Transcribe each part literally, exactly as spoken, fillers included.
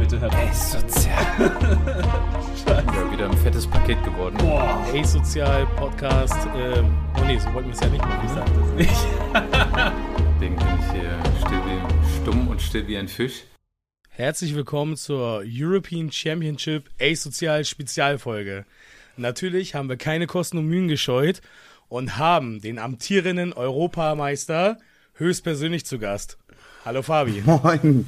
bitte, Herr Tom. Asozial. Ja, wieder ein fettes Paket geworden. Boah, Asozial Podcast. Ähm, oh nee, so wollten wir es ja nicht machen. Ich sag das nicht. Deswegen bin ich hier still wie, stumm und still wie ein Fisch. Herzlich willkommen zur European Championship Asozial Spezialfolge. Natürlich haben wir keine Kosten und Mühen gescheut und haben den amtierenden Europameister höchstpersönlich zu Gast. Hallo Fabi. Moin.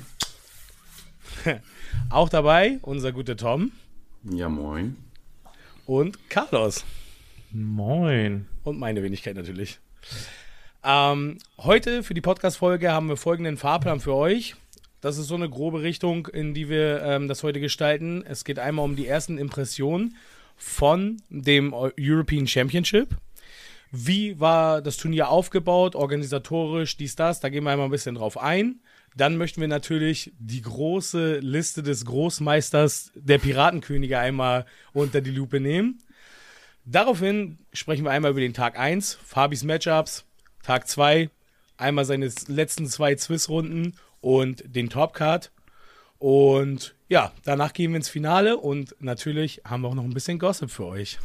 Auch dabei unser guter Tom. Ja, moin. Und Carlos. Moin. Und meine Wenigkeit natürlich. Ähm, heute für die Podcast-Folge haben wir folgenden Fahrplan für euch. Das ist so eine grobe Richtung, in die wir ähm, das heute gestalten. Es geht einmal um die ersten Impressionen von dem European Championship. Wie war das Turnier aufgebaut, organisatorisch, dies, das, da gehen wir einmal ein bisschen drauf ein. Dann möchten wir natürlich die große Liste des Großmeisters der Piratenkönige einmal unter die Lupe nehmen. Daraufhin sprechen wir einmal über den Tag eins, Fabis Matchups, Tag zwei, einmal seine letzten zwei Swiss-Runden und den Topcard. Und ja, danach gehen wir ins Finale und natürlich haben wir auch noch ein bisschen Gossip für euch.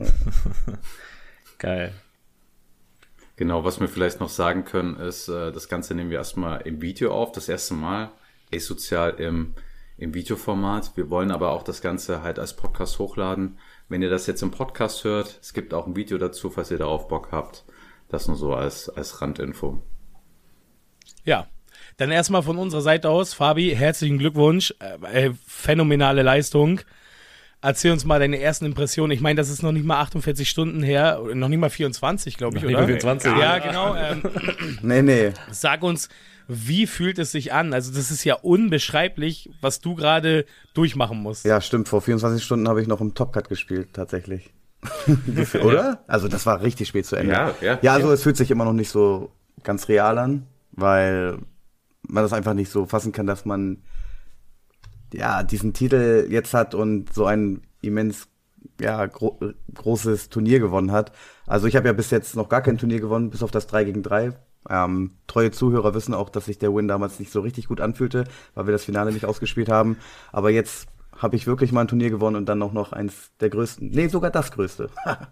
Geil. Genau, was wir vielleicht noch sagen können, ist, das Ganze nehmen wir erstmal im Video auf, das erste Mal, asozial im, im Videoformat. Wir wollen aber auch das Ganze halt als Podcast hochladen. Wenn ihr das jetzt im Podcast hört, es gibt auch ein Video dazu, falls ihr darauf Bock habt. Das nur so als, als Randinfo. Ja, dann erstmal von unserer Seite aus, Fabi, herzlichen Glückwunsch, äh, phänomenale Leistung. Erzähl uns mal deine ersten Impressionen. Ich meine, das ist noch nicht mal achtundvierzig Stunden her, noch nicht mal vierundzwanzig, glaube ich, noch oder? Nicht mal vierundzwanzig. Ja, genau. Ähm, Nee, nee. sag uns, wie fühlt es sich an? Also das ist ja unbeschreiblich, was du gerade durchmachen musst. Ja, stimmt. Vor vierundzwanzig Stunden habe ich noch im Top-Cut gespielt, tatsächlich. Oder? Also das war richtig spät zu Ende. Ja, ja. Ja, also es fühlt sich immer noch nicht so ganz real an, weil man das einfach nicht so fassen kann, dass man ja diesen Titel jetzt hat und so ein immens ja gro- großes Turnier gewonnen hat. Also ich habe ja bis jetzt noch gar kein Turnier gewonnen, bis auf das drei gegen drei. Ähm, treue Zuhörer wissen auch, dass sich der Win damals nicht so richtig gut anfühlte, weil wir das Finale nicht ausgespielt haben. Aber jetzt habe ich wirklich mal ein Turnier gewonnen und dann auch noch eins der größten. Nee, sogar das größte.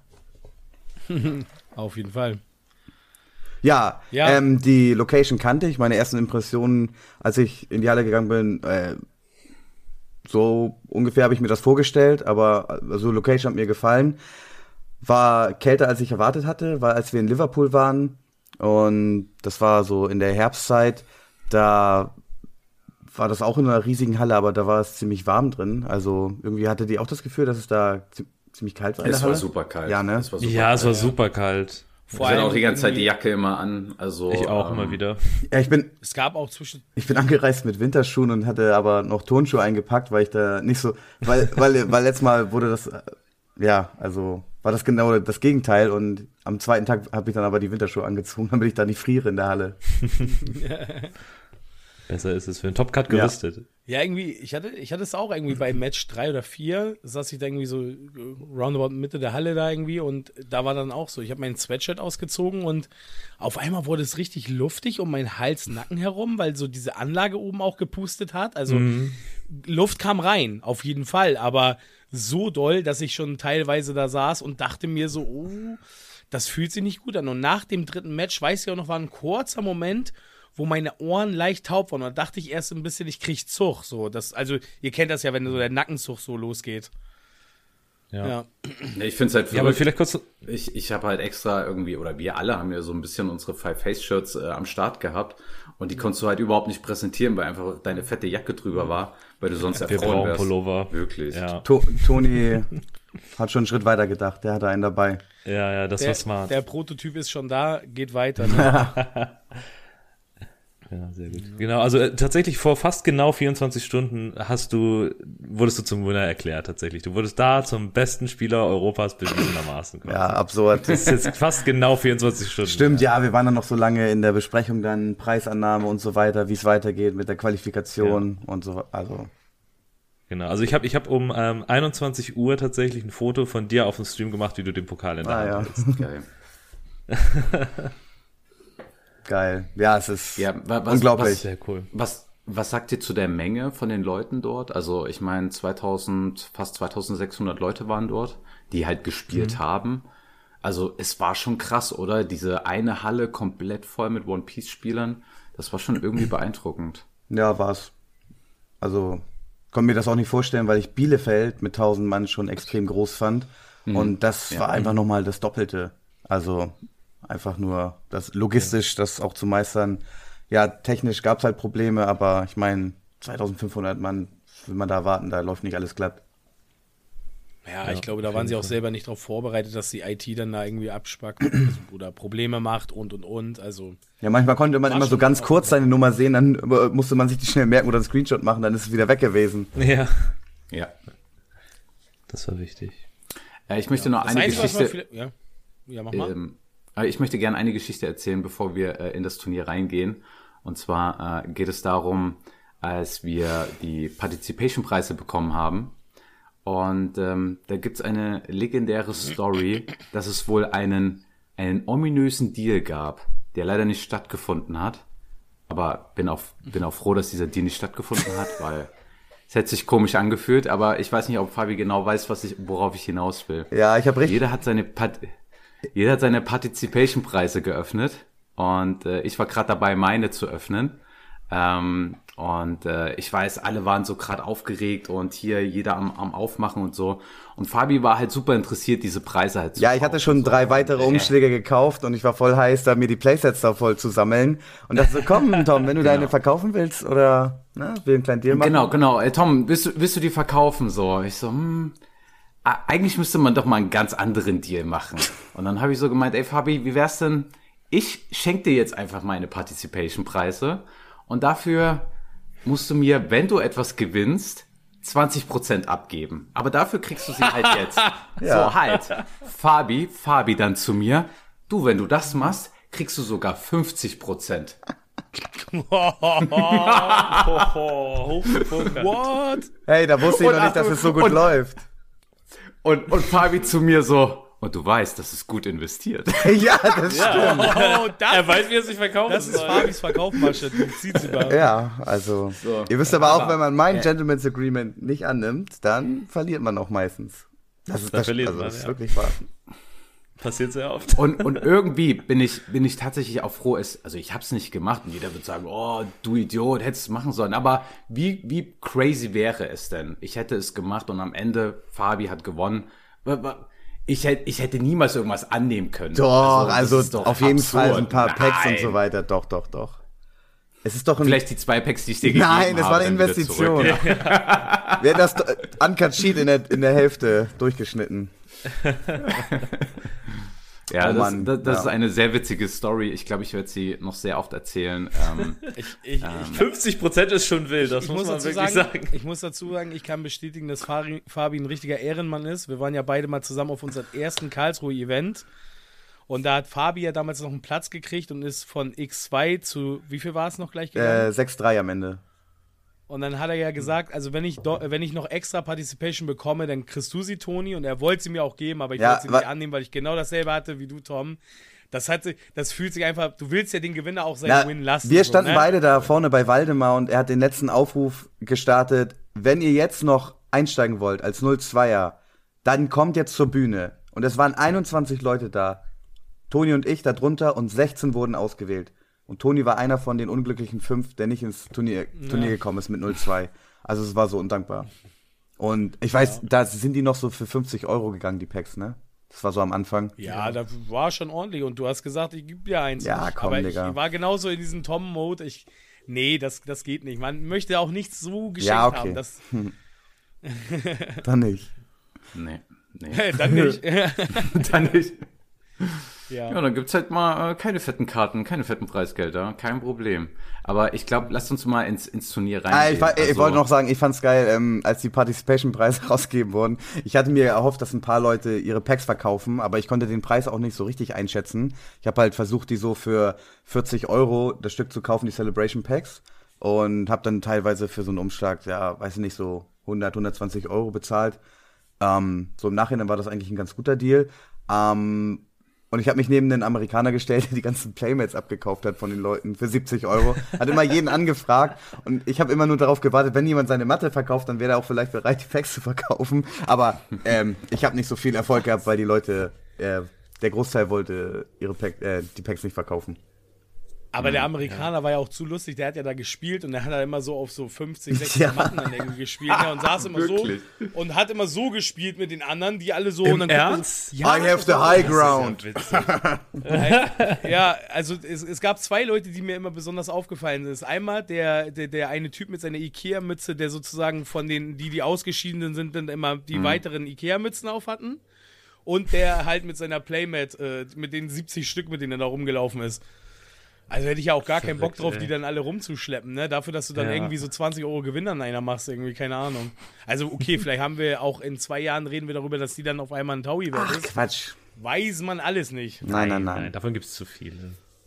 Auf jeden Fall. Ja, Ja. Ähm, die Location kannte ich. Meine ersten Impressionen, als ich in die Halle gegangen bin, äh, so ungefähr habe ich mir das vorgestellt, aber so Location hat mir gefallen. War kälter, als ich erwartet hatte, weil als wir in Liverpool waren und das war so in der Herbstzeit, da war das auch in einer riesigen Halle, aber da war es ziemlich warm drin. Also irgendwie hatte die auch das Gefühl, dass es da zi- ziemlich kalt war in Es der war Halle. super kalt. Ja, ne? Es war super Ja, es war kalt. super kalt. Vor Ich hatte allem auch die ganze Zeit die irgendwie- Jacke immer an. Also, Ich auch ähm, immer wieder. Ja, ich bin Es gab auch zwischen... Ich bin angereist mit Winterschuhen und hatte aber noch Turnschuhe eingepackt, weil ich da nicht so, weil, weil, weil letztes Mal wurde das, äh, ja, also war das genau das Gegenteil und am zweiten Tag habe ich dann aber die Winterschuhe angezogen, damit ich da nicht friere in der Halle. Besser ist es für einen Top-Cut gerüstet. Ja, irgendwie, ich hatte, ich hatte es auch irgendwie bei Match drei oder vier, saß ich da irgendwie so äh, roundabout Mitte der Halle da irgendwie und da war dann auch so, ich habe mein Sweatshirt ausgezogen und auf einmal wurde es richtig luftig um meinen Hals, Nacken herum, weil so diese Anlage oben auch gepustet hat, also Mhm. Luft kam rein, auf jeden Fall, aber so doll, dass ich schon teilweise da saß und dachte mir so, oh, das fühlt sich nicht gut an und nach dem dritten Match, weiß ich auch noch, war ein kurzer Moment, wo meine Ohren leicht taub waren. Und da dachte ich erst ein bisschen, ich krieg Zug. So, das, also, ihr kennt das ja, wenn so der Nackenzug so losgeht. Ja. Ja. Nee, ich finde es halt Ja, aber verrückt. vielleicht kurz. Ich, ich habe halt extra irgendwie, oder wir alle haben ja so ein bisschen unsere Five-Face-Shirts äh, am Start gehabt und die konntest du halt überhaupt nicht präsentieren, weil einfach deine fette Jacke drüber war, weil du sonst Wir erfroren brauchen wärst. Pullover. Wirklich. Ja, To- Toni hat schon einen Schritt weiter gedacht, der hatte einen dabei. ja, ja, das Der, war smart. der Prototyp ist schon da, geht weiter. Ne? Ja, sehr gut. Genau, also äh, tatsächlich vor fast genau vierundzwanzig Stunden hast du, wurdest du zum Winner erklärt tatsächlich. Du wurdest da zum besten Spieler Europas bewiesenermaßen. quasi. Ja, absurd. Das ist jetzt fast genau vierundzwanzig Stunden. Stimmt, ja, wir waren dann noch so lange in der Besprechung, dann Preisannahme und so weiter, wie es weitergeht mit der Qualifikation und so, also. Genau, also ich habe ich hab um ähm, einundzwanzig Uhr tatsächlich ein Foto von dir auf dem Stream gemacht, wie du den Pokal in der Ah, Hand ja. hältst. Geil. Geil. Ja, es ist Ja, wa- was, unglaublich. Sehr cool. Was, Was sagt ihr zu der Menge von den Leuten dort? Also ich meine, zweitausend, fast zweitausendsechshundert Leute waren dort, die halt gespielt mhm. haben. Also es war schon krass, oder? Diese eine Halle komplett voll mit One-Piece-Spielern. Das war schon irgendwie beeindruckend. Ja, war's. Also konnte mir das auch nicht vorstellen, weil ich Bielefeld mit tausend Mann schon extrem groß fand. Mhm. Und das ja. war einfach nochmal das Doppelte. Also einfach nur das logistisch, ja. das auch zu meistern. Ja, technisch gab's halt Probleme, aber ich meine, zweitausendfünfhundert Mann, will man da warten, da läuft nicht alles glatt. Ja, ja, ich glaube, da waren sie auch selber nicht darauf vorbereitet, dass die I T dann da irgendwie abspackt also, oder Probleme macht und, und, und. Also ja, manchmal konnte man immer so ganz kurz seine Nummer sehen, dann musste man sich die schnell merken oder einen Screenshot machen, dann ist es wieder weg gewesen. Ja. Ja. Das war wichtig. Äh, ich möchte ja. noch das eine Einzige, Geschichte... Vielleicht, ja. ja, mach mal. Ähm, ich möchte gerne eine Geschichte erzählen, bevor wir äh, in das Turnier reingehen. Und zwar äh, geht es darum, als wir die Participation-Preise bekommen haben. Und ähm, da gibt's eine legendäre Story, dass es wohl einen, einen ominösen Deal gab, der leider nicht stattgefunden hat. Aber bin auch, bin auch froh, dass dieser Deal nicht stattgefunden hat, weil es hätte sich komisch angefühlt. Aber ich weiß nicht, ob Fabi genau weiß, was ich, worauf ich hinaus will. Ja, ich habe richtig... Jeder hat seine... Part- Jeder hat seine Participation-Preise geöffnet und äh, ich war gerade dabei, meine zu öffnen. Ähm, und äh, ich weiß, alle waren so gerade aufgeregt und hier jeder am, am Aufmachen und so. Und Fabi war halt super interessiert, diese Preise halt zu Ja, ich hatte schon so. drei weitere Umschläge gekauft und ich war voll heiß, da mir die Playsets da voll zu sammeln. Und dachte so, komm Tom, wenn du genau. deine verkaufen willst oder na, will einen kleinen Deal machen. Genau, genau. Ey, Tom, willst du, willst du die verkaufen? So, ich so, hm... Eigentlich müsste man doch mal einen ganz anderen Deal machen. Und dann habe ich so gemeint, ey Fabi, wie wär's denn, ich schenke dir jetzt einfach meine Participation-Preise und dafür musst du mir, wenn du etwas gewinnst, zwanzig Prozent abgeben. Aber dafür kriegst du sie halt jetzt. ja. So, halt. Fabi, Fabi dann zu mir, du, wenn du das machst, kriegst du sogar fünfzig Prozent. What? Hey, da wusste ich noch nicht, dass es so gut und, läuft. Und, und Fabi zu mir so, und du weißt, das ist gut investiert. ja, das Ja. stimmt. Oh, das, Er weiß, wie er sich verkaufen das ist soll. Fabis Verkaufmasche. Die zieht sie bei. Ja, also, So. ihr wisst aber auch, Aber- wenn man mein Gentleman's Agreement nicht annimmt, dann verliert man auch meistens. Das ist, Dann das, verliert also, man, das ist ja. wirklich wahr. Passiert sehr oft. Und, und irgendwie bin ich, bin ich tatsächlich auch froh, es, also ich hab's nicht gemacht und jeder wird sagen, oh, du Idiot, hättest es machen sollen. Aber wie, wie crazy wäre es denn? Ich hätte es gemacht und am Ende, Fabi hat gewonnen. Ich hätte, ich hätte niemals irgendwas annehmen können. Doch, das also, ist doch auf jeden absurd. Fall ein paar Packs Nein. und so weiter. Doch, doch, doch. Es ist doch ein... Vielleicht die zwei Packs, die ich dir gegeben habe. Nein, es war eine dann wieder Investition. zurück. Wir hätten das äh, Uncut Sheet in der, in der Hälfte durchgeschnitten. Ja, Oh das, Mann, das, das ja. ist eine sehr witzige Story. Ich glaube, ich werde sie noch sehr oft erzählen. Ähm, Ich, ich, Ähm, ich, fünfzig Prozent ist schon wild, das ich muss, muss man dazu wirklich sagen, sagen. Ich muss dazu sagen, ich kann bestätigen, dass Fabi, Fabi ein richtiger Ehrenmann ist. Wir waren ja beide mal zusammen auf unserem ersten Karlsruhe-Event. Und da hat Fabi ja damals noch einen Platz gekriegt und ist von X zwei zu, wie viel war es noch gleich gegangen? Äh, sechs drei am Ende. Und dann hat er ja gesagt, also wenn ich, do, wenn ich noch extra Participation bekomme, dann kriegst du sie, Toni. Und er wollte sie mir auch geben, aber ich Ja, wollte sie wa- nicht annehmen, weil ich genau dasselbe hatte wie du, Tom. Das, hat, sich- das fühlt sich einfach, du willst ja den Gewinner auch seinen Na, Win lassen. wir so, standen ne? beide da vorne bei Waldemar und er hat den letzten Aufruf gestartet. Wenn ihr jetzt noch einsteigen wollt als null zweier, dann kommt jetzt zur Bühne. Und es waren einundzwanzig Leute da. Toni und ich da drunter und sechzehn wurden ausgewählt. Und Toni war einer von den unglücklichen fünf, der nicht ins Turnier, Turnier gekommen ist mit null zwei. Also es war so undankbar. Und ich weiß, da sind die noch so für fünfzig Euro gegangen, die Packs, ne? Das war so am Anfang. Ja, da war schon ordentlich. Und du hast gesagt, ich gebe dir eins. Ja, nicht. komm, aber Digga. ich war genauso in diesem Tom-Mode. Ich, nee, das, das geht nicht. Man möchte auch nichts so geschenkt Ja, okay. haben. Das, Dann nicht. nee, nee. dann nicht. Dann nicht. ja. Ja, dann gibt's halt mal äh, keine fetten Karten, keine fetten Preisgelder, kein Problem. Aber ich glaube, lasst uns mal ins, ins Turnier reingehen. Ah, ich, war, ich Also, wollte noch sagen, ich fand's geil, ähm, als die Participation-Preise rausgegeben wurden. Ich hatte mir erhofft, dass ein paar Leute ihre Packs verkaufen, aber ich konnte den Preis auch nicht so richtig einschätzen. Ich habe halt versucht, die so für vierzig Euro das Stück zu kaufen, die Celebration Packs. Und habe dann teilweise für so einen Umschlag, ja, weiß ich nicht, so hundert, hundertzwanzig Euro bezahlt. Ähm, so im Nachhinein war das eigentlich ein ganz guter Deal. Ähm, Und ich habe mich neben den Amerikaner gestellt, der die ganzen Playmates abgekauft hat von den Leuten für siebzig Euro. Hat immer jeden angefragt und ich habe immer nur darauf gewartet, wenn jemand seine Matte verkauft, dann wäre er auch vielleicht bereit, die Packs zu verkaufen. Aber ähm, ich habe nicht so viel Erfolg gehabt, weil die Leute, äh, der Großteil wollte ihre Pack, äh, die Packs nicht verkaufen. Aber der Amerikaner ja. war ja auch zu lustig, der hat ja da gespielt und der hat da immer so auf so fünfzig, sechzig ja. Matten dann irgendwie gespielt ja, und saß immer so und hat immer so gespielt mit den anderen, die alle so Im und dann Ernst? So, ja, I have the high ground. Ja, also es, es gab zwei Leute, die mir immer besonders aufgefallen sind. Einmal der, der, der eine Typ mit seiner Ikea-Mütze, der sozusagen von den, die die Ausgeschiedenen sind, dann immer die mhm. weiteren Ikea-Mützen auf hatten. Und der halt mit seiner Playmat, äh, mit den siebzig Stück, mit denen er da rumgelaufen ist. Also hätte ich ja auch gar keinen Bock drauf, ey. die dann alle rumzuschleppen, ne? Dafür, dass du dann ja. irgendwie so zwanzig Euro Gewinn an einer machst, irgendwie, keine Ahnung. Also okay, vielleicht haben wir auch in zwei Jahren reden wir darüber, dass die dann auf einmal ein Taui wert ist. Quatsch. Weiß man alles nicht. Nein, nein, nein. nein davon gibt es zu viele.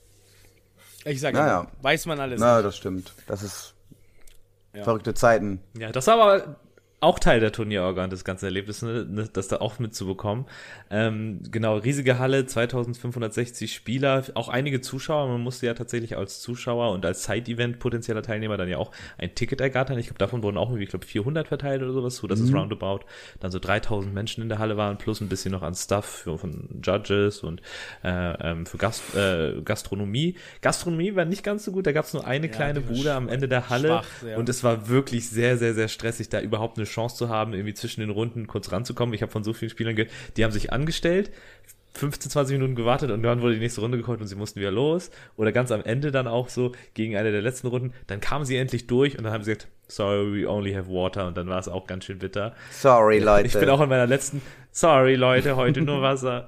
Ich sag naja. ja, weiß man alles Na, nicht. das stimmt. Das ist ja. verrückte Zeiten. Ja, das war aber auch Teil der Turnierorgan, das ganze Erlebnis, ne, das da auch mitzubekommen. Ähm, genau, riesige Halle, zweitausendfünfhundertsechzig Spieler, auch einige Zuschauer. Man musste ja tatsächlich als Zuschauer und als Side-Event potenzieller Teilnehmer dann ja auch ein Ticket ergattern. Ich glaube, davon wurden auch irgendwie, ich glaube, vierhundert verteilt oder sowas, so dass mhm. es roundabout dann so dreitausend Menschen in der Halle waren, plus ein bisschen noch an Stuff für, von Judges und äh, ähm, für Gast, äh, Gastronomie. Gastronomie war nicht ganz so gut, da gab es nur eine ja, kleine Bude am Ende der Halle schwach, und es war wirklich sehr, sehr, sehr stressig, da überhaupt eine Chance zu haben, irgendwie zwischen den Runden kurz ranzukommen. Ich habe von so vielen Spielern gehört, die haben sich angestellt, fünfzehn, zwanzig Minuten gewartet und dann wurde die nächste Runde geholt und sie mussten wieder los. Oder ganz am Ende dann auch so, gegen eine der letzten Runden, dann kamen sie endlich durch und dann haben sie gesagt, sorry, we only have water, und dann war es auch ganz schön bitter. Sorry, Leute. Ich bin auch in meiner letzten, sorry, Leute, heute nur Wasser.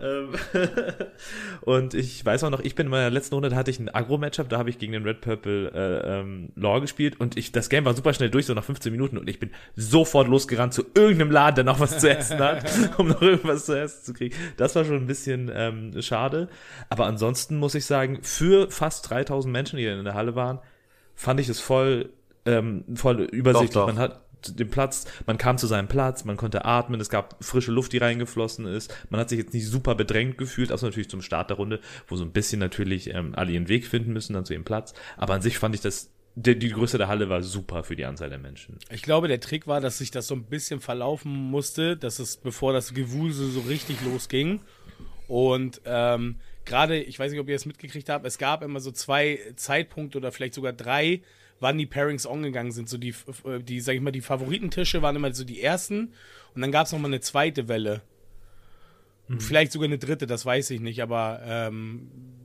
Und ich weiß auch noch, ich bin in meiner letzten Runde, da hatte ich ein Agro-Matchup, da habe ich gegen den Red Purple äh, ähm, Lore gespielt und ich, das Game war super schnell durch, so nach fünfzehn Minuten, und ich bin sofort losgerannt zu irgendeinem Laden, der noch was zu essen hat, um noch irgendwas zu essen zu kriegen. Das war schon ein bisschen ähm, schade, aber ansonsten muss ich sagen, für fast dreitausend Menschen, die in der Halle waren, fand ich es voll Ähm, voll übersichtlich. Doch, doch. Man hat den Platz, man kam zu seinem Platz, man konnte atmen, es gab frische Luft, die reingeflossen ist. Man hat sich jetzt nicht super bedrängt gefühlt, außer natürlich zum Start der Runde, wo so ein bisschen natürlich ähm, alle ihren Weg finden müssen, dann zu ihrem Platz. Aber an sich fand ich das, die, die Größe der Halle war super für die Anzahl der Menschen. Ich glaube, der Trick war, dass sich das so ein bisschen verlaufen musste, dass es, bevor das Gewusel so richtig losging. Und ähm, gerade, ich weiß nicht, ob ihr das mitgekriegt habt, es gab immer so zwei Zeitpunkte oder vielleicht sogar drei, wann die Pairings ongegangen sind. So die, die, sag ich mal, die Favoritentische waren immer so die ersten und dann gab es nochmal eine zweite Welle. Mhm. Vielleicht sogar eine dritte, das weiß ich nicht, aber ähm,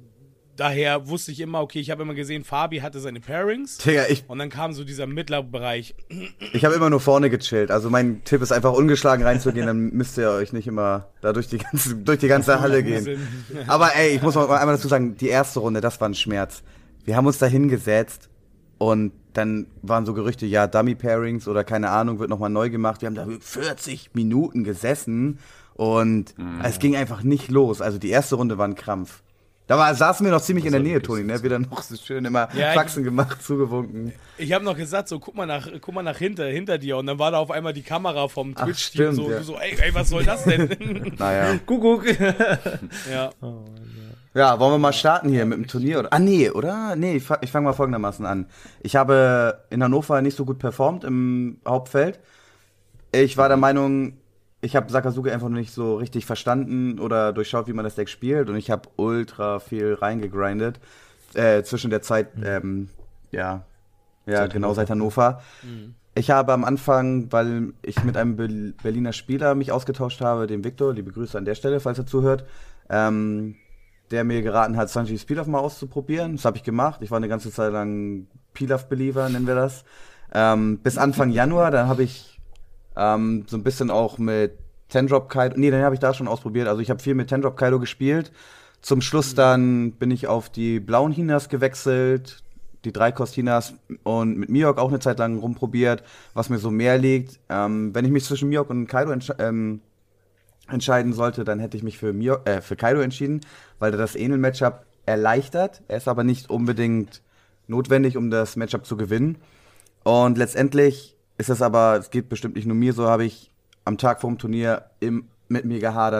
daher wusste ich immer, okay, ich habe immer gesehen, Fabi hatte seine Pairings. Digga, ich, und dann kam so dieser Mittlerbereich. Ich habe immer nur vorne gechillt. Also mein Tipp ist einfach ungeschlagen reinzugehen, dann müsst ihr euch nicht immer da durch die ganze, durch die ganze Halle gehen. Aber ey, ich muss mal einmal dazu sagen, die erste Runde, das war ein Schmerz. Wir haben uns da hingesetzt und dann waren so Gerüchte, ja, Dummy-Pairings oder keine Ahnung, wird nochmal neu gemacht. Wir haben da vierzig Minuten gesessen und mhm. es ging einfach nicht los. Also die erste Runde war ein Krampf. Da war, saßen wir noch ziemlich das in der Nähe, Toni, ne? Wir dann noch so schön immer ja, Faxen gemacht, zugewunken. Ich habe noch gesagt, so, guck mal nach, guck mal nach hinter, hinter dir. Und dann war da auf einmal die Kamera vom Twitch-Team so, ja. so, ey, ey, was soll das denn? Naja. Kuckuck. Ja. Oh, ja, wollen wir mal starten hier mit dem Turnier? Oder? Ah, nee, oder? Nee, ich, ich fange mal folgendermaßen an. Ich habe in Hannover nicht so gut performt im Hauptfeld. Ich war der Meinung, ich habe Sakazuki einfach noch nicht so richtig verstanden oder durchschaut, wie man das Deck spielt. Und ich habe ultra viel reingegrindet. Äh, zwischen der Zeit, ähm, ja, ja, seit genau, Hannover. seit Hannover. Mhm. Ich habe am Anfang, weil ich mit einem Be- Berliner Spieler mich ausgetauscht habe, dem Victor, liebe Grüße an der Stelle, falls er zuhört, ähm, der mir geraten hat, Sanji's Pilaf mal auszuprobieren. Das habe ich gemacht. Ich war eine ganze Zeit lang Pilaf-Believer, nennen wir das. Ähm, bis Anfang Januar, dann habe ich ähm, so ein bisschen auch mit Ten-Drop Kaido, nee, dann habe ich da schon ausprobiert. Also ich habe viel mit Ten-Drop Kaido gespielt. Zum Schluss dann bin ich auf die blauen Hinas gewechselt, die Drei-Kost-Hinas, und mit Miok auch eine Zeit lang rumprobiert, was mir so mehr liegt. Ähm, wenn ich mich zwischen Miok und Kaido entsch- ähm, entscheiden sollte, dann hätte ich mich für, Miok, äh, für Kaido entschieden, weil er das Enel-Matchup erleichtert. Er ist aber nicht unbedingt notwendig, um das Matchup zu gewinnen. Und letztendlich ist es aber, es geht bestimmt nicht nur mir so, habe ich am Tag vorm Turnier im, mit mir gehadert.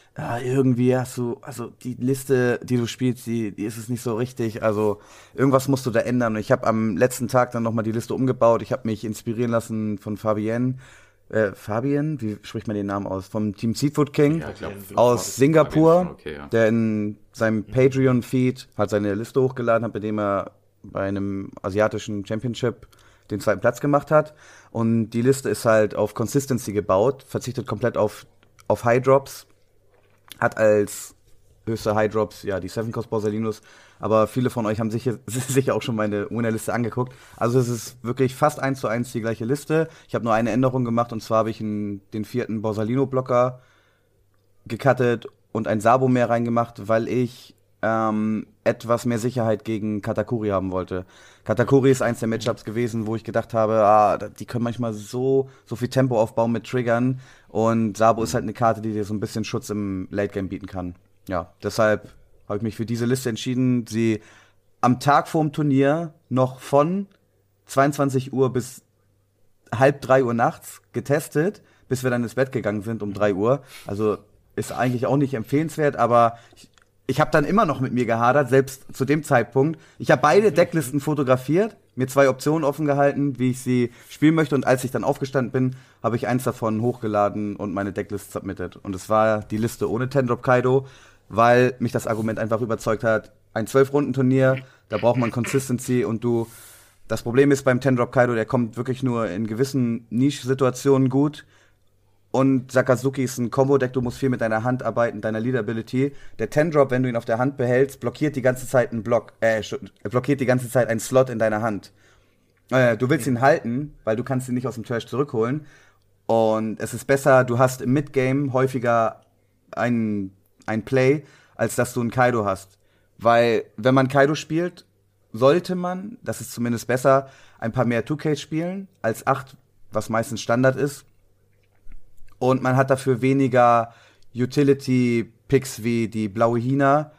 ja, irgendwie hast du, also die Liste, die du spielst, die, die ist es nicht so richtig. Also irgendwas musst du da ändern. Und ich habe am letzten Tag dann nochmal die Liste umgebaut. Ich habe mich inspirieren lassen von Fabienne. Äh, Fabian, wie spricht man den Namen aus? Vom Team Seafood King Ja, ich glaub, aus Singapur, okay, ja. der in seinem Patreon-Feed halt seine Liste hochgeladen hat, bei dem er bei einem asiatischen Championship den zweiten Platz gemacht hat. Und die Liste ist halt auf Consistency gebaut, verzichtet komplett auf, auf High Drops, hat als höchste High Drops ja die Seven Cost Borsalinos, aber viele von euch haben sicher, sicher auch schon meine Winnerliste angeguckt. Also es ist wirklich fast eins zu eins die gleiche Liste. Ich habe nur eine Änderung gemacht, und zwar habe ich einen, den vierten Borsalino-Blocker gecuttet und ein Sabo mehr reingemacht, weil ich ähm, etwas mehr Sicherheit gegen Katakuri haben wollte. Katakuri ist eins der Matchups gewesen, wo ich gedacht habe, ah, die können manchmal so, so viel Tempo aufbauen mit Triggern, und Sabo ist halt eine Karte, die dir so ein bisschen Schutz im Late-Game bieten kann. Ja, deshalb habe ich mich für diese Liste entschieden, sie am Tag vorm Turnier noch von zweiundzwanzig Uhr bis halb drei Uhr nachts getestet, bis wir dann ins Bett gegangen sind um drei Uhr. Also ist eigentlich auch nicht empfehlenswert, aber ich, ich habe dann immer noch mit mir gehadert, selbst zu dem Zeitpunkt. Ich habe beide Decklisten fotografiert, mir zwei Optionen offen gehalten, wie ich sie spielen möchte, und als ich dann aufgestanden bin, habe ich eins davon hochgeladen und meine Decklist submitted. Und es war die Liste ohne Ten-Drop Kaido, weil mich das Argument einfach überzeugt hat, ein zwölf-Runden-Turnier, da braucht man Consistency, und du, das Problem ist beim Ten-Drop Kaido, der kommt wirklich nur in gewissen Niche-Situationen gut, und Sakazuki ist ein Combo-Deck, du musst viel mit deiner Hand arbeiten, deiner Lead-Ability. Der Ten-Drop, wenn du ihn auf der Hand behältst, blockiert die ganze Zeit einen Block, äh, blockiert die ganze Zeit einen Slot in deiner Hand. Äh, du willst ihn halten, weil du kannst ihn nicht aus dem Trash zurückholen, und es ist besser, du hast im Mid-Game häufiger einen ein Play, als dass du einen Kaido hast. Weil, wenn man Kaido spielt, sollte man, das ist zumindest besser, ein paar mehr zwei K spielen als acht, was meistens Standard ist. Und man hat dafür weniger Utility-Picks wie die blaue Hina,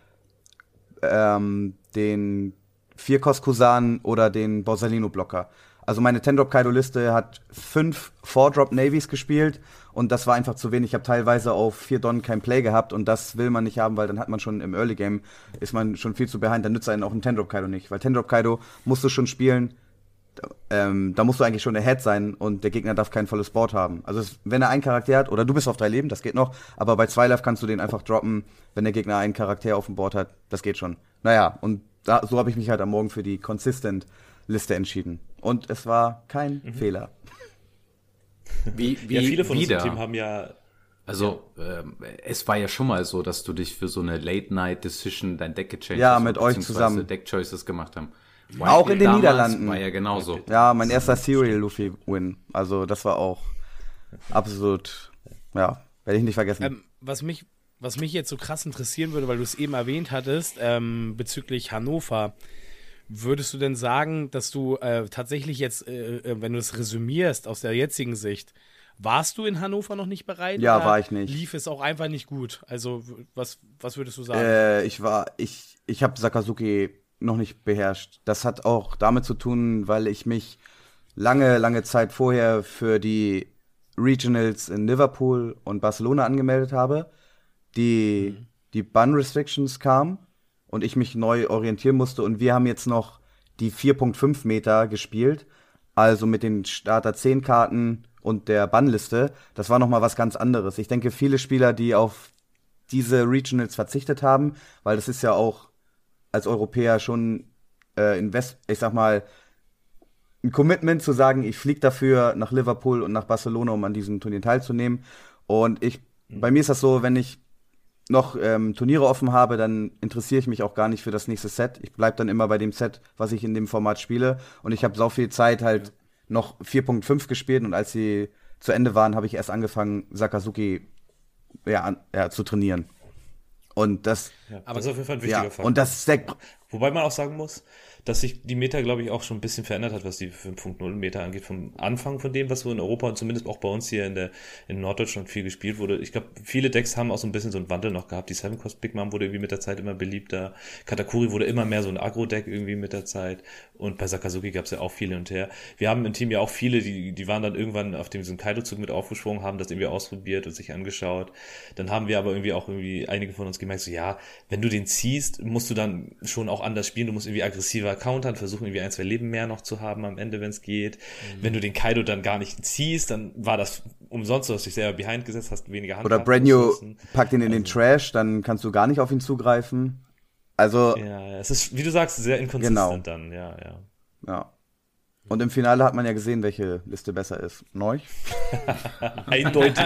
ähm, den vier-Kost-Kusan oder den Borsalino-Blocker. Also meine Ten-Drop-Kaido-Liste hat fünf Four-Drop-Navies gespielt, und das war einfach zu wenig. Ich habe teilweise auf vier Don kein Play gehabt, und das will man nicht haben, weil dann hat man schon im Early-Game, ist man schon viel zu behind, dann nützt einen auch ein Ten-Drop-Kaido nicht. Weil Ten-Drop-Kaido musst du schon spielen, ähm, da musst du eigentlich schon ahead sein, und der Gegner darf kein volles Board haben. Also es, wenn er einen Charakter hat, oder du bist auf drei Leben, das geht noch, aber bei zwei Life kannst du den einfach droppen, wenn der Gegner einen Charakter auf dem Board hat, das geht schon. Naja, und da, so habe ich mich halt am Morgen für die Consistent-Liste entschieden. Und es war kein mhm. Fehler. Wie, wie, ja, viele von wieder. unserem Team haben ja... Also, ja. ähm, es war ja schon mal so, dass du dich für so eine Late-Night-Decision dein Deck gechanged ja, hast. Ja, mit euch zusammen. Deck-Choices gemacht haben. White auch in den Niederlanden. War ja genauso. Ja, mein erster Serial-Luffy-Win. Also, das war auch absolut, ja, werde ich nicht vergessen. Ähm, was mich, was mich jetzt so krass interessieren würde, weil du es eben erwähnt hattest, ähm, bezüglich Hannover, würdest du denn sagen, dass du äh, tatsächlich jetzt, äh, wenn du es resümierst aus der jetzigen Sicht, warst du in Hannover noch nicht bereit? Ja, oder war ich nicht. Lief es auch einfach nicht gut? Also, was, was würdest du sagen? Äh, ich war, ich, ich habe Sakazuki noch nicht beherrscht. Das hat auch damit zu tun, weil ich mich lange, lange Zeit vorher für die Regionals in Liverpool und Barcelona angemeldet habe, die, mhm. die Ban-Restrictions kamen und ich mich neu orientieren musste, und wir haben jetzt noch die vier Komma fünf Meter gespielt, also mit den Starter zehn Karten und der Bannliste. Das war nochmal was ganz anderes. Ich denke, viele Spieler, die auf diese Regionals verzichtet haben, weil das ist ja auch als Europäer schon äh, invest, ich sag mal, ein Commitment zu sagen, ich fliege dafür nach Liverpool und nach Barcelona, um an diesem Turnier teilzunehmen. Und ich, mhm. bei mir ist das so, wenn ich noch ähm, Turniere offen habe, dann interessiere ich mich auch gar nicht für das nächste Set. Ich bleib dann immer bei dem Set, was ich in dem Format spiele. Und ich habe so viel Zeit halt ja. noch vier Komma fünf gespielt, und als sie zu Ende waren, habe ich erst angefangen, Sakazuki ja, an, ja, zu trainieren. Und das, ja, aber das ist auf jeden Fall ein wichtiger ja, Faktor. Und das Deck, Wobei man auch sagen muss, dass sich die Meta, glaube ich, auch schon ein bisschen verändert hat, was die fünf Punkt null Meta angeht, vom Anfang von dem, was so in Europa und zumindest auch bei uns hier in der in Norddeutschland viel gespielt wurde. Ich glaube, viele Decks haben auch so ein bisschen so einen Wandel noch gehabt. Die Seven Cost Big Mom wurde irgendwie mit der Zeit immer beliebter. Katakuri wurde immer mehr so ein Agro-Deck irgendwie mit der Zeit. Und bei Sakazuki gab es ja auch viele und her. Wir haben im Team ja auch viele, die die waren dann irgendwann auf dem so einen Kaido-Zug mit aufgeschwungen, haben das irgendwie ausprobiert und sich angeschaut. Dann haben wir aber irgendwie auch irgendwie einige von uns gemerkt, so ja, wenn du den ziehst, musst du dann schon auch anders spielen. Du musst irgendwie aggressiver countern, versuchen irgendwie ein, zwei Leben mehr noch zu haben am Ende, wenn es geht. Mhm. Wenn du den Kaido dann gar nicht ziehst, dann war das umsonst, du hast dich selber behind gesetzt, hast weniger Hand. Oder Branyo packt ihn in also, den Trash, dann kannst du gar nicht auf ihn zugreifen. Also. Ja, es ist, wie du sagst, sehr inkonsistent genau. dann, ja, ja. Ja. Und im Finale hat man ja gesehen, welche Liste besser ist. Neu? Eindeutig.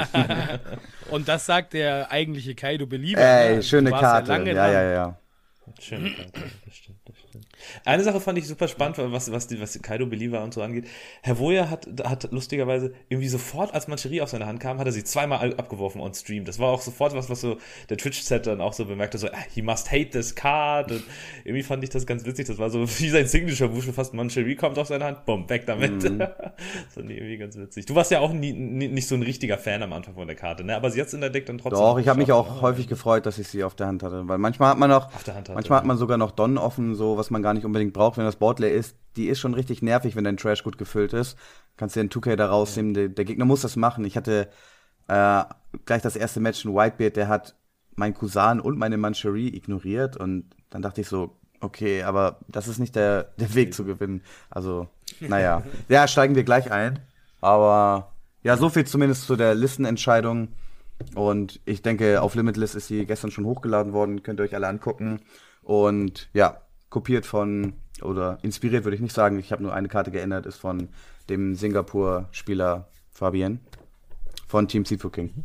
Und das sagt der eigentliche Kaido-Belieber. Ey, ne? Schöne Karte. Ja, ja, ja, ja. Schöne Karte, das stimmt, das stimmt. Eine Sache fand ich super spannend, was, was, die, was die Kaido-Believer und so angeht. Herr Woja hat, hat lustigerweise irgendwie sofort, als Mancherie auf seine Hand kam, hat er sie zweimal abgeworfen on Stream. Das war auch sofort was, was so der Twitch-Chat dann auch so bemerkte, so, he must hate this card. Und irgendwie fand ich das ganz witzig. Das war so wie sein Signature-Move, schon fast Mancherie kommt auf seine Hand, bumm, weg damit. Mhm. Das fand ich irgendwie ganz witzig. Du warst ja auch nie, nie, nicht so ein richtiger Fan am Anfang von der Karte, ne? Aber sie hat es in der Deck dann trotzdem. Doch, ich habe mich auch häufig gefreut, dass ich sie auf der Hand hatte. Weil manchmal hat man noch, auf der Hand hatte, manchmal hat man sogar noch Don offen, so was man gar nicht unbedingt braucht, wenn das Board leer ist. Die ist schon richtig nervig, wenn dein Trash gut gefüllt ist. Kannst du den zwei K da rausnehmen. Der, der Gegner muss das machen. Ich hatte äh, gleich das erste Match in Whitebeard, der hat meinen Cousin und meine Mancherie ignoriert und dann dachte ich so, okay, aber das ist nicht der, der Weg zu gewinnen. Also, naja. Ja, steigen wir gleich ein. Aber ja, so viel zumindest zu der Listenentscheidung. Und ich denke, auf Limitless ist sie gestern schon hochgeladen worden. Könnt ihr euch alle angucken. Und ja, kopiert von, oder inspiriert würde ich nicht sagen, ich habe nur eine Karte geändert, ist von dem Singapur-Spieler Fabian von Team Sifu King.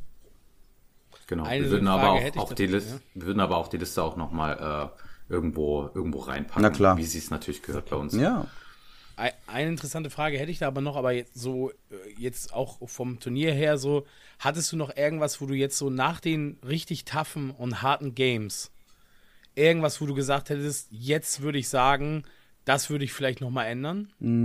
Genau, wir würden, aber auch, auch die Liste, ja. wir würden aber auch die Liste auch nochmal äh, irgendwo, irgendwo reinpacken, Na klar. wie sie es natürlich gehört bei uns. Ja. Eine interessante Frage hätte ich da aber noch, aber jetzt so, jetzt auch vom Turnier her so, hattest du noch irgendwas, wo du jetzt so nach den richtig toughen und harten Games irgendwas, wo du gesagt hättest, jetzt würde ich sagen, das würde ich vielleicht nochmal ändern?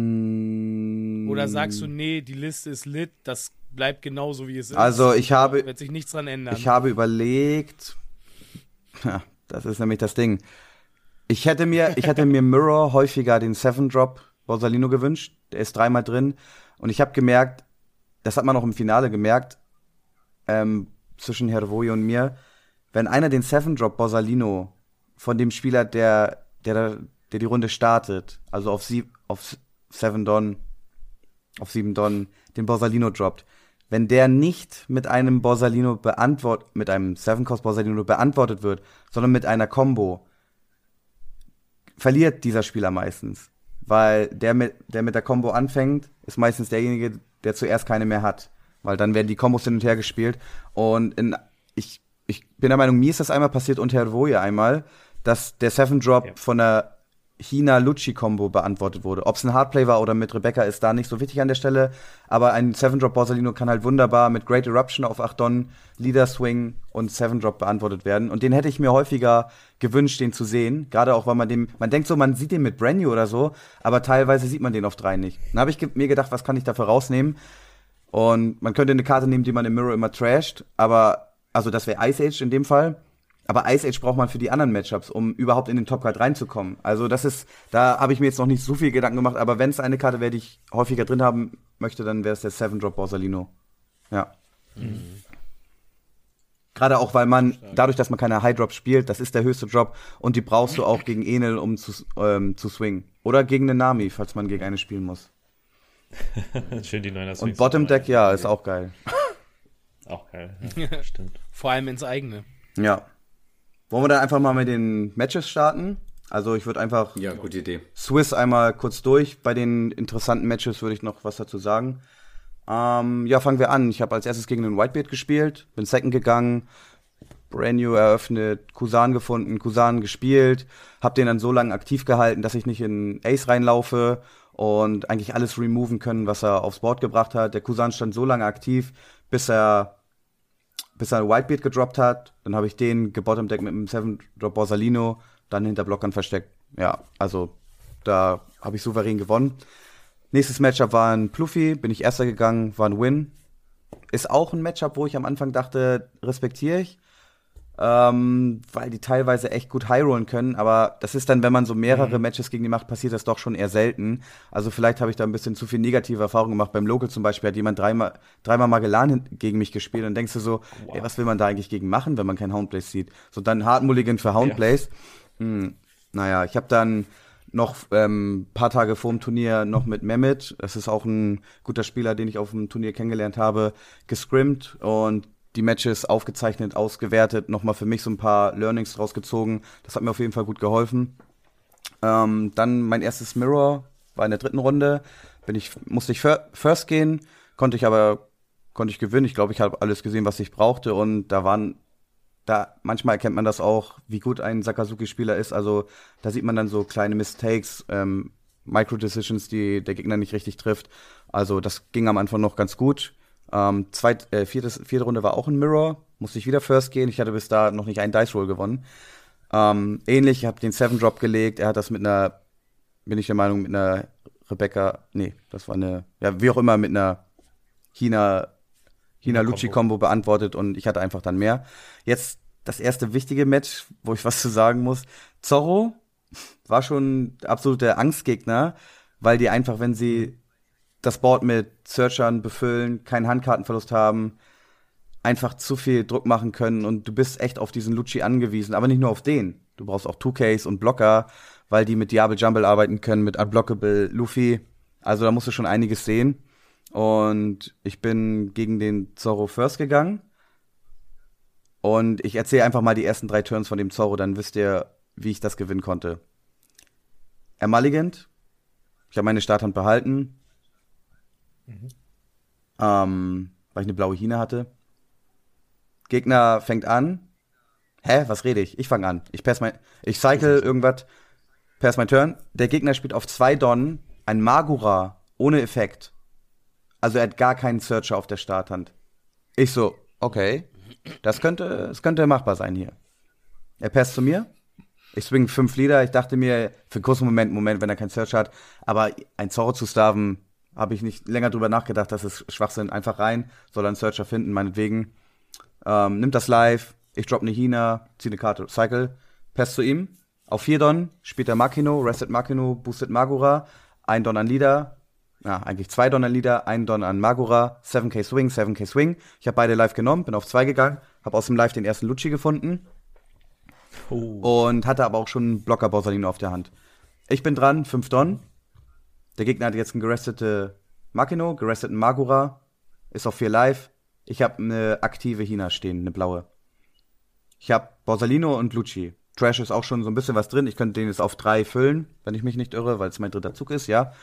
Mm. Oder sagst du, nee, die Liste ist lit, das bleibt genauso, wie es ist? Also ich habe, wird sich nichts dran ändern. Ich habe überlegt, ja, das ist nämlich das Ding. Ich hätte mir, ich hätte mir Mirror häufiger den Seven Drop Borsalino gewünscht. Der ist dreimal drin. Und ich habe gemerkt, das hat man auch im Finale gemerkt, ähm, zwischen Hervoje und mir, wenn einer den Seven Drop Borsalino von dem Spieler, der, der, der die Runde startet, also auf sie, auf Seven Don, auf sieben Don, den Borsalino droppt, wenn der nicht mit einem Borsalino beantwortet, mit einem Seven Cost Borsalino beantwortet wird, sondern mit einer Combo, verliert dieser Spieler meistens. Weil der mit, der mit der Combo anfängt, ist meistens derjenige, der zuerst keine mehr hat. Weil dann werden die Kombos hin und her gespielt. Und in, ich, ich bin der Meinung, mir ist das einmal passiert und Hervoje einmal, dass der Seven Drop ja. von der Hina-Lucci-Combo beantwortet wurde. Ob es ein Hardplay war oder mit Rebecca, ist da nicht so wichtig an der Stelle. Aber ein Seven Drop Borsalino kann halt wunderbar mit Great Eruption auf acht Don, Leader Swing und Seven Drop beantwortet werden. Und den hätte ich mir häufiger gewünscht, den zu sehen. Gerade auch, weil man dem, man denkt so, man sieht den mit Brand New oder so, aber teilweise sieht man den auf drei nicht. Dann habe ich ge- mir gedacht, was kann ich dafür rausnehmen? Und man könnte eine Karte nehmen, die man im Mirror immer trasht, aber, also das wäre Ice Age in dem Fall. Aber Ice Age braucht man für die anderen Matchups, um überhaupt in den Top Card reinzukommen. Also das ist, da habe ich mir jetzt noch nicht so viel Gedanken gemacht, aber wenn es eine Karte wäre, die ich häufiger drin haben möchte, dann wäre es der Seven Drop Borsalino. Ja. Mhm. Gerade auch, weil man, dadurch, dass man keine High Drops spielt, das ist der höchste Drop und die brauchst du auch gegen Enel, um zu, ähm, zu swingen. Oder gegen eine Nami, falls man gegen eine spielen muss. Schön die Neuner Und Bottom Deck, ja, ist auch geil. Auch geil, ja, stimmt. Vor allem ins eigene. Ja. Wollen wir dann einfach mal mit den Matches starten? Also ich würde einfach ja, gute Idee. Swiss einmal kurz durch. Bei den interessanten Matches würde ich noch was dazu sagen. Ähm, ja, fangen wir an. Ich habe als erstes gegen den Whitebeard gespielt, bin Second gegangen, Brand New eröffnet, Kusan gefunden, Kusan gespielt, habe den dann so lange aktiv gehalten, dass ich nicht in Ace reinlaufe und eigentlich alles removen können, was er aufs Board gebracht hat. Der Kusan stand so lange aktiv, bis er bis er Whitebeard gedroppt hat. Dann habe ich den gebottomdeckt mit einem Seven Drop Borsalino, dann hinter Blockern versteckt ja, also da habe ich souverän gewonnen. Nächstes Matchup war ein Pluffy, bin ich Erster gegangen, war ein Win. Ist auch ein Matchup, wo ich am Anfang dachte, respektiere ich, ähm, weil die teilweise echt gut high-rollen können, aber das ist dann, wenn man so mehrere mhm. Matches gegen die macht, passiert das doch schon eher selten. Also vielleicht habe ich da ein bisschen zu viel negative Erfahrungen gemacht. Beim Local zum Beispiel hat jemand dreimal, dreimal Magellan gegen mich gespielt und denkst du so, wow. ey, was will man da eigentlich gegen machen, wenn man kein Houndplays sieht? So dann Hard Mulligan für Houndplays. Ja. Hm, naja, ich habe dann noch ähm, paar Tage vor dem Turnier noch mit Mehmet, das ist auch ein guter Spieler, den ich auf dem Turnier kennengelernt habe, gescrimmt und die Matches aufgezeichnet, ausgewertet, nochmal für mich so ein paar Learnings draus gezogen. Das hat mir auf jeden Fall gut geholfen. Ähm, dann mein erstes Mirror war in der dritten Runde. Bin ich, musste ich first gehen, konnte ich aber konnte ich gewinnen. Ich glaube, ich habe alles gesehen, was ich brauchte und da waren Da, manchmal erkennt man das auch, wie gut ein Sakazuki-Spieler ist. Also da sieht man dann so kleine Mistakes, ähm, Micro-Decisions, die der Gegner nicht richtig trifft. Also das ging am Anfang noch ganz gut. Ähm, zweit, äh, viertes, vierte Runde war auch ein Mirror. Musste ich wieder First gehen. Ich hatte bis da noch nicht einen Dice-Roll gewonnen. Ähm, ähnlich, ich habe den Seven-Drop gelegt. Er hat das mit einer, bin ich der Meinung, mit einer Rebecca, nee, das war eine, ja, wie auch immer, mit einer China Hina-Lucci-Kombo beantwortet und ich hatte einfach dann mehr. Jetzt das erste wichtige Match, wo ich was zu sagen muss. Zorro war schon absoluter Angstgegner, weil die einfach, wenn sie das Board mit Searchern befüllen, keinen Handkartenverlust haben, einfach zu viel Druck machen können und du bist echt auf diesen Lucci angewiesen, aber nicht nur auf den. Du brauchst auch two Ks und Blocker, weil die mit Diablo Jumble arbeiten können, mit Unblockable Luffy. Also da musst du schon einiges sehen. Und ich bin gegen den Zorro First gegangen. Und ich erzähle einfach mal die ersten drei Turns von dem Zorro, dann wisst ihr, wie ich das gewinnen konnte. Er mulligant. Ich habe meine Starthand behalten. Mhm. Ähm, weil ich eine blaue Hine hatte. Gegner fängt an. Hä, was rede ich? Ich fange an. Ich pass mein, ich cycle irgendwas, pass mein Turn. Der Gegner spielt auf zwei Don ein Magura ohne Effekt. Also er hat gar keinen Searcher auf der Starthand. Ich so, okay, das könnte, das könnte machbar sein hier. Er passt zu mir. Ich swing fünf Lieder. Ich dachte mir, für einen kurzen Moment, Moment, wenn er keinen Search hat. Aber ein Zorro zu starven, habe ich nicht länger drüber nachgedacht, das ist Schwachsinn. Einfach rein, soll einen Searcher finden, meinetwegen. Ähm, nimmt das live. Ich drop eine Hina, zieh eine Karte, cycle. Pass zu ihm. Auf vier Don spielt er Makino, restet Makino, boostet Magura. Ein Don an Lieder. Ja, eigentlich zwei Don an Lieder, ein Don an Magura, seven K Swing, seven K Swing. Ich habe beide live genommen, bin auf zwei gegangen, habe aus dem Live den ersten Lucci gefunden. Oh. Und hatte aber auch schon einen Blocker Borsalino auf der Hand. Ich bin dran, fünf Don. Der Gegner hat jetzt einen gerestete Makino, geresteten Magura, ist auf vier live. Ich habe eine aktive Hina stehen, eine blaue. Ich habe Borsalino und Lucci. Trash ist auch schon so ein bisschen was drin. Ich könnte den jetzt auf drei füllen, wenn ich mich nicht irre, weil es mein dritter Zug ist, ja.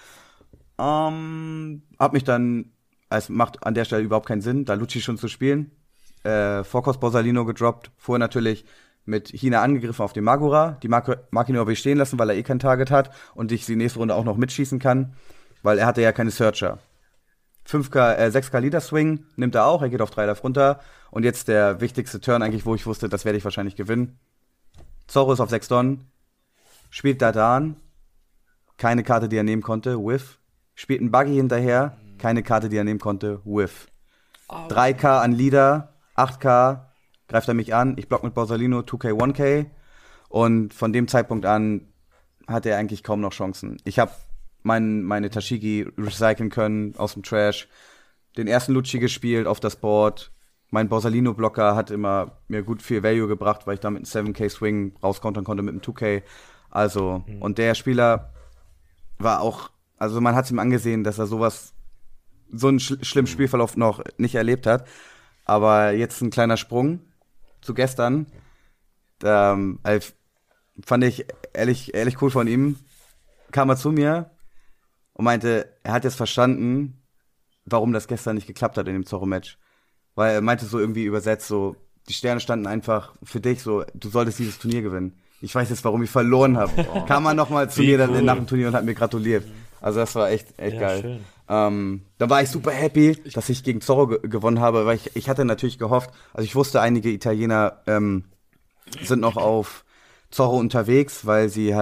Ähm, hab mich dann, es macht an der Stelle überhaupt keinen Sinn, da Lucci schon zu spielen. Äh, Vorkost Borsalino gedroppt, vorher natürlich mit Hina angegriffen auf den Magura. Die Mag- Makino habe ich stehen lassen, weil er eh kein Target hat und ich die nächste Runde auch noch mitschießen kann, weil er hatte ja keine Searcher. fünf K, äh, sechs K Leader Swing nimmt er auch, er geht auf drei Live runter. Und jetzt der wichtigste Turn eigentlich, wo ich wusste, das werde ich wahrscheinlich gewinnen. Zorro ist auf sechs Don, spielt Dadan, keine Karte, die er nehmen konnte, Whiff. Spielt ein Buggy hinterher, keine Karte, die er nehmen konnte, Whiff. drei K an Leader, acht K, greift er mich an, ich block mit Borsalino, two K, one K. Und von dem Zeitpunkt an hatte er eigentlich kaum noch Chancen. Ich habe mein, meine Tashigi recyceln können aus dem Trash, den ersten Lucci gespielt auf das Board. Mein Borsalino-Blocker hat immer mir gut viel Value gebracht, weil ich da mit einem seven K Swing rauskontern konnte mit einem two K. Also, mhm. Und der Spieler war auch, also man hat es ihm angesehen, dass er sowas, so einen schl- schlimmen Spielverlauf noch nicht erlebt hat. Aber jetzt ein kleiner Sprung zu gestern. Da, äh, fand ich ehrlich, ehrlich cool von ihm. Kam er zu mir und meinte, er hat jetzt verstanden, warum das gestern nicht geklappt hat in dem Zorro-Match. Weil er meinte so irgendwie übersetzt, so, die Sterne standen einfach für dich, so, du solltest dieses Turnier gewinnen. Ich weiß jetzt, warum ich verloren habe. Oh. Kam er nochmal zu mir cool. dann nach dem Turnier und hat mir gratuliert. Also das war echt, echt ja, geil. Ähm, da war ich super happy, dass ich gegen Zorro ge- gewonnen habe, weil ich, ich hatte natürlich gehofft, also ich wusste, einige Italiener ähm, sind noch auf Zorro unterwegs, weil sie halt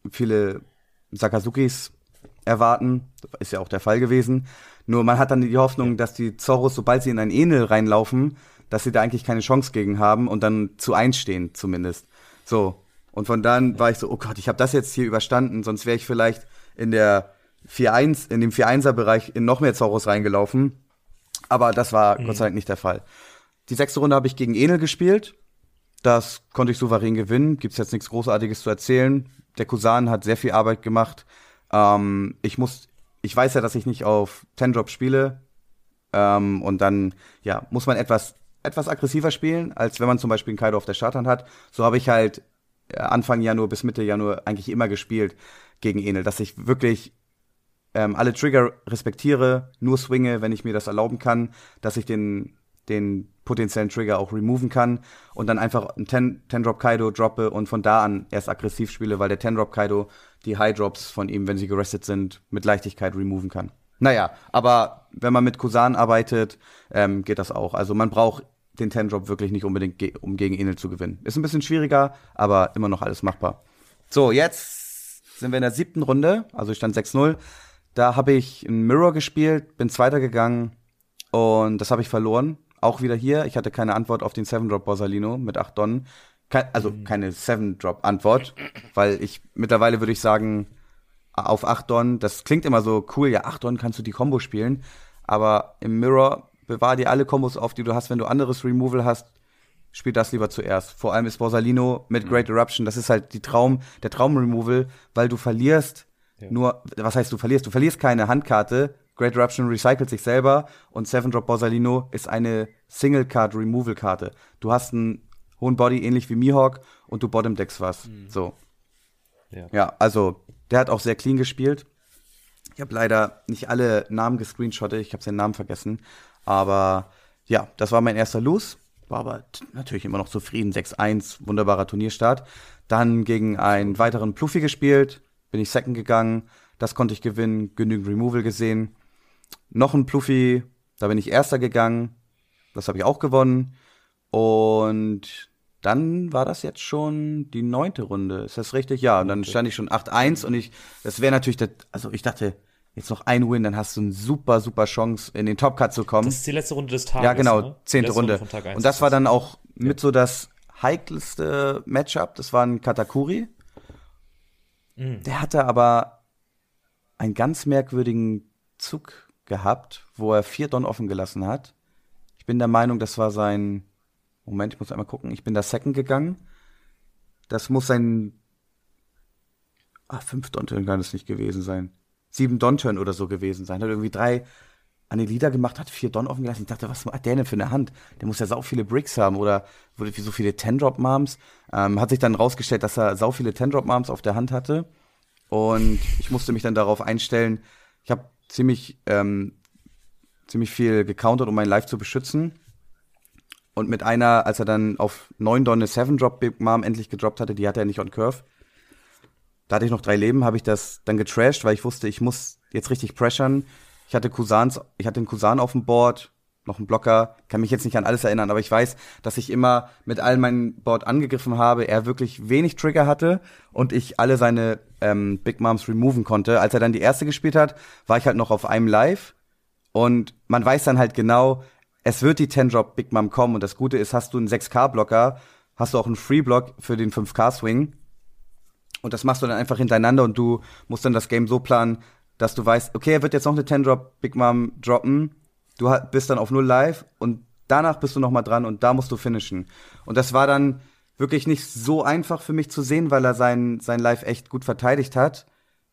viele Sakazukis erwarten. Das ist ja auch der Fall gewesen. Nur man hat dann die Hoffnung, dass die Zorros, sobald sie in ein Enel reinlaufen, dass sie da eigentlich keine Chance gegen haben und dann zu eins stehen zumindest. So, und von dann war ich so, oh Gott, ich habe das jetzt hier überstanden, sonst wäre ich vielleicht in der vier eins, in dem vier einser-Bereich in noch mehr Zorros reingelaufen. Aber das war mhm. Gott sei Dank nicht der Fall. Die sechste Runde habe ich gegen Enel gespielt. Das konnte ich souverän gewinnen. Gibt's jetzt nichts Großartiges zu erzählen. Der Kusan hat sehr viel Arbeit gemacht. Ähm, ich muss, ich weiß ja, dass ich nicht auf Ten-Drop spiele. Ähm, und dann, ja, muss man etwas, etwas aggressiver spielen, als wenn man zum Beispiel einen Kaido auf der Starthand hat. So habe ich halt Anfang Januar bis Mitte Januar eigentlich immer gespielt gegen Enel, dass ich wirklich ähm, alle Trigger respektiere, nur swinge, wenn ich mir das erlauben kann, dass ich den, den potenziellen Trigger auch removen kann und dann einfach einen Ten-Drop Kaido droppe und von da an erst aggressiv spiele, weil der Ten-Drop Kaido die High-Drops von ihm, wenn sie gerestet sind, mit Leichtigkeit removen kann. Naja, aber wenn man mit Kusan arbeitet, ähm, geht das auch. Also man braucht den Ten-Drop wirklich nicht unbedingt, ge- um gegen Enel zu gewinnen. Ist ein bisschen schwieriger, aber immer noch alles machbar. So, jetzt sind wir in der siebten Runde, also ich stand sechs null. Da habe ich einen Mirror gespielt, bin Zweiter gegangen und das habe ich verloren. Auch wieder hier, ich hatte keine Antwort auf den Seven-Drop Borsalino mit acht Donnen. Kein, also keine Seven-Drop-Antwort, weil ich mittlerweile würde ich sagen, auf acht Donnen, das klingt immer so cool, ja, acht Donnen kannst du die Combo spielen, aber im Mirror bewahr dir alle Kombos auf, die du hast. Wenn du anderes Removal hast, spiel das lieber zuerst. Vor allem ist Borsalino mit Great Eruption, das ist halt die Traum, der Traum-Removal, weil du verlierst ja. nur, was heißt du verlierst? Du verlierst keine Handkarte, Great Eruption recycelt sich selber und Seven-Drop Borsalino ist eine Single-Card-Removal-Karte. Du hast einen hohen Body, ähnlich wie Mihawk, und du bottom-deckst was. Mhm. So. Ja. ja, also, der hat auch sehr clean gespielt. Ich habe leider nicht alle Namen gescreenshottet, ich habe seinen Namen vergessen. Aber ja, das war mein erster Lose. War aber t- natürlich immer noch zufrieden. sechs eins, wunderbarer Turnierstart. Dann gegen einen weiteren Pluffy gespielt. Bin ich Second gegangen. Das konnte ich gewinnen. Genügend Removal gesehen. Noch ein Pluffy. Da bin ich Erster gegangen. Das habe ich auch gewonnen. Und dann war das jetzt schon die neunte Runde. Ist das richtig? Ja, und dann stand ich schon acht eins. Und ich, das wäre natürlich, das, also ich dachte, jetzt noch ein Win, dann hast du eine super, super Chance, in den Top-Cut zu kommen. Das ist die letzte Runde des Tages. Ja, genau, ne? zehnte Runde. Runde und das war dann auch ja. mit so das heikelste Matchup. Das war ein Katakuri. Mhm. Der hatte aber einen ganz merkwürdigen Zug gehabt, wo er vier Don offen gelassen hat. Ich bin der Meinung, das war sein... Moment, ich muss einmal gucken. Ich bin da Second gegangen. Das muss sein... Ah, fünf Don-Turn kann es nicht gewesen sein. Sieben Don-Turn oder so gewesen sein. Hat irgendwie drei Anelida gemacht, hat vier Don offen gelassen. Ich dachte, was hat der denn für eine Hand? Der muss ja sau viele Bricks haben oder wurde so viele Ten-Drop-Moms. Ähm, hat sich dann rausgestellt, dass er sau viele Ten-Drop-Moms auf der Hand hatte. Und ich musste mich dann darauf einstellen. Ich habe ziemlich, ähm, ziemlich viel gecountert, um mein Life zu beschützen. Und mit einer, als er dann auf neun Don eine Seven-Drop Big Mom endlich gedroppt hatte, die hatte er nicht on Curve. Da hatte ich noch drei Leben, habe ich das dann getrashed, weil ich wusste, ich muss jetzt richtig pressern. Ich hatte Kusans, ich hatte einen Kusan auf dem Board, noch einen Blocker, kann mich jetzt nicht an alles erinnern, aber ich weiß, dass ich immer mit all meinem Board angegriffen habe, er wirklich wenig Trigger hatte und ich alle seine ähm, Big Moms removen konnte. Als er dann die erste gespielt hat, war ich halt noch auf einem Live und man weiß dann halt genau, es wird die Ten-Drop Big Mom kommen und das Gute ist, hast du einen sechs K Blocker, hast du auch einen Free-Block für den fünf K Swing. Und das machst du dann einfach hintereinander und du musst dann das Game so planen, dass du weißt, okay, er wird jetzt noch eine Ten-Drop Big Mom droppen. Du bist dann auf null live und danach bist du noch mal dran und da musst du finishen. Und das war dann wirklich nicht so einfach für mich zu sehen, weil er sein, sein Live echt gut verteidigt hat.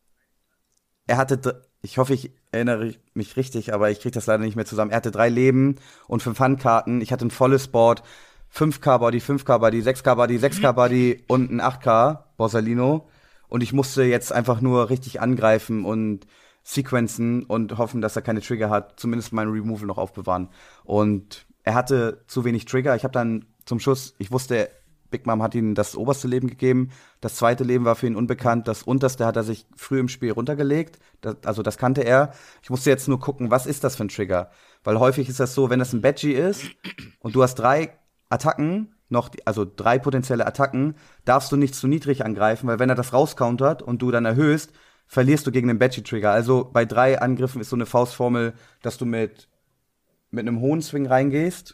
Er hatte, ich hoffe, ich erinnere mich richtig, aber ich kriege das leider nicht mehr zusammen. Er hatte drei Leben und fünf Handkarten. Ich hatte ein volles Board. fünf K Body, fünf K Body, sechs K Body, sechs K Body und ein acht K Borsalino. Und ich musste jetzt einfach nur richtig angreifen und sequenzen und hoffen, dass er keine Trigger hat, zumindest mein Removal noch aufbewahren. Und er hatte zu wenig Trigger. Ich habe dann zum Schuss, ich wusste, Big Mom hat ihm das oberste Leben gegeben. Das zweite Leben war für ihn unbekannt. Das unterste hat er sich früh im Spiel runtergelegt. Das, also das kannte er. Ich musste jetzt nur gucken, was ist das für ein Trigger? Weil häufig ist das so, wenn das ein Badgie ist und du hast drei Attacken noch, die, also drei potenzielle Attacken, darfst du nicht zu niedrig angreifen, weil wenn er das rauscountert und du dann erhöhst, verlierst du gegen den Badgie-Trigger. Also bei drei Angriffen ist so eine Faustformel, dass du mit, mit einem hohen Swing reingehst,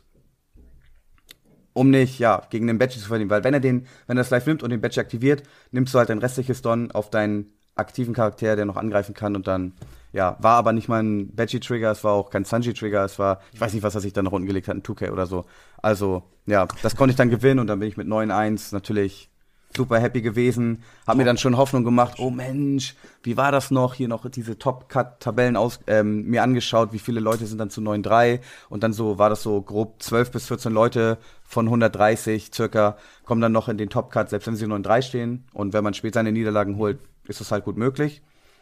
um nicht, ja, gegen den Badgie zu verlieren. Weil wenn er den, wenn er das live nimmt und den Badgie aktiviert, nimmst du halt ein restliches Don auf deinen aktiven Charakter, der noch angreifen kann und dann, ja, war aber nicht mal ein Badgie-Trigger, es war auch kein Sanji-Trigger, es war, ich weiß nicht, was er sich da noch unten gelegt hat, ein zwei K oder so. Also, ja, das konnte ich dann gewinnen und dann bin ich mit neun eins natürlich super happy gewesen, hab mir dann schon Hoffnung gemacht, oh Mensch, wie war das noch, hier noch diese Top-Cut-Tabellen aus, ähm, mir angeschaut, wie viele Leute sind dann zu neun drei und dann so, war das so grob zwölf bis vierzehn Leute von hundertdreißig circa, kommen dann noch in den Top-Cut, selbst wenn sie neun drei stehen und wenn man spät seine Niederlagen holt, ist das halt gut möglich.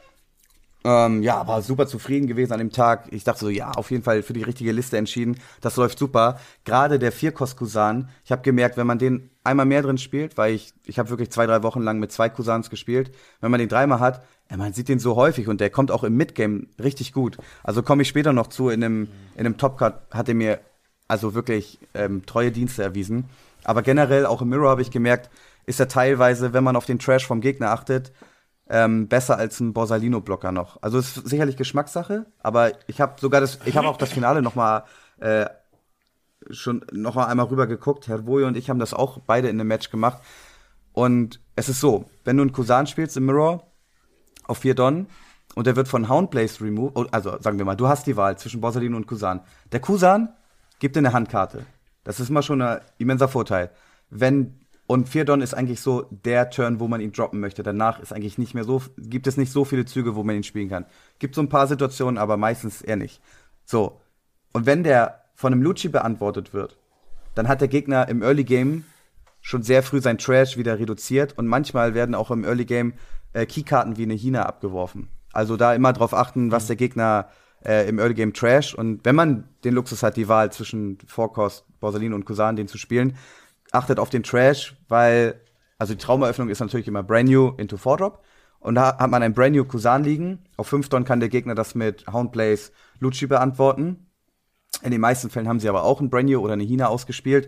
Ähm, ja, war super zufrieden gewesen an dem Tag. Ich dachte so, ja, auf jeden Fall für die richtige Liste entschieden. Das läuft super. Gerade der Vier-Kost-Kusan, ich habe gemerkt, wenn man den einmal mehr drin spielt, weil ich, ich habe wirklich zwei, drei Wochen lang mit zwei Kusans gespielt, wenn man den dreimal hat, ja, man sieht den so häufig und der kommt auch im Midgame richtig gut. Also komme ich später noch zu, in einem, in einem Top-Cut hat er mir also wirklich ähm, treue Dienste erwiesen. Aber generell, auch im Mirror habe ich gemerkt, ist er teilweise, wenn man auf den Trash vom Gegner achtet, Ähm, besser als ein Borsalino-Blocker noch. Also es ist sicherlich Geschmackssache, aber ich habe sogar das, ich habe auch das Finale noch mal äh, schon noch mal einmal rüber geguckt. Herr Woje und ich haben das auch beide in einem Match gemacht. Und es ist so, wenn du einen Kusan spielst im Mirror auf vier Don und der wird von Houndblaze removed, also sagen wir mal, du hast die Wahl zwischen Borsalino und Kusan. Der Kusan gibt dir eine Handkarte. Das ist mal schon ein immenser Vorteil. Wenn Und vier Don ist eigentlich so der Turn, wo man ihn droppen möchte. Danach ist eigentlich nicht mehr so, gibt es nicht so viele Züge, wo man ihn spielen kann. Gibt so ein paar Situationen, aber meistens eher nicht. So. Und wenn der von einem Lucci beantwortet wird, dann hat der Gegner im Early Game schon sehr früh sein Trash wieder reduziert und manchmal werden auch im Early Game äh, Keykarten wie eine Hina abgeworfen. Also da immer drauf achten, was der Gegner äh, im Early Game trash. Und wenn man den Luxus hat, die Wahl zwischen Four-Cost, Borsalino und Kusan, den zu spielen, achtet auf den Trash, weil, also die Traumeröffnung ist natürlich immer Brand New into four Drop. Und da hat man ein Brand New Kusan liegen. Auf fünf Don kann der Gegner das mit Houndblaze Lucci beantworten. In den meisten Fällen haben sie aber auch ein Brand New oder eine Hina ausgespielt.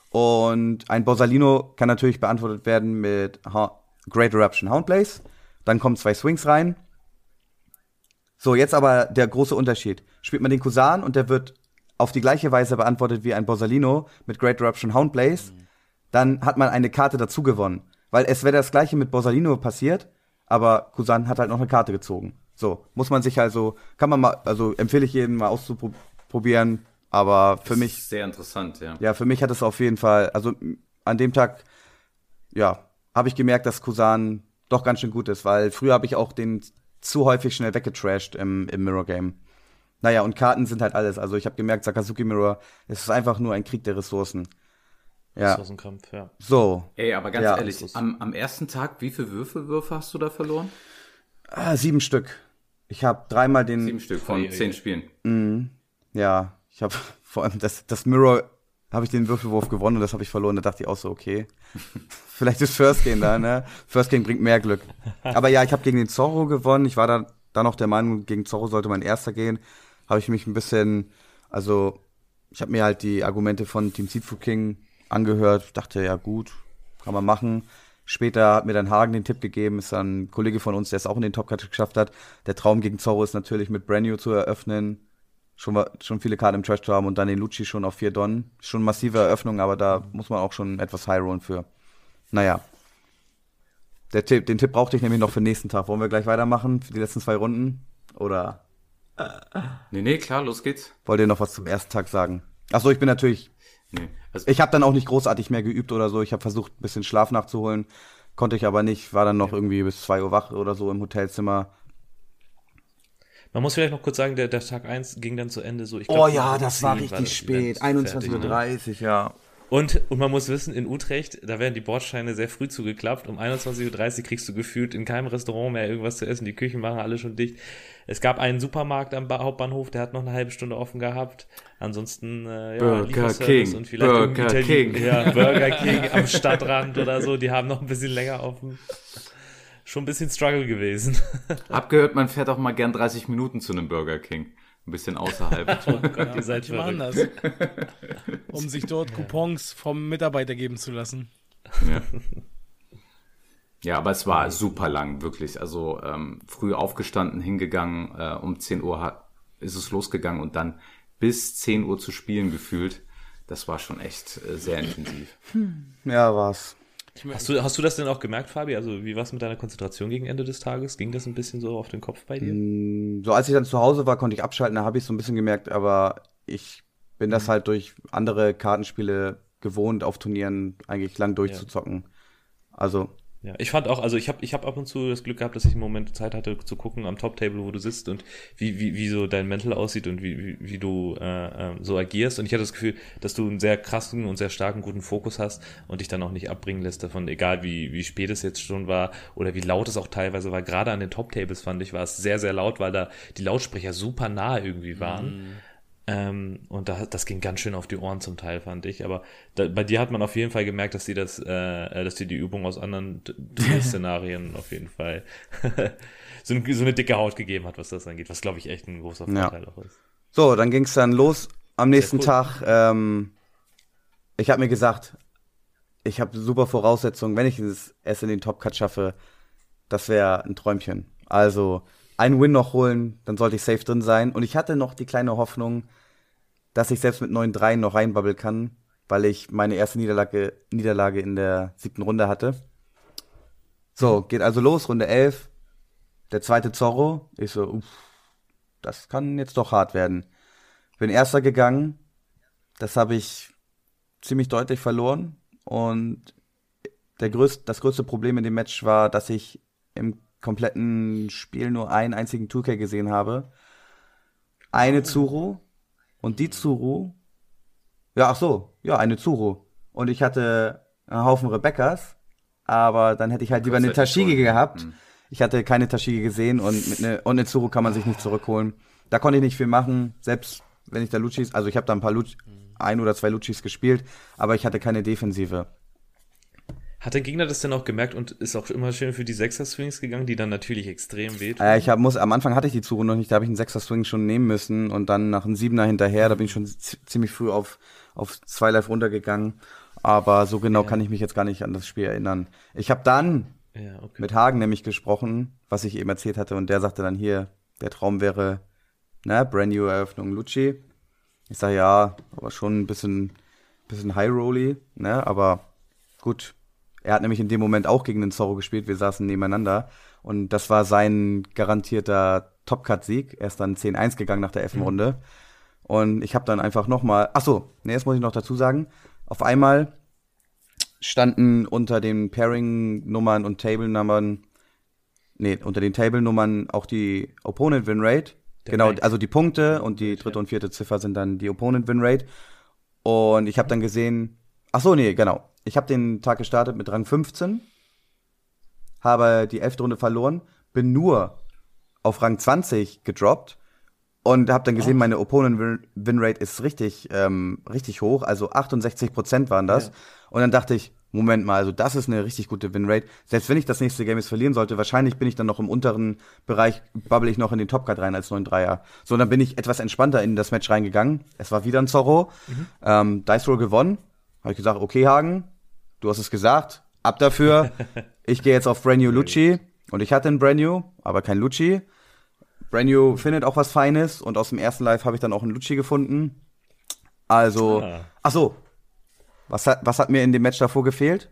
Und ein Borsalino kann natürlich beantwortet werden mit ha- Great Eruption Houndblaze. Dann kommen zwei Swings rein. So, jetzt aber der große Unterschied. Spielt man den Kusan und der wird auf die gleiche Weise beantwortet wie ein Borsalino mit Great Eruption Houndblaze, mhm. dann hat man eine Karte dazu gewonnen. Weil es wäre das gleiche mit Borsalino passiert, aber Kusan hat halt noch eine Karte gezogen. So, muss man sich also, kann man mal, also empfehle ich jedem mal auszuprobieren, aber für das mich. Ist sehr interessant, ja. Ja, für mich hat es auf jeden Fall, also an dem Tag, ja, habe ich gemerkt, dass Kusan doch ganz schön gut ist, weil früher habe ich auch den zu häufig schnell weggetrashed im, im Mirror-Game. Naja, und Karten sind halt alles. Also ich habe gemerkt, Sakazuki Mirror, es ist einfach nur ein Krieg der Ressourcen. Ja. Ressourcenkampf, ja. So. Ey, aber ganz ja. ehrlich, am, am ersten Tag, wie viele Würfelwürfe hast du da verloren? Ah, sieben Stück. Ich habe dreimal den... Sieben Stück von zehn Spielen. Mhm. Ja, ich habe vor allem das, das Mirror, habe ich den Würfelwurf gewonnen und das habe ich verloren. Da dachte ich auch so, okay, vielleicht ist First Game da, ne? First Game bringt mehr Glück. Aber ja, ich habe gegen den Zorro gewonnen. Ich war da, da noch der Meinung, gegen Zorro sollte mein erster gehen. Habe ich mich ein bisschen, also ich habe mir halt die Argumente von Team Seedfruit King angehört. Ich dachte, ja gut, kann man machen. Später hat mir dann Hagen den Tipp gegeben, ist dann ein Kollege von uns, der es auch in den Top-Cut geschafft hat. Der Traum gegen Zorro ist natürlich mit Brand New zu eröffnen. Schon, schon viele Karten im Trash zu haben und dann den Lucci schon auf vier Don. Schon massive Eröffnung, aber da muss man auch schon etwas high rollen für. Naja. Der Tipp, den Tipp brauchte ich nämlich noch für den nächsten Tag. Wollen wir gleich weitermachen für die letzten zwei Runden? Oder? Nee, nee, klar, los geht's. Wollt ihr noch was zum ersten Tag sagen? Achso, ich bin natürlich... Nee, also ich habe dann auch nicht großartig mehr geübt oder so. Ich habe versucht, ein bisschen Schlaf nachzuholen. Konnte ich aber nicht. War dann noch irgendwie bis zwei Uhr wach oder so im Hotelzimmer. Man muss vielleicht noch kurz sagen, der, der Tag eins ging dann zu Ende so. Ich glaub, oh ja, das war richtig das spät. einundzwanzig Uhr dreißig, ne? Ja. Und, und man muss wissen, in Utrecht, da werden die Bordsteine sehr früh zugeklappt. Um einundzwanzig Uhr dreißig kriegst du gefühlt in keinem Restaurant mehr irgendwas zu essen. Die Küchen machen alle schon dicht. Es gab einen Supermarkt am ba- Hauptbahnhof, der hat noch eine halbe Stunde offen gehabt. Ansonsten, äh, ja, Burger Lieferservice King, und vielleicht Burger Italien- King. Ja, Burger King am Stadtrand oder so. Die haben noch ein bisschen länger offen. Schon ein bisschen Struggle gewesen. Hab gehört, man fährt auch mal gern dreißig Minuten zu einem Burger King. Ein bisschen außerhalb. Oh Gott, ihr seid Die machen verrückt. das. um sich dort Coupons vom Mitarbeiter geben zu lassen. Ja. Ja, aber es war super lang, wirklich. Also ähm, früh aufgestanden, hingegangen, äh, um zehn Uhr hat, ist es losgegangen und dann bis zehn Uhr zu spielen gefühlt. Das war schon echt äh, sehr intensiv. Ja, war's. Hast du, hast du das denn auch gemerkt, Fabi? Also wie war es mit deiner Konzentration gegen Ende des Tages? Ging das ein bisschen so auf den Kopf bei dir? So, als ich dann zu Hause war, konnte ich abschalten, da habe ich so ein bisschen gemerkt, aber ich bin das halt durch andere Kartenspiele gewohnt, auf Turnieren eigentlich lang durchzuzocken. Also ja, ich fand auch, also ich habe ich hab ab und zu das Glück gehabt, dass ich einen Moment Zeit hatte zu gucken am Top-Table, wo du sitzt und wie, wie, wie so dein Mental aussieht und wie, wie, wie du äh, äh, so agierst. Und ich hatte das Gefühl, dass du einen sehr krassen und sehr starken, guten Fokus hast und dich dann auch nicht abbringen lässt davon, egal wie, wie spät es jetzt schon war oder wie laut es auch teilweise war. Gerade an den Top-Tables fand ich, war es sehr, sehr laut, weil da die Lautsprecher super nah irgendwie waren. Mhm. Ähm, und da, das ging ganz schön auf die Ohren zum Teil, fand ich. Aber da, bei dir hat man auf jeden Fall gemerkt, dass die das, äh, dass die die Übung aus anderen Szenarien auf jeden Fall so, ein, so eine dicke Haut gegeben hat, was das angeht. Was, glaube ich, echt ein großer Vorteil ja. auch ist. So, dann ging es dann los am nächsten cool. Tag. Ähm, ich habe mir gesagt, ich habe super Voraussetzungen, wenn ich es in den Top-Cut schaffe, das wäre ein Träumchen. Also einen Win noch holen, dann sollte ich safe drin sein. Und ich hatte noch die kleine Hoffnung, dass ich selbst mit neun drei noch reinbabbeln kann, weil ich meine erste Niederlage, Niederlage in der siebten Runde hatte. So, geht also los, Runde elf. Der zweite Zorro. Ich so, uff, das kann jetzt doch hart werden. Bin erster gegangen. Das habe ich ziemlich deutlich verloren. Und der größte, das größte Problem in dem Match war, dass ich im kompletten Spiel nur einen einzigen zwei K gesehen habe. Eine Zuru und die Zuru, ja, ach so, ja, eine Zuru. Und ich hatte einen Haufen Rebekkas, aber dann hätte ich halt lieber eine Tashigi gehabt. Mhm. Ich hatte keine Tashigi gesehen und mit ne, und eine Zuru kann man sich nicht zurückholen. Da konnte ich nicht viel machen, selbst wenn ich da Luchis, also ich habe da ein paar Luch, ein oder zwei Luchis gespielt, aber ich hatte keine Defensive. Hat der Gegner das denn auch gemerkt und ist auch immer schön für die Sechser-Swings gegangen, die dann natürlich extrem wehtun? Äh, ich hab, muss, am Anfang hatte ich die Zuru noch nicht, da habe ich einen Sechser-Swing schon nehmen müssen und dann nach einem Siebener hinterher, da bin ich schon z- ziemlich früh auf, auf zwei Live runtergegangen. Aber so genau ja. kann ich mich jetzt gar nicht an das Spiel erinnern. Ich habe dann ja, okay. mit Hagen nämlich gesprochen, was ich eben erzählt hatte, und der sagte dann hier, der Traum wäre, ne, Brand New Eröffnung Lucci. Ich sage ja, aber schon ein bisschen, bisschen High-Rolly, ne, aber gut. Er hat nämlich in dem Moment auch gegen den Zorro gespielt, wir saßen nebeneinander und das war sein garantierter Top-Cut-Sieg. Er ist dann zehn eins gegangen nach der elften Mhm. Runde und ich habe dann einfach nochmal, ach so, ne, jetzt muss ich noch dazu sagen, auf einmal standen unter den Pairing-Nummern und Table-Nummern, nee, unter den Table-Nummern auch die Opponent-Win-Rate, genau, Bank. Also die Punkte und die dritte ja. und vierte Ziffer sind dann die Opponent-Win-Rate und ich habe dann gesehen, ach so, nee, genau. Ich habe den Tag gestartet mit Rang fünfzehn, habe die elfte Runde verloren, bin nur auf Rang zwanzig gedroppt und habe dann gesehen, oh. meine Opponent-Win-Rate ist richtig, ähm, richtig hoch, also achtundsechzig Prozent waren das. Ja. Und dann dachte ich, Moment mal, also das ist eine richtig gute Win-Rate. Selbst wenn ich das nächste Game jetzt verlieren sollte, wahrscheinlich bin ich dann noch im unteren Bereich, bubble ich noch in den Top-Cut rein als neun dreier. So, dann bin ich etwas entspannter in das Match reingegangen. Es war wieder ein Zorro, mhm. ähm, Dice Roll gewonnen. Habe ich gesagt, okay, Hagen, du hast es gesagt, ab dafür. Ich gehe jetzt auf Brand New Lucci und ich hatte einen Brand New, aber kein Lucci. Brand New findet auch was Feines und aus dem ersten Live habe ich dann auch einen Lucci gefunden. Also, ah. ach so, was hat, was hat mir in dem Match davor gefehlt?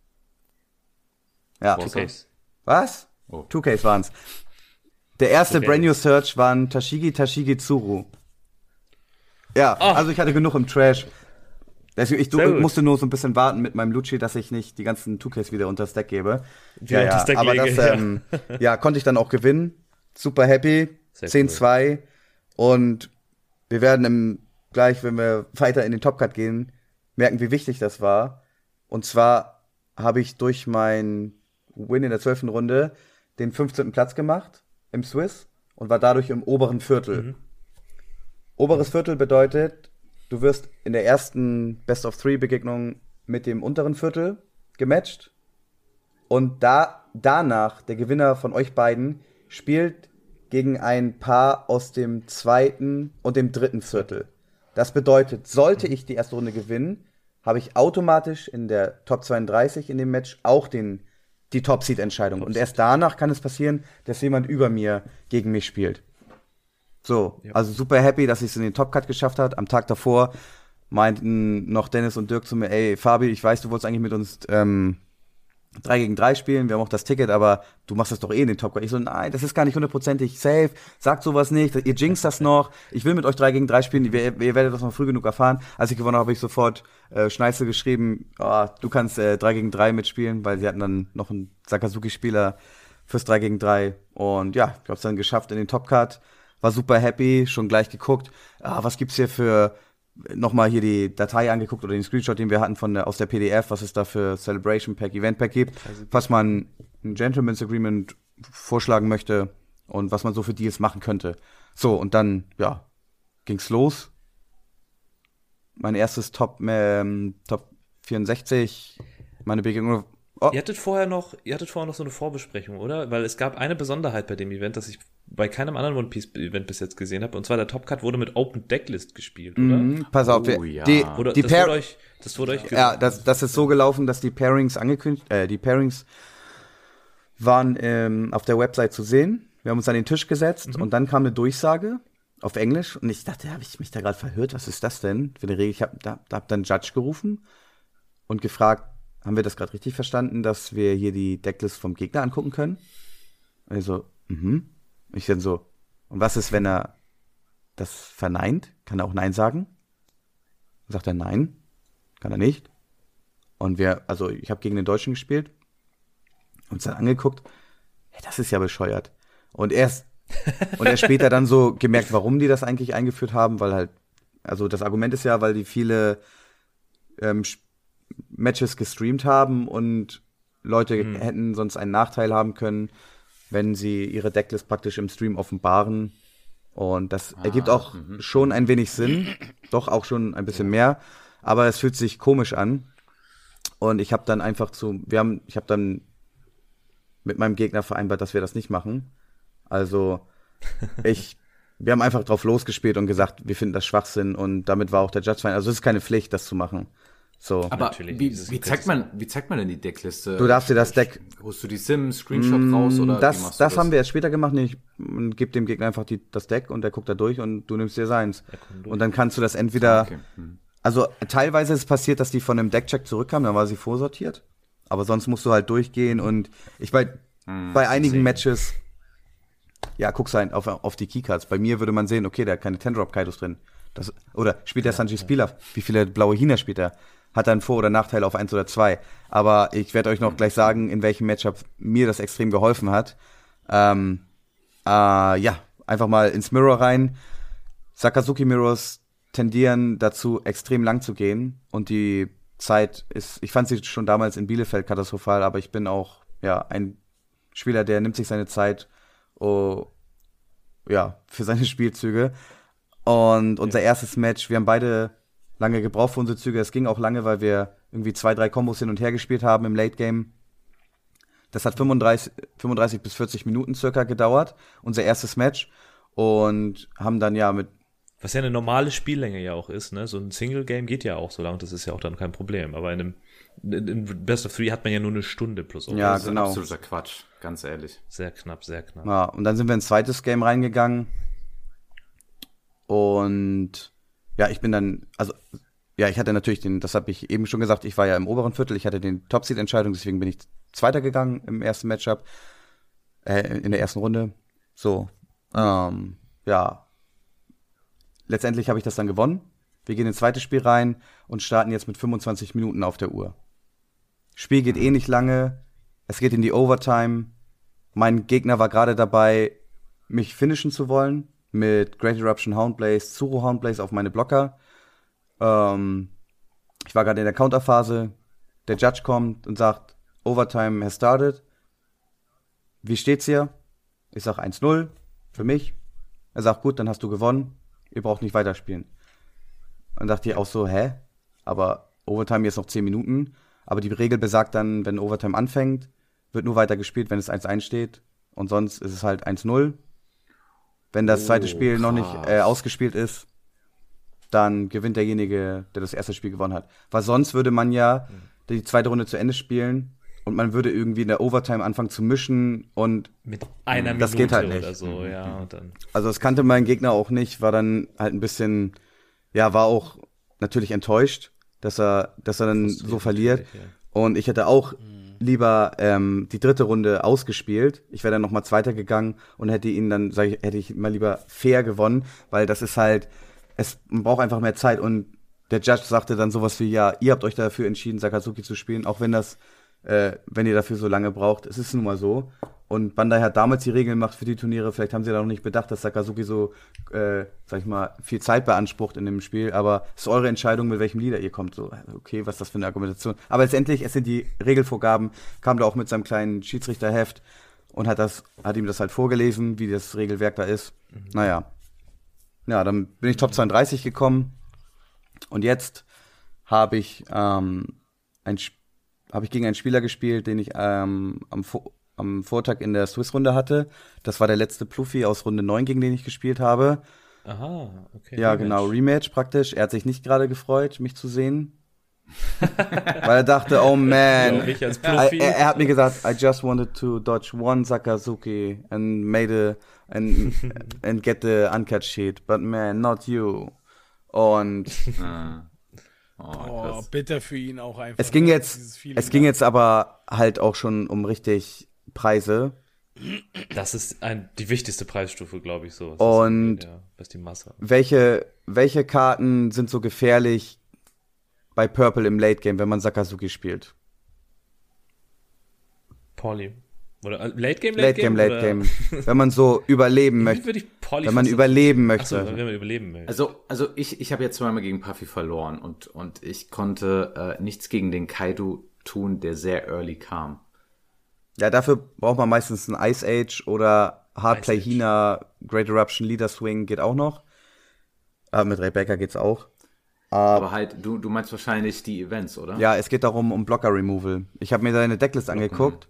Ja. two Ks. Was? Oh. two Ks waren's. Der erste okay. Brand New Search waren Tashigi, Tashigi, Zuru. Ja, oh. also ich hatte genug im Trash. Deswegen, ich du, musste nur so ein bisschen warten mit meinem Lucci, dass ich nicht die ganzen two Ks wieder unter Stack gebe. Die ja, ja. Aber das, ähm, ja. ja, konnte ich dann auch gewinnen. Super happy. zehn zwei. Cool. Und wir werden im, gleich, wenn wir weiter in den Top Cut gehen, merken, wie wichtig das war. Und zwar habe ich durch meinen Win in der zwölften Runde den fünfzehnten Platz gemacht im Swiss und war dadurch im oberen Viertel. Mhm. Oberes Viertel bedeutet, du wirst in der ersten Best-of-Three-Begegnung mit dem unteren Viertel gematcht. Und da danach, der Gewinner von euch beiden, spielt gegen ein Paar aus dem zweiten und dem dritten Viertel. Das bedeutet, sollte ich die erste Runde gewinnen, habe ich automatisch in der Top zweiunddreißig in dem Match auch den, die Top-Seed-Entscheidung. Und erst danach kann es passieren, dass jemand über mir gegen mich spielt. So, ja. Also super happy, dass ich es in den Top-Cut geschafft habe. Am Tag davor meinten noch Dennis und Dirk zu mir, ey, Fabi, ich weiß, du wolltest eigentlich mit uns ähm, drei gegen drei spielen, wir haben auch das Ticket, aber du machst das doch eh in den Top-Cut. Ich so, nein, das ist gar nicht hundertprozentig safe, sagt sowas nicht, ihr jinxt das noch, ich will mit euch drei gegen drei spielen, ihr, ihr werdet das noch früh genug erfahren. Als ich gewonnen habe, habe ich sofort äh, Schneisel geschrieben, oh, du kannst äh, drei gegen drei mitspielen, weil sie hatten dann noch einen Sakazuki-Spieler fürs drei gegen drei und ja, ich habe es dann geschafft in den Top-Cut, war super happy, schon gleich geguckt, ah, was gibt's hier für nochmal hier die Datei angeguckt oder den Screenshot, den wir hatten von der, aus der P D F, was es da für Celebration Pack, Event Pack gibt, was man ein Gentleman's Agreement vorschlagen möchte und was man so für Deals machen könnte. So, und dann, ja, ging's los. Mein erstes Top, ähm, Top vierundsechzig, meine Begegnung. Oh. Ihr hattet vorher noch, ihr hattet vorher noch so eine Vorbesprechung, oder? Weil es gab eine Besonderheit bei dem Event, das ich bei keinem anderen One Piece Event bis jetzt gesehen habe, und zwar der Top Cut wurde mit Open Decklist gespielt, oder? Mm, pass auf, oh, ja. die, oder die das Pair- wurde euch, das wurde euch ja, das, das ist so gelaufen, dass die Pairings angekündigt, äh, die Pairings waren ähm, auf der Website zu sehen. Wir haben uns an den Tisch gesetzt mhm. und dann kam eine Durchsage auf Englisch und ich dachte, habe ich mich da gerade verhört? Was ist das denn für eine Regel? Ich habe da, da hab dann Judge gerufen und gefragt, haben wir das gerade richtig verstanden, dass wir hier die Decklist vom Gegner angucken können? Also, mhm. Ich dann so, und was ist, wenn er das verneint? Kann er auch Nein sagen? Dann sagt er Nein, kann er nicht. Und wir, also ich habe gegen den Deutschen gespielt, uns dann angeguckt, hey, das ist ja bescheuert. Und erst und erst später dann so gemerkt, warum die das eigentlich eingeführt haben, weil halt, also das Argument ist ja, weil die viele ähm, Matches gestreamt haben und Leute mhm. hätten sonst einen Nachteil haben können, wenn sie ihre Decklist praktisch im Stream offenbaren. Und das ah, ergibt auch m- schon ein wenig Sinn. Doch, auch schon ein bisschen ja. mehr. Aber es fühlt sich komisch an. Und ich habe dann einfach zu, wir haben, ich habe dann mit meinem Gegner vereinbart, dass wir das nicht machen. Also, ich, wir haben einfach drauf losgespielt und gesagt, wir finden das Schwachsinn. Und damit war auch der Judge fein. Also, es ist keine Pflicht, das zu machen. So. Aber wie, wie, zeigt man, wie zeigt man denn die Deckliste? Du darfst dir das Deck... Holst du die Sim, Screenshot mm, raus oder das, wie machst du das? Das haben wir erst später gemacht. Ich gebe dem Gegner einfach die, das Deck und der guckt da durch und du nimmst dir seins. Und dann kannst du das entweder... Okay. Hm. Also teilweise ist es passiert, dass die von einem Deckcheck zurückkamen, dann war sie vorsortiert. Aber sonst musst du halt durchgehen und ich bei, hm, bei einigen sehen. Matches... Ja, guckst halt auf, auf die Keycards. Bei mir würde man sehen, okay, der hat keine Ten-Drop-Kaidos drin. Das, oder spielt der ja, Sanji Spieler? Wie viele blaue Hina spielt er? Hat dann Vor- oder Nachteile auf eins oder zwei. Aber ich werde euch noch gleich sagen, in welchem Matchup mir das extrem geholfen hat. Ähm, äh, ja, einfach mal ins Mirror rein. Sakazuki Mirrors tendieren dazu, extrem lang zu gehen. Und die Zeit ist, ich fand sie schon damals in Bielefeld katastrophal, aber ich bin auch ja ein Spieler, der nimmt sich seine Zeit oh, ja, für seine Spielzüge. Und unser ja. erstes Match, wir haben beide lange gebraucht für unsere Züge. Es ging auch lange, weil wir irgendwie zwei, drei Kombos hin und her gespielt haben im Late Game. Das hat fünfunddreißig, fünfunddreißig bis vierzig Minuten circa gedauert, unser erstes Match. Und haben dann ja mit... Was ja eine normale Spiellänge ja auch ist, ne? So ein Single-Game geht ja auch so lang, das ist ja auch dann kein Problem. Aber in einem in Best of Three hat man ja nur eine Stunde plus. Oder? Ja, das genau. ist absoluter Quatsch, ganz ehrlich. Sehr knapp, sehr knapp. Ja, und dann sind wir ins zweites Game reingegangen. Und ja, ich bin dann, also ja, ich hatte natürlich den, das habe ich eben schon gesagt, ich war ja im oberen Viertel, ich hatte den Top-Seed-Entscheidung, deswegen bin ich Zweiter gegangen im ersten Matchup, äh, in der ersten Runde. So, ähm, ja. Letztendlich habe ich das dann gewonnen. Wir gehen ins zweite Spiel rein und starten jetzt mit fünfundzwanzig Minuten auf der Uhr. Spiel geht eh nicht lange, es geht in die Overtime. Mein Gegner war gerade dabei, mich finishen zu wollen, mit Great Eruption Houndblaze, Zuru Houndblaze auf meine Blocker. Ähm, ich war gerade in der Counterphase. Der Judge kommt und sagt, Overtime has started. Wie steht's hier? Ich sag eins null für mich. Er sagt, gut, dann hast du gewonnen. Ihr braucht nicht weiterspielen. Dann dachte ich auch so, hä? Aber Overtime jetzt noch zehn Minuten. Aber die Regel besagt dann, wenn Overtime anfängt, wird nur weiter gespielt, wenn es eins eins steht. Und sonst ist es halt eins null. Wenn das zweite oh, Spiel krass. noch nicht äh, ausgespielt ist. dann gewinnt derjenige, der das erste Spiel gewonnen hat. Weil sonst würde man ja die zweite Runde zu Ende spielen und man würde irgendwie in der Overtime anfangen zu mischen und mit einer das Minute geht halt nicht. oder so, ja. Und dann Also das kannte mein Gegner auch nicht, war dann halt ein bisschen, ja, war auch natürlich enttäuscht, dass er, dass er dann so verliert. ja. Und ich hätte auch lieber ähm, die dritte Runde ausgespielt. Ich wäre dann noch mal Zweiter gegangen und hätte ihn dann, sag ich, hätte ich mal lieber fair gewonnen, weil das ist halt, es man braucht einfach mehr Zeit. Und der Judge sagte dann sowas wie, ja, ihr habt euch dafür entschieden, Sakazuki zu spielen, auch wenn das, äh, wenn ihr dafür so lange braucht. Es ist nun mal so. Und Bandai hat damals die Regeln gemacht für die Turniere. Vielleicht haben sie da noch nicht bedacht, dass Sakazuki so, äh, sag ich mal, viel Zeit beansprucht in dem Spiel. Aber es ist eure Entscheidung, mit welchem Leader ihr kommt. So, okay, was ist das für eine Argumentation? Aber letztendlich, es sind die Regelvorgaben. Kam da auch mit seinem kleinen Schiedsrichterheft und hat das, hat ihm das halt vorgelesen, wie das Regelwerk da ist. Mhm. Naja. Ja, dann bin ich Top zweiunddreißig gekommen. Und jetzt habe ich, ähm, ein, habe ich gegen einen Spieler gespielt, den ich ähm, am Vor am Vortag in der Swiss-Runde hatte. Das war der letzte Pluffy aus Runde neun, gegen den ich gespielt habe. Aha, okay. Ja, Rematch. genau, Rematch praktisch. Er hat sich nicht gerade gefreut, mich zu sehen. Weil er dachte, oh man. Ja, ich als I, Profi. er, er hat mir gesagt, I just wanted to dodge one Sakazuki and made a, and, and get the uncut sheet. But man, not you. Und Ah. Oh, Oh, krass. bitter für ihn auch einfach. es ging ne? jetzt, Dieses Feeling es ging da. jetzt aber halt auch schon um richtig Preise. Das ist ein, die wichtigste Preisstufe, glaube ich, so. Was Und- das, ja, was die Masse. Welche, welche Karten sind so gefährlich bei Purple im Late Game, wenn man Sakazuki spielt? Pauli. Oder äh, Late Game, Late Game, Late Game. Wenn man so überleben Wie möchte. würde ich Pauli Wenn man fast- überleben Achso, möchte. wenn man überleben möchte. Also, also ich, ich habe jetzt zweimal gegen Puffy verloren und, und ich konnte äh, nichts gegen den Kaido tun, der sehr early kam. Ja, dafür braucht man meistens ein Ice Age oder Hardplay Ice Age. Hina, Great Eruption, Leader Swing geht auch noch. Aber mit Rebecca geht's auch. Aber halt, du, du meinst wahrscheinlich die Events, oder? Ja, es geht darum, um Blocker Removal. Ich habe mir seine Decklist angeguckt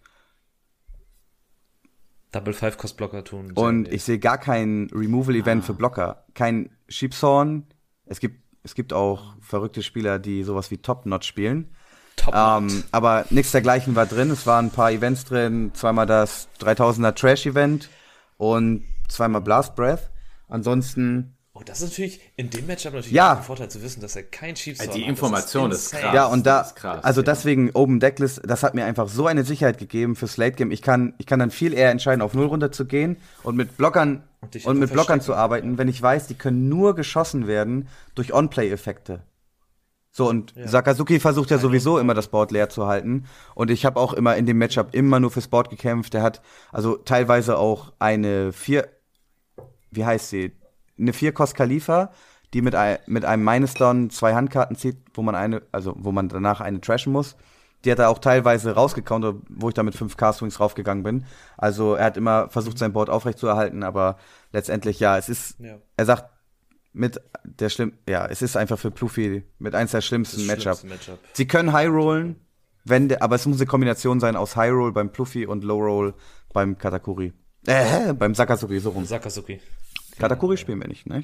Double Five Cost Blocker tun. und Sehr- ich sehe gar kein Removal-Event für Blocker. Kein Sheepshorn. Es gibt, es gibt auch verrückte Spieler, die sowas wie Top-Notch spielen. Top Ähm, aber nichts dergleichen war drin. Es waren ein paar Events drin. Zweimal das dreitausender Trash-Event und zweimal Blast Breath. Ansonsten, Oh, das ist natürlich in dem Matchup natürlich Ja. auch ein Vorteil zu wissen, dass er kein Sheepstorm Ja, die hat. Information Das ist insane. krass. ja, und da, das ist krass, also ja. deswegen Open Decklist, das hat mir einfach so eine Sicherheit gegeben fürs Late Game. Ich kann, ich kann dann viel eher entscheiden, auf Null runter zu gehen und mit Blockern Und dich und mit einfach Blockern zu verstecken. arbeiten, wenn ich weiß, die können nur geschossen werden durch On-Play-Effekte. So, und Sakazuki versucht ja sowieso immer das Board leer zu halten. Und ich habe auch immer in dem Matchup immer nur fürs Board gekämpft. Der hat also teilweise auch eine vier, wie heißt sie? Eine vier Kost Khalifa, die mit, ein, mit einem Minus-Down zwei Handkarten zieht, wo man eine, also wo man danach eine trashen muss. Die hat er auch teilweise rausgecountert, wo ich da mit fünf Cast-Swings raufgegangen bin. Also er hat immer versucht, sein Board aufrechtzuerhalten, aber letztendlich, ja, es ist, Ja. er sagt, mit der schlimm, ja, es ist einfach für Pluffy mit eins der schlimmsten Das Matchup. schlimmste Matchup. Sie können High Rollen, wenn der, aber es muss eine Kombination sein aus High Roll beim Pluffy und Low Roll beim Katakuri. Äh, beim Sakazuki, so rum. Sakazuki. Katakuri spielen wir nicht, ne?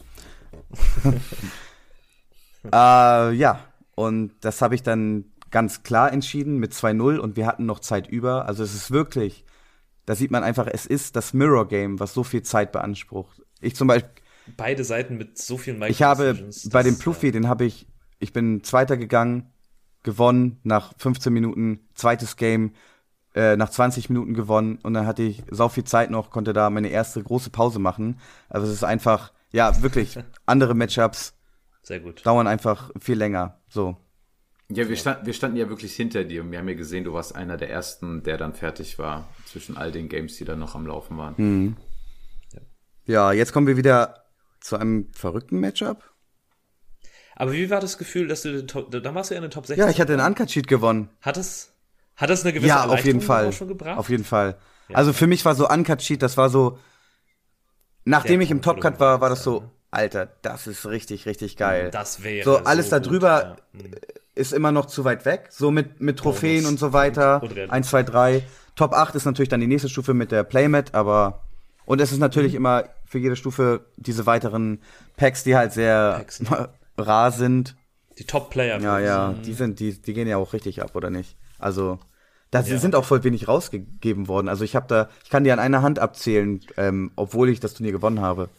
äh, ja, und das habe ich dann ganz klar entschieden mit zwei null und wir hatten noch Zeit über. Also es ist wirklich, da sieht man einfach, es ist das Mirror Game, was so viel Zeit beansprucht. Ich zum Beispiel, Beide Seiten mit so vielen ich habe Micro-Decisions, bei das dem ist, Pluffy, den habe ich, ich bin Zweiter gegangen, gewonnen nach fünfzehn Minuten, zweites Game, äh, nach zwanzig Minuten gewonnen und dann hatte ich sau viel Zeit noch, konnte da meine erste große Pause machen. Also es ist einfach, ja, wirklich, andere Matchups Sehr gut. dauern einfach viel länger, so. Ja, wir, stand, wir standen ja wirklich hinter dir und wir haben ja gesehen, du warst einer der ersten, der dann fertig war, zwischen all den Games, die dann noch am Laufen waren. Hm. Ja, jetzt kommen wir wieder zu einem verrückten Matchup. Aber wie war das Gefühl, dass du den Top, dann warst du ja in den Top sechzig. Ja, ich hatte den Uncut-Cheat gewonnen. Hat es, hat das eine gewisse Ja, auf jeden Erleichterung Fall. auch schon gebracht? Auf jeden Fall. Also für mich war so Uncut Sheet, das war so, nachdem Der ich im Punkt, Top Cut wo du war, war das warst, so, ja. Alter, das ist richtig, richtig geil. Das wäre So, alles da gut, drüber ja. Mhm. ist immer noch zu weit weg, so mit, mit Trophäen Bonus und so weiter. und- und Rennen. eins, zwei, drei. Top acht ist natürlich dann die nächste Stufe mit der Playmat, aber Und es ist natürlich mhm. immer für jede Stufe diese weiteren Packs, die halt sehr Packs, ne? rar sind. Die Top-Player. Ja, ja, mhm. die sind, die, die gehen ja auch richtig ab, oder nicht? Also, da ja. sind auch voll wenig rausgegeben worden. Also ich habe da, ich kann die an einer Hand abzählen, ähm, obwohl ich das Turnier gewonnen habe.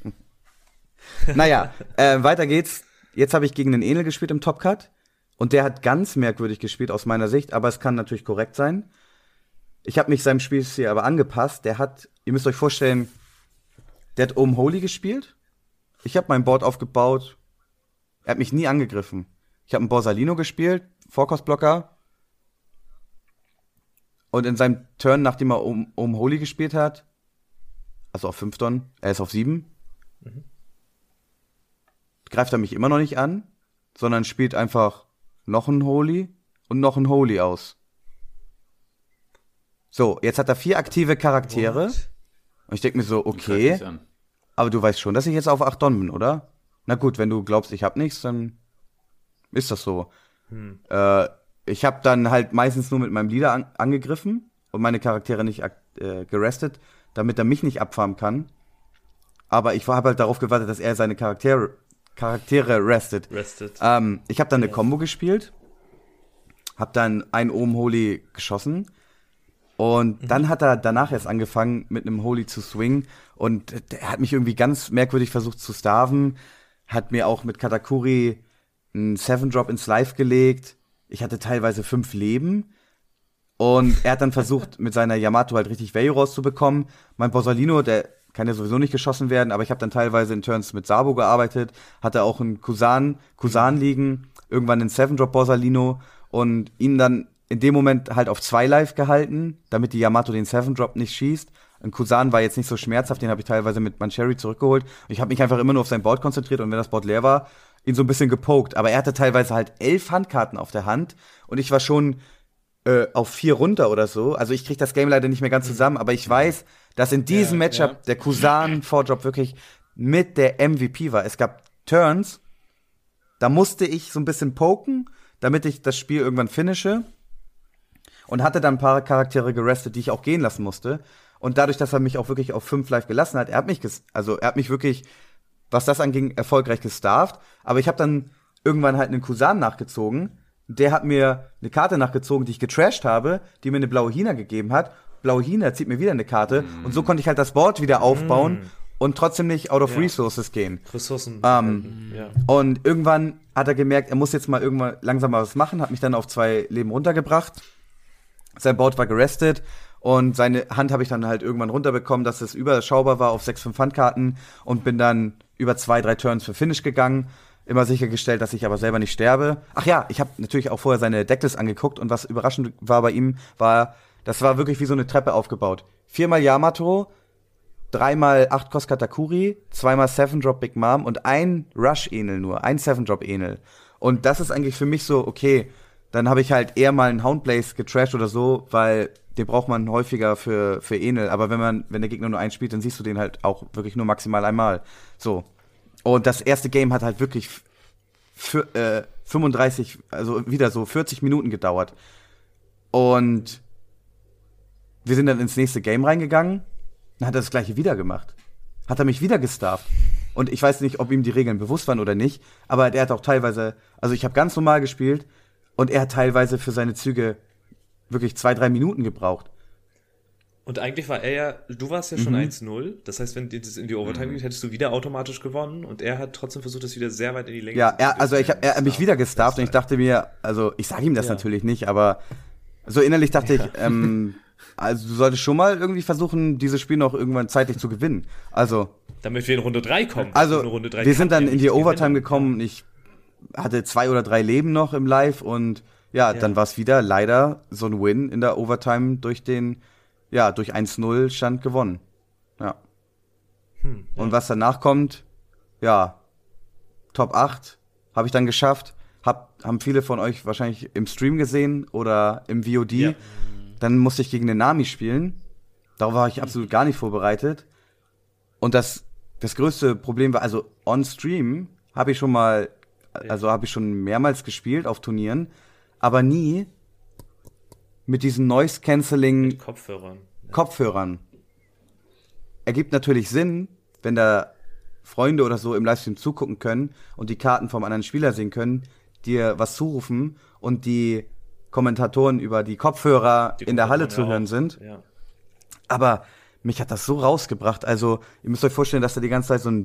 Naja, äh, weiter geht's. Jetzt habe ich gegen den Enel gespielt im Top Cut. Und der hat ganz merkwürdig gespielt aus meiner Sicht, aber es kann natürlich korrekt sein. Ich habe mich seinem Spielstil aber angepasst. Der hat, ihr müsst euch vorstellen, der hat oben Holy gespielt. Ich habe mein Board aufgebaut. Er hat mich nie angegriffen. Ich habe einen Borsalino gespielt, Vorkostblocker. Und in seinem Turn, nachdem er um, um Holy gespielt hat, also auf fünf Don, er ist auf sieben, mhm. greift er mich immer noch nicht an, sondern spielt einfach noch ein Holy und noch ein Holy aus. So, jetzt hat er vier aktive Charaktere. What? Und ich denke mir so, okay, aber du weißt schon, dass ich jetzt auf acht Don bin, oder? Na gut, wenn du glaubst, ich hab nichts, dann ist das so. Hm. Äh, ich habe dann halt meistens nur mit meinem Leader an- angegriffen und meine Charaktere nicht äh, gerestet, damit er mich nicht abfarmen kann. Aber ich habe halt darauf gewartet, dass er seine Charaktere, Charaktere restet. restet. Ähm, ich habe dann eine Combo gespielt, habe dann einen oben Holy geschossen und mhm. dann hat er danach erst angefangen, mit einem Holy zu swingen und er hat mich irgendwie ganz merkwürdig versucht zu starven, hat mir auch mit Katakuri einen Seven-Drop ins Live gelegt. Ich hatte teilweise fünf Leben. Und er hat dann versucht, mit seiner Yamato halt richtig Value rauszubekommen. Mein Borsalino, der kann ja sowieso nicht geschossen werden, aber ich habe dann teilweise in Turns mit Sabo gearbeitet, hatte auch einen Kusan, Kusan liegen, irgendwann einen Seven-Drop Borsalino und ihn dann in dem Moment halt auf zwei Live gehalten, damit die Yamato den Seven-Drop nicht schießt. Ein Kusan war jetzt nicht so schmerzhaft, den habe ich teilweise mit Mancheri zurückgeholt. Ich habe mich einfach immer nur auf sein Board konzentriert und wenn das Board leer war, ihn so ein bisschen gepokt. Aber er hatte teilweise halt elf Handkarten auf der Hand und ich war schon äh, auf vier runter oder so. Also ich krieg das Game leider nicht mehr ganz zusammen, aber ich weiß, dass in diesem ja, Matchup ja. der Kusan-Vordrop wirklich mit der M V P war. Es gab Turns, da musste ich so ein bisschen poken, damit ich das Spiel irgendwann finische und hatte dann ein paar Charaktere gerestet, die ich auch gehen lassen musste. Und dadurch, dass er mich auch wirklich auf fünf Live gelassen hat, er hat mich, ges- also er hat mich wirklich, was das anging, erfolgreich gestarft. Aber ich habe dann irgendwann halt einen Kusan nachgezogen. Der hat mir eine Karte nachgezogen, die ich getrashed habe, die mir eine blaue Hina gegeben hat. Blaue Hina zieht mir wieder eine Karte. Mm. Und so konnte ich halt das Board wieder aufbauen mm. und trotzdem nicht out of ja. resources gehen. Ressourcen. Ähm, ja. Und irgendwann hat er gemerkt, er muss jetzt mal irgendwann langsam mal was machen, hat mich dann auf zwei Leben runtergebracht. Sein Board war gerestet. Und seine Hand habe ich dann halt irgendwann runterbekommen, dass es überschaubar war auf sechs, fünf Handkarten und bin dann über zwei, drei Turns für Finish gegangen. Immer sichergestellt, dass ich aber selber nicht sterbe. Ach ja, ich habe natürlich auch vorher seine Decklist angeguckt und was überraschend war bei ihm, war, das war wirklich wie so eine Treppe aufgebaut. Viermal Yamato, dreimal acht Kost Katakuri, zweimal Seven Drop Big Mom und ein Rush Enel nur, ein Seven Drop Enel. Und das ist eigentlich für mich so, okay, dann habe ich halt eher mal einen Houndblaze getrashed oder so, weil den braucht man häufiger für, für Enel. Aber wenn man, wenn der Gegner nur einen spielt, dann siehst du den halt auch wirklich nur maximal einmal. So. Und das erste Game hat halt wirklich für, äh, fünfunddreißig, also wieder so vierzig Minuten gedauert. Und wir sind dann ins nächste Game reingegangen, dann hat er das gleiche wieder gemacht. Hat er mich wieder gestarft. Und ich weiß nicht, ob ihm die Regeln bewusst waren oder nicht, aber der hat auch teilweise, also ich habe ganz normal gespielt und er hat teilweise für seine Züge wirklich zwei, drei Minuten gebraucht. Und eigentlich war er ja, du warst ja schon mhm. eins null, das heißt, wenn das in die Overtime geht, hättest du wieder automatisch gewonnen und er hat trotzdem versucht, das wieder sehr weit in die Länge ja, zu Ja, also ich hab, er hat mich wieder gestarft und ich dachte mir, also ich sage ihm das ja. natürlich nicht, aber so innerlich dachte ja. ich, ähm, also du solltest schon mal irgendwie versuchen, dieses Spiel noch irgendwann zeitlich zu gewinnen. Also damit wir in Runde drei kommen. Also Runde drei wir sind dann in die Overtime gekommen, ich hatte zwei oder drei Leben noch im Live und ja, ja. dann war es wieder leider so ein Win in der Overtime durch den Ja, durch eins null Stand gewonnen. Ja. Hm, ja. Und was danach kommt, ja, Top acht habe ich dann geschafft. Hab, haben viele von euch wahrscheinlich im Stream gesehen oder im V O D. Ja. Dann musste ich gegen den Nami spielen. Darauf war ich absolut gar nicht vorbereitet. Und das, das größte Problem war, also on Stream habe ich schon mal, also habe ich schon mehrmals gespielt auf Turnieren, aber nie mit diesen Noise-Canceling Kopfhörern. Kopfhörern. ergibt natürlich Sinn, wenn da Freunde oder so im Livestream zugucken können und die Karten vom anderen Spieler sehen können, dir was zurufen und die Kommentatoren über die Kopfhörer Die in der Halle Kommentatoren zu ja hören auch. sind. Ja. Aber mich hat das so rausgebracht. Also, ihr müsst euch vorstellen, dass da die ganze Zeit so ein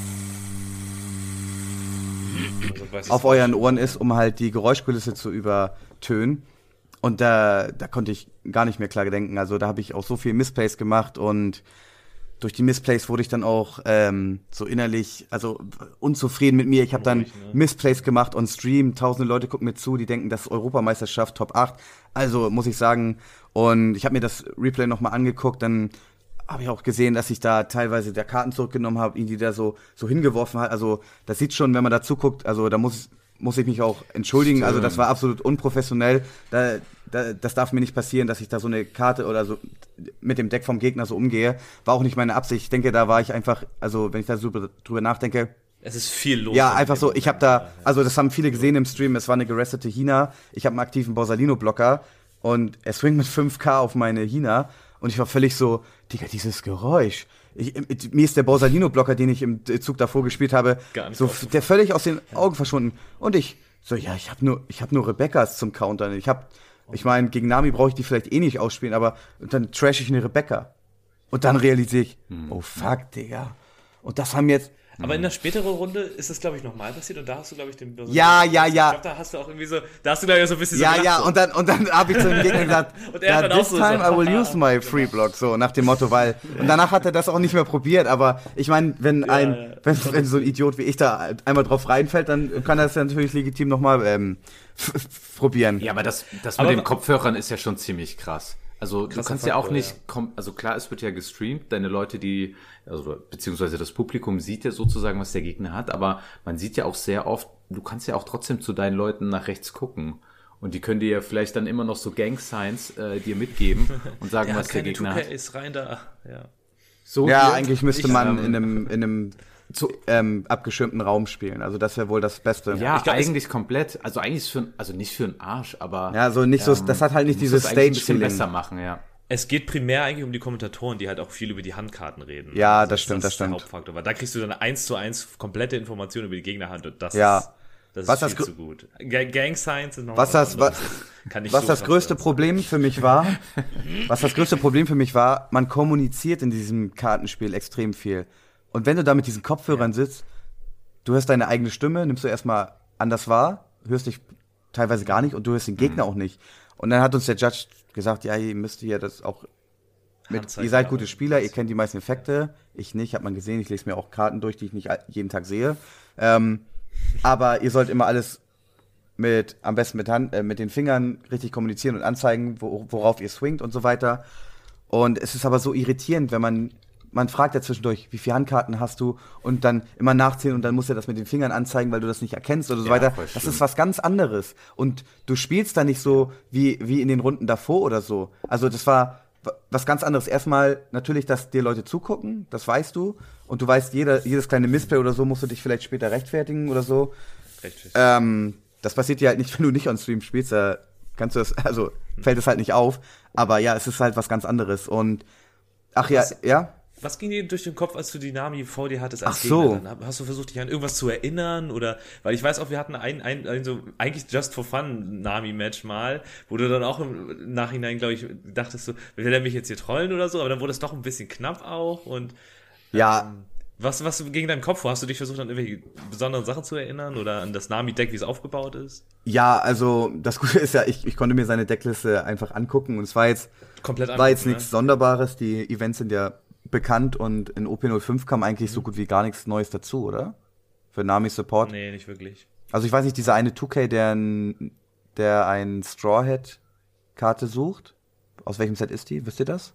Also, weiß ich auf nicht. euren Ohren ist, um halt die Geräuschkulisse zu übertönen. Und da, da konnte ich gar nicht mehr klar denken. Also da habe ich auch so viel Missplays gemacht und durch die Missplays wurde ich dann auch ähm, so innerlich, also unzufrieden mit mir. Ich habe dann Ruhig, ne? Missplays gemacht on Stream. Tausende Leute gucken mir zu, die denken, das ist Europameisterschaft Top acht. Also muss ich sagen, und ich habe mir das Replay nochmal angeguckt, dann habe ich auch gesehen, dass ich da teilweise der Karten zurückgenommen habe, ihn die da so, so hingeworfen hat. Also das sieht schon, wenn man da zuguckt, also da muss muss ich mich auch entschuldigen. Also das war absolut unprofessionell. Da, da, das darf mir nicht passieren, dass ich da so eine Karte oder so mit dem Deck vom Gegner so umgehe. War auch nicht meine Absicht. Ich denke, da war ich einfach, also wenn ich da so drüber nachdenke, Es ist viel los. ja, in einfach dem so, ich habe Moment. da, also das haben viele gesehen im Stream, es war eine gerestete Hina, ich habe einen aktiven Borsalino-Blocker und er swingt mit fünf K auf meine Hina und ich war völlig so, Digga, dieses Geräusch. Ich, ich, mir ist der Borsalino-Blocker, den ich im Zug davor gespielt habe, Gar nicht so aufgefallen. der völlig aus den Augen verschwunden. Und ich so, ja, ich habe nur, ich habe nur Rebecca's zum Countern. Ich habe, ich meine, gegen Nami brauche ich die vielleicht eh nicht ausspielen, aber dann trash ich eine Rebecca. Und dann realisiere ich, oh fuck, Digga. Und das haben jetzt, Aber in der späteren Runde ist das, glaube ich, nochmal passiert und da hast du, glaube ich, den Ja, ja, ja. Ich glaube, da hast du auch irgendwie so, da hast du, glaube ich, so ein bisschen ja, so ja, gelacht, und dann, und dann habe ich zu dem Gegner gesagt, Und er ja, hat dann auch this so time so, I will haha, use my free block, so nach dem Motto, weil, und danach hat er das auch nicht mehr probiert, aber ich meine, wenn ein, ja. wenn, wenn so ein Idiot wie ich da einmal drauf reinfällt, dann kann er es ja natürlich legitim nochmal ähm, f- f- probieren. Ja, aber das, das Aber- mit den Kopfhörern ist ja schon ziemlich krass. Also du Krasser kannst ja auch Faktor, nicht, kom- also klar, es wird ja gestreamt, deine Leute, die, also beziehungsweise das Publikum sieht ja sozusagen, was der Gegner hat, aber man sieht ja auch sehr oft, du kannst ja auch trotzdem zu deinen Leuten nach rechts gucken. Und die können dir ja vielleicht dann immer noch so Gang-Signs äh, dir mitgeben und sagen, Der was hat der keine Gegner zwei hat. K, ist rein da, ja. So Ja, hier, eigentlich müsste ich, man ähm, in einem, in einem zu, ähm, abgeschirmten Raum spielen, also das wäre wohl das Beste. Ja, Ich glaub, es- eigentlich komplett. Also eigentlich ist für, ein- also nicht für einen Arsch, aber Ja, so nicht so, ähm, das hat halt nicht du musst dieses das eigentlich ein bisschen Stage-Feeling. besser machen, ja. Es geht primär eigentlich um die Kommentatoren, die halt auch viel über die Handkarten reden. Ja, Also das stimmt, das ist der stimmt. Hauptfaktor, weil da kriegst du dann eins zu eins komplette Informationen über die Gegnerhand und das Ja. ist, das Was ist das viel grö- zu gut. Ga- Gang Signs sind noch Was das, was, Kann nicht was so das krass größte sein. Problem für mich war, was das größte Problem für mich war, man kommuniziert in diesem Kartenspiel extrem viel. Und wenn du da mit diesen Kopfhörern sitzt, du hörst deine eigene Stimme, nimmst du erstmal anders wahr, hörst dich teilweise gar nicht und du hörst den Gegner auch nicht. Und dann hat uns der Judge gesagt, ja, ihr müsst hier das auch mit, Handzeichen ihr seid haben. gute Spieler, ihr kennt die meisten Effekte, ich nicht, hat man gesehen, ich lese mir auch Karten durch, die ich nicht all- jeden Tag sehe. Ähm, aber ihr sollt immer alles mit, am besten mit Hand, äh, mit den Fingern richtig kommunizieren und anzeigen, wo, worauf ihr swingt und so weiter. Und es ist aber so irritierend, wenn man, man fragt ja zwischendurch, wie viele Handkarten hast du und dann immer nachzählen und dann muss er das mit den Fingern anzeigen, weil du das nicht erkennst oder so Ja, weiter. voll Das schlimm. ist was ganz anderes. Und du spielst da nicht so wie, wie in den Runden davor oder so. Also das war w- was ganz anderes. Erstmal natürlich, dass dir Leute zugucken, das weißt du. Und du weißt, jeder, jedes kleine Missplay oder so musst du dich vielleicht später rechtfertigen oder so. Richtig. Ähm, das passiert dir halt nicht, wenn du nicht on Stream spielst. Da kannst du das, also fällt es halt nicht auf. Aber ja, es ist halt was ganz anderes. Und ach ja, Was- ja. Was ging dir durch den Kopf, als du die Nami vor dir hattest als Ach so. Gegner? Dann hast du versucht, dich an irgendwas zu erinnern? Oder, weil ich weiß auch, wir hatten ein, ein, ein so eigentlich just for fun Nami-Match mal, wo du dann auch im Nachhinein, glaube ich, dachtest so, will er mich jetzt hier trollen oder so? Aber dann wurde es doch ein bisschen knapp auch. Und Ja, was, was ging deinem Kopf vor? Hast du dich versucht, an irgendwelche besonderen Sachen zu erinnern? Oder an das Nami-Deck, wie es aufgebaut ist? ja, also das Gute ist ja, ich, ich konnte mir seine Deckliste einfach angucken und es war jetzt, Komplett war jetzt angucken, nichts Sonderbares. Die Events sind ja bekannt und in O P null fünf kam eigentlich so gut wie gar nichts Neues dazu, oder? Für Nami Support. Nee, nicht wirklich. Also ich weiß nicht, dieser eine zwei K, der ein, der ein Straw Hat Karte sucht. Aus welchem Set ist die? Wisst ihr das?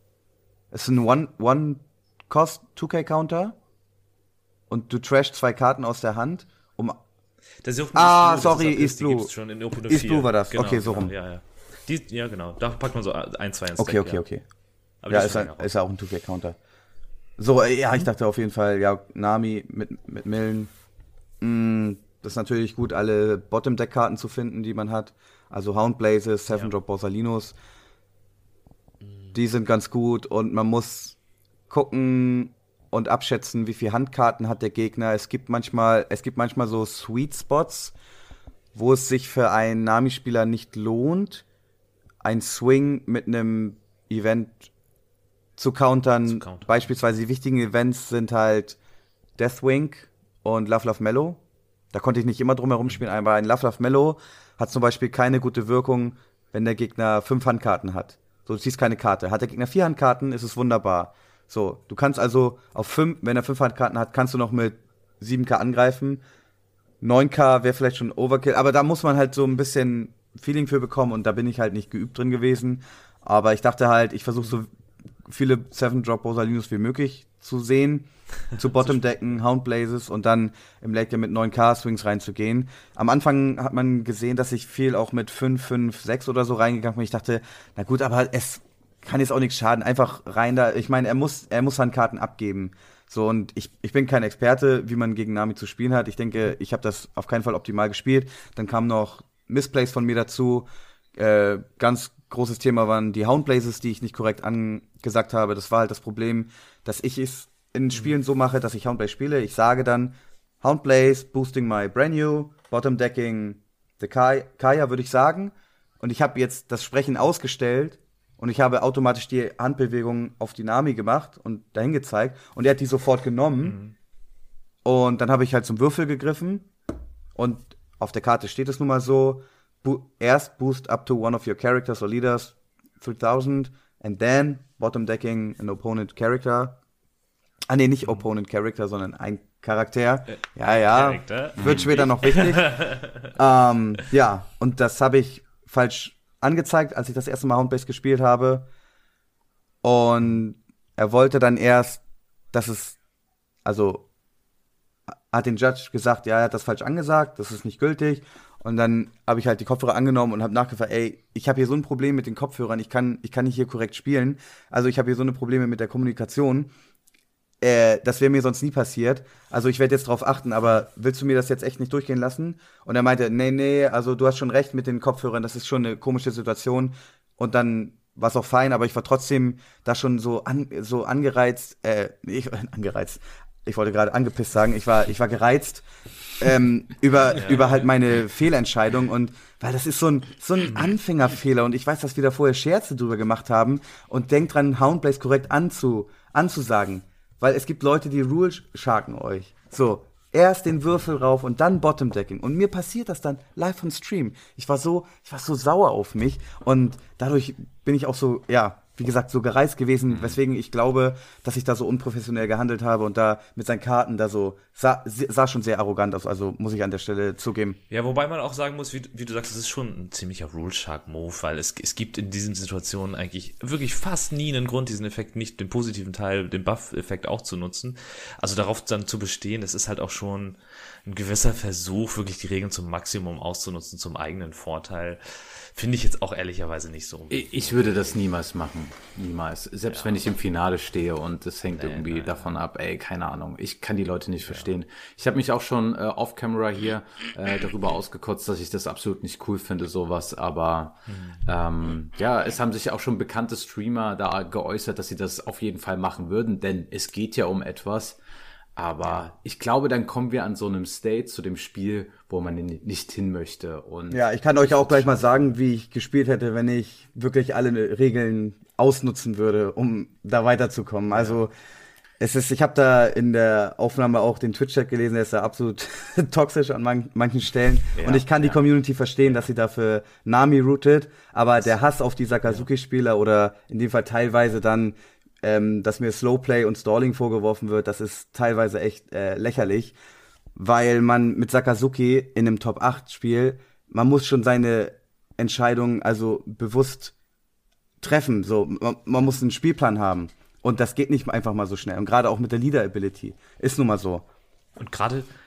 Es ist ein One, One Cost zwei K Counter und du trashst zwei Karten aus der Hand, um Das ist auch Ah, East Blue, das sorry, ist- East die Blue. gibt's schon in Open East Blue war das. Okay, so rum. Ja, ja. Die, ja, genau. Da packt man so ein, zwei ins Okay, Deck, okay, ja. okay. Aber Ja, die ist, schon ein, länger ist ja auch ein zwei K Counter. So, äh, ja, ich dachte auf jeden Fall, ja, Nami mit, mit Millen. Mm, das ist natürlich gut, alle Bottom-Deck-Karten zu finden, die man hat. Also Hound Blazes, Seven Drop Borsalinos. Die sind ganz gut und man muss gucken und abschätzen, wie viel Handkarten hat der Gegner. Es gibt manchmal, es gibt manchmal so Sweet Spots, wo es sich für einen Nami-Spieler nicht lohnt, ein Swing mit einem Event zu countern. Zu countern. Beispielsweise die wichtigen Events sind halt Deathwing und Love Love Mellow. Da konnte ich nicht immer drum herum spielen, aber ein Love Love Mellow hat zum Beispiel keine gute Wirkung, wenn der Gegner fünf Handkarten hat. So, du ziehst keine Karte. Hat der Gegner vier Handkarten, ist es wunderbar. So, du kannst also auf fünf, wenn er fünf Handkarten hat, kannst du noch mit sieben K angreifen. neun K wäre vielleicht schon Overkill, aber da muss man halt so ein bisschen Feeling für bekommen und da bin ich halt nicht geübt drin gewesen. Aber ich dachte halt, ich versuche so viele Seven-Drop-Rosalinos wie möglich zu sehen, zu Bottom-Decken, Houndblazes und dann im Late-Game mit neun K-Swings reinzugehen. Am Anfang hat man gesehen, dass ich viel auch mit fünf, fünf, sechs oder so reingegangen bin. Ich dachte, na gut, aber es kann jetzt auch nichts schaden. Einfach rein da. Ich meine, er muss, er muss Handkarten abgeben. So, und ich, ich bin kein Experte, wie man gegen Nami zu spielen hat. Ich denke, ich habe das auf keinen Fall optimal gespielt. Dann kamen noch Missplays von mir dazu. Äh, ganz großes Thema waren die Houndblazes, die ich nicht korrekt angesagt habe. Das war halt das Problem, dass ich es in Spielen so mache, dass ich Houndblaze spiele. Ich sage dann, Houndblaze, boosting my brand new, bottom decking the Kai- Kaya, würde ich sagen. Und ich habe jetzt das Sprechen ausgestellt und ich habe automatisch die Handbewegung auf die Nami gemacht und dahin gezeigt. Und er hat die sofort genommen. Mhm. Und dann habe ich halt zum Würfel gegriffen. Und auf der Karte steht es nun mal so, bo- erst boost up to one of your characters or leaders three thousand and then bottom decking an opponent character. Ah nee, nicht Opponent Character, sondern ein Charakter. Äh, ja, ja, Charakter. Wird später noch wichtig. ähm, ja, und das habe ich falsch angezeigt, als ich das erste Mal Houndblaze gespielt habe. Und er wollte dann erst, dass es, also hat den Judge gesagt, ja, er hat das falsch angesagt, das ist nicht gültig. Und dann habe ich halt die Kopfhörer angenommen und habe nachgefragt, ey, ich habe hier so ein Problem mit den Kopfhörern, ich kann, ich kann nicht hier korrekt spielen. Also ich habe hier so eine Probleme mit der Kommunikation. Äh, das wäre mir sonst nie passiert. Also ich werde jetzt drauf achten, aber willst du mir das jetzt echt nicht durchgehen lassen? Und er meinte, nee, nee, also du hast schon recht mit den Kopfhörern, das ist schon eine komische Situation. Und dann war es auch fein, aber ich war trotzdem da schon so, an, so angereizt, äh, ich, angereizt, ich wollte gerade angepisst sagen, ich war, ich war gereizt ähm, über, ja. über halt meine Fehlentscheidung und weil das ist so ein, so ein Anfängerfehler und ich weiß, dass wir da vorher Scherze drüber gemacht haben und denk dran, Houndblaze korrekt anzu, anzusagen. Weil es gibt Leute, die Rule-Sharken euch. So, erst den Würfel rauf und dann Bottom-Decking. Und mir passiert das dann live on Stream. Ich war so, ich war so sauer auf mich. Und dadurch bin ich auch so, ja, wie gesagt, so gereizt gewesen, mhm. weswegen ich glaube, dass ich da so unprofessionell gehandelt habe und da mit seinen Karten da so, sah, sah schon sehr arrogant aus, also muss ich an der Stelle zugeben. Ja, wobei man auch sagen muss, wie, wie du sagst, es ist schon ein ziemlicher Rule-Shark-Move, weil es, es gibt in diesen Situationen eigentlich wirklich fast nie einen Grund, diesen Effekt nicht, den positiven Teil, den Buff-Effekt auch zu nutzen. Also darauf dann zu bestehen, das ist halt auch schon ein gewisser Versuch, wirklich die Regeln zum Maximum auszunutzen, zum eigenen Vorteil. Finde ich jetzt auch ehrlicherweise nicht so. Ich, ich würde das niemals machen. Niemals. Selbst ja. wenn ich im Finale stehe und es hängt nee, irgendwie nein, davon nein. ab, ey, keine Ahnung. Ich kann die Leute nicht ja. verstehen. Ich habe mich auch schon äh, off-camera hier äh, darüber ausgekotzt, dass ich das absolut nicht cool finde, sowas. Aber mhm. ähm, ja, es haben sich auch schon bekannte Streamer da geäußert, dass sie das auf jeden Fall machen würden, denn es geht ja um etwas. Aber ich glaube, dann kommen wir an so einem State zu dem Spiel, wo man nicht hin möchte. Und ja, ich kann euch auch gleich mal sagen, wie ich gespielt hätte, wenn ich wirklich alle Regeln ausnutzen würde, um da weiterzukommen. Ja. Also es ist, ich habe da in der Aufnahme auch den Twitch-Chat gelesen, der ist da absolut toxisch an man- manchen Stellen. Ja, und ich kann die ja. Community verstehen, dass sie dafür Nami rootet, aber der Hass auf die Sakazuki-Spieler oder in dem Fall teilweise dann Ähm, dass mir Slowplay und Stalling vorgeworfen wird, das ist teilweise echt äh, lächerlich, weil man mit Sakazuki in einem Top acht Spiel, man muss schon seine Entscheidungen also bewusst treffen, so man, man muss einen Spielplan haben und das geht nicht einfach mal so schnell und gerade auch mit der Leader-Ability, ist nun mal so. Und gerade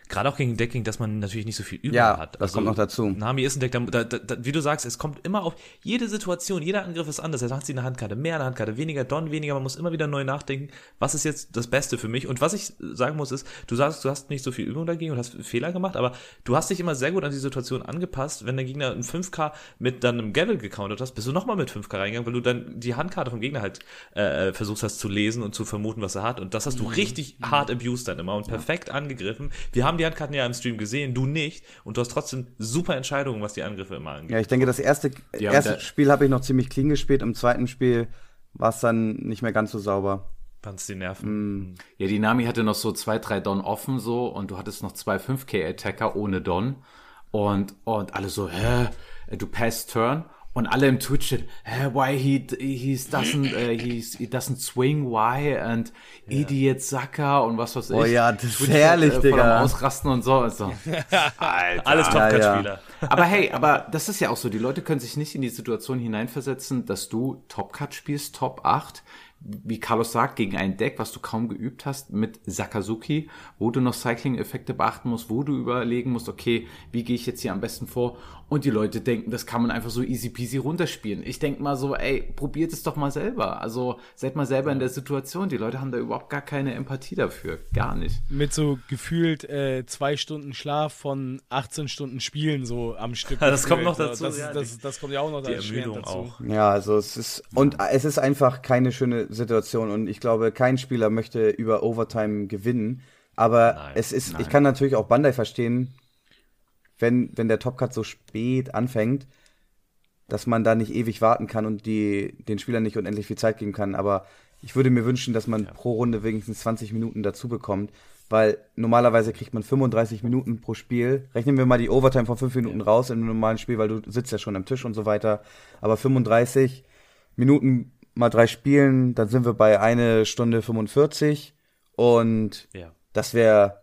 gerade auch gegen ein Deck, gegen das man natürlich nicht so viel Übung Ja, hat. das Also, kommt noch dazu. Nami ist ein Deck, da, da, da, wie du sagst, es kommt immer auf jede Situation, jeder Angriff ist anders. Er sagt sie eine Handkarte mehr, eine Handkarte weniger, Don weniger, man muss immer wieder neu nachdenken, was ist jetzt das Beste für mich. Und was ich sagen muss ist, du sagst, du hast nicht so viel Übung dagegen und hast Fehler gemacht, aber du hast dich immer sehr gut an die Situation angepasst. Wenn der Gegner ein fünf K mit dann einem Gavel gecountert hast, bist du nochmal mit fünf K reingegangen, weil du dann die Handkarte vom Gegner halt äh, versucht hast zu lesen und zu vermuten, was er hat. Und das hast du richtig hart abused dann immer und perfekt angegriffen. Wir haben die Handkarten ja im Stream gesehen, du nicht. Und du hast trotzdem super Entscheidungen, was die Angriffe immer angeht. Ja, ich denke, das erste, Ja, erste da- Spiel habe ich noch ziemlich clean gespielt. Im zweiten Spiel war es dann nicht mehr ganz so sauber. Fandst die Nerven. Ja, die Nami hatte noch so zwei, drei Don offen so und du hattest noch zwei fünf K-Attacker ohne Don und, und alle so, hä, du pass turn und alle im Twitch shit, hä, why he, he's doesn't, uh, he's, he doesn't swing, why and Idiot Sucker und was weiß ich. Oh ja, das ist Twitch herrlich, hat, äh, voll am Digga. Ausrasten und so. Und so. Alter. Alles Ja, Top-Cut-Spieler. Aber hey, aber das ist ja auch so, die Leute können sich nicht in die Situation hineinversetzen, dass du Top-Cut spielst, Top acht, wie Carlos sagt, gegen ein Deck, was du kaum geübt hast, mit Sakazuki, wo du noch Cycling-Effekte beachten musst, wo du überlegen musst, okay, wie gehe ich jetzt hier am besten vor? Und die Leute denken, das kann man einfach so easy peasy runterspielen. Ich denke mal so, ey, probiert es doch mal selber. Also seid mal selber in der Situation. Die Leute haben da überhaupt gar keine Empathie dafür. Gar nicht. Mit so gefühlt äh, zwei Stunden Schlaf von achtzehn Stunden Spielen so am Stück. Ja, das kommt gefühlt. noch dazu, Das, ja, das, die- das kommt ja auch noch die erschwerend Ermüdung dazu. auch. Ja, also es ist, und es ist einfach keine schöne Situation und ich glaube, kein Spieler möchte über Overtime gewinnen, aber Nein, es ist, nein. ich kann natürlich auch Bandai verstehen, wenn, wenn der Top-Cut so spät anfängt, dass man da nicht ewig warten kann und die, den Spielern nicht unendlich viel Zeit geben kann, aber ich würde mir wünschen, dass man pro Runde wenigstens zwanzig Minuten dazu bekommt, weil normalerweise kriegt man fünfunddreißig Minuten pro Spiel. Rechnen wir mal die Overtime von fünf Minuten raus in einem normalen Spiel, weil du sitzt ja schon am Tisch und so weiter, aber fünfunddreißig Minuten mal drei Spielen, dann sind wir bei eine Stunde fünfundvierzig und Ja. das wäre,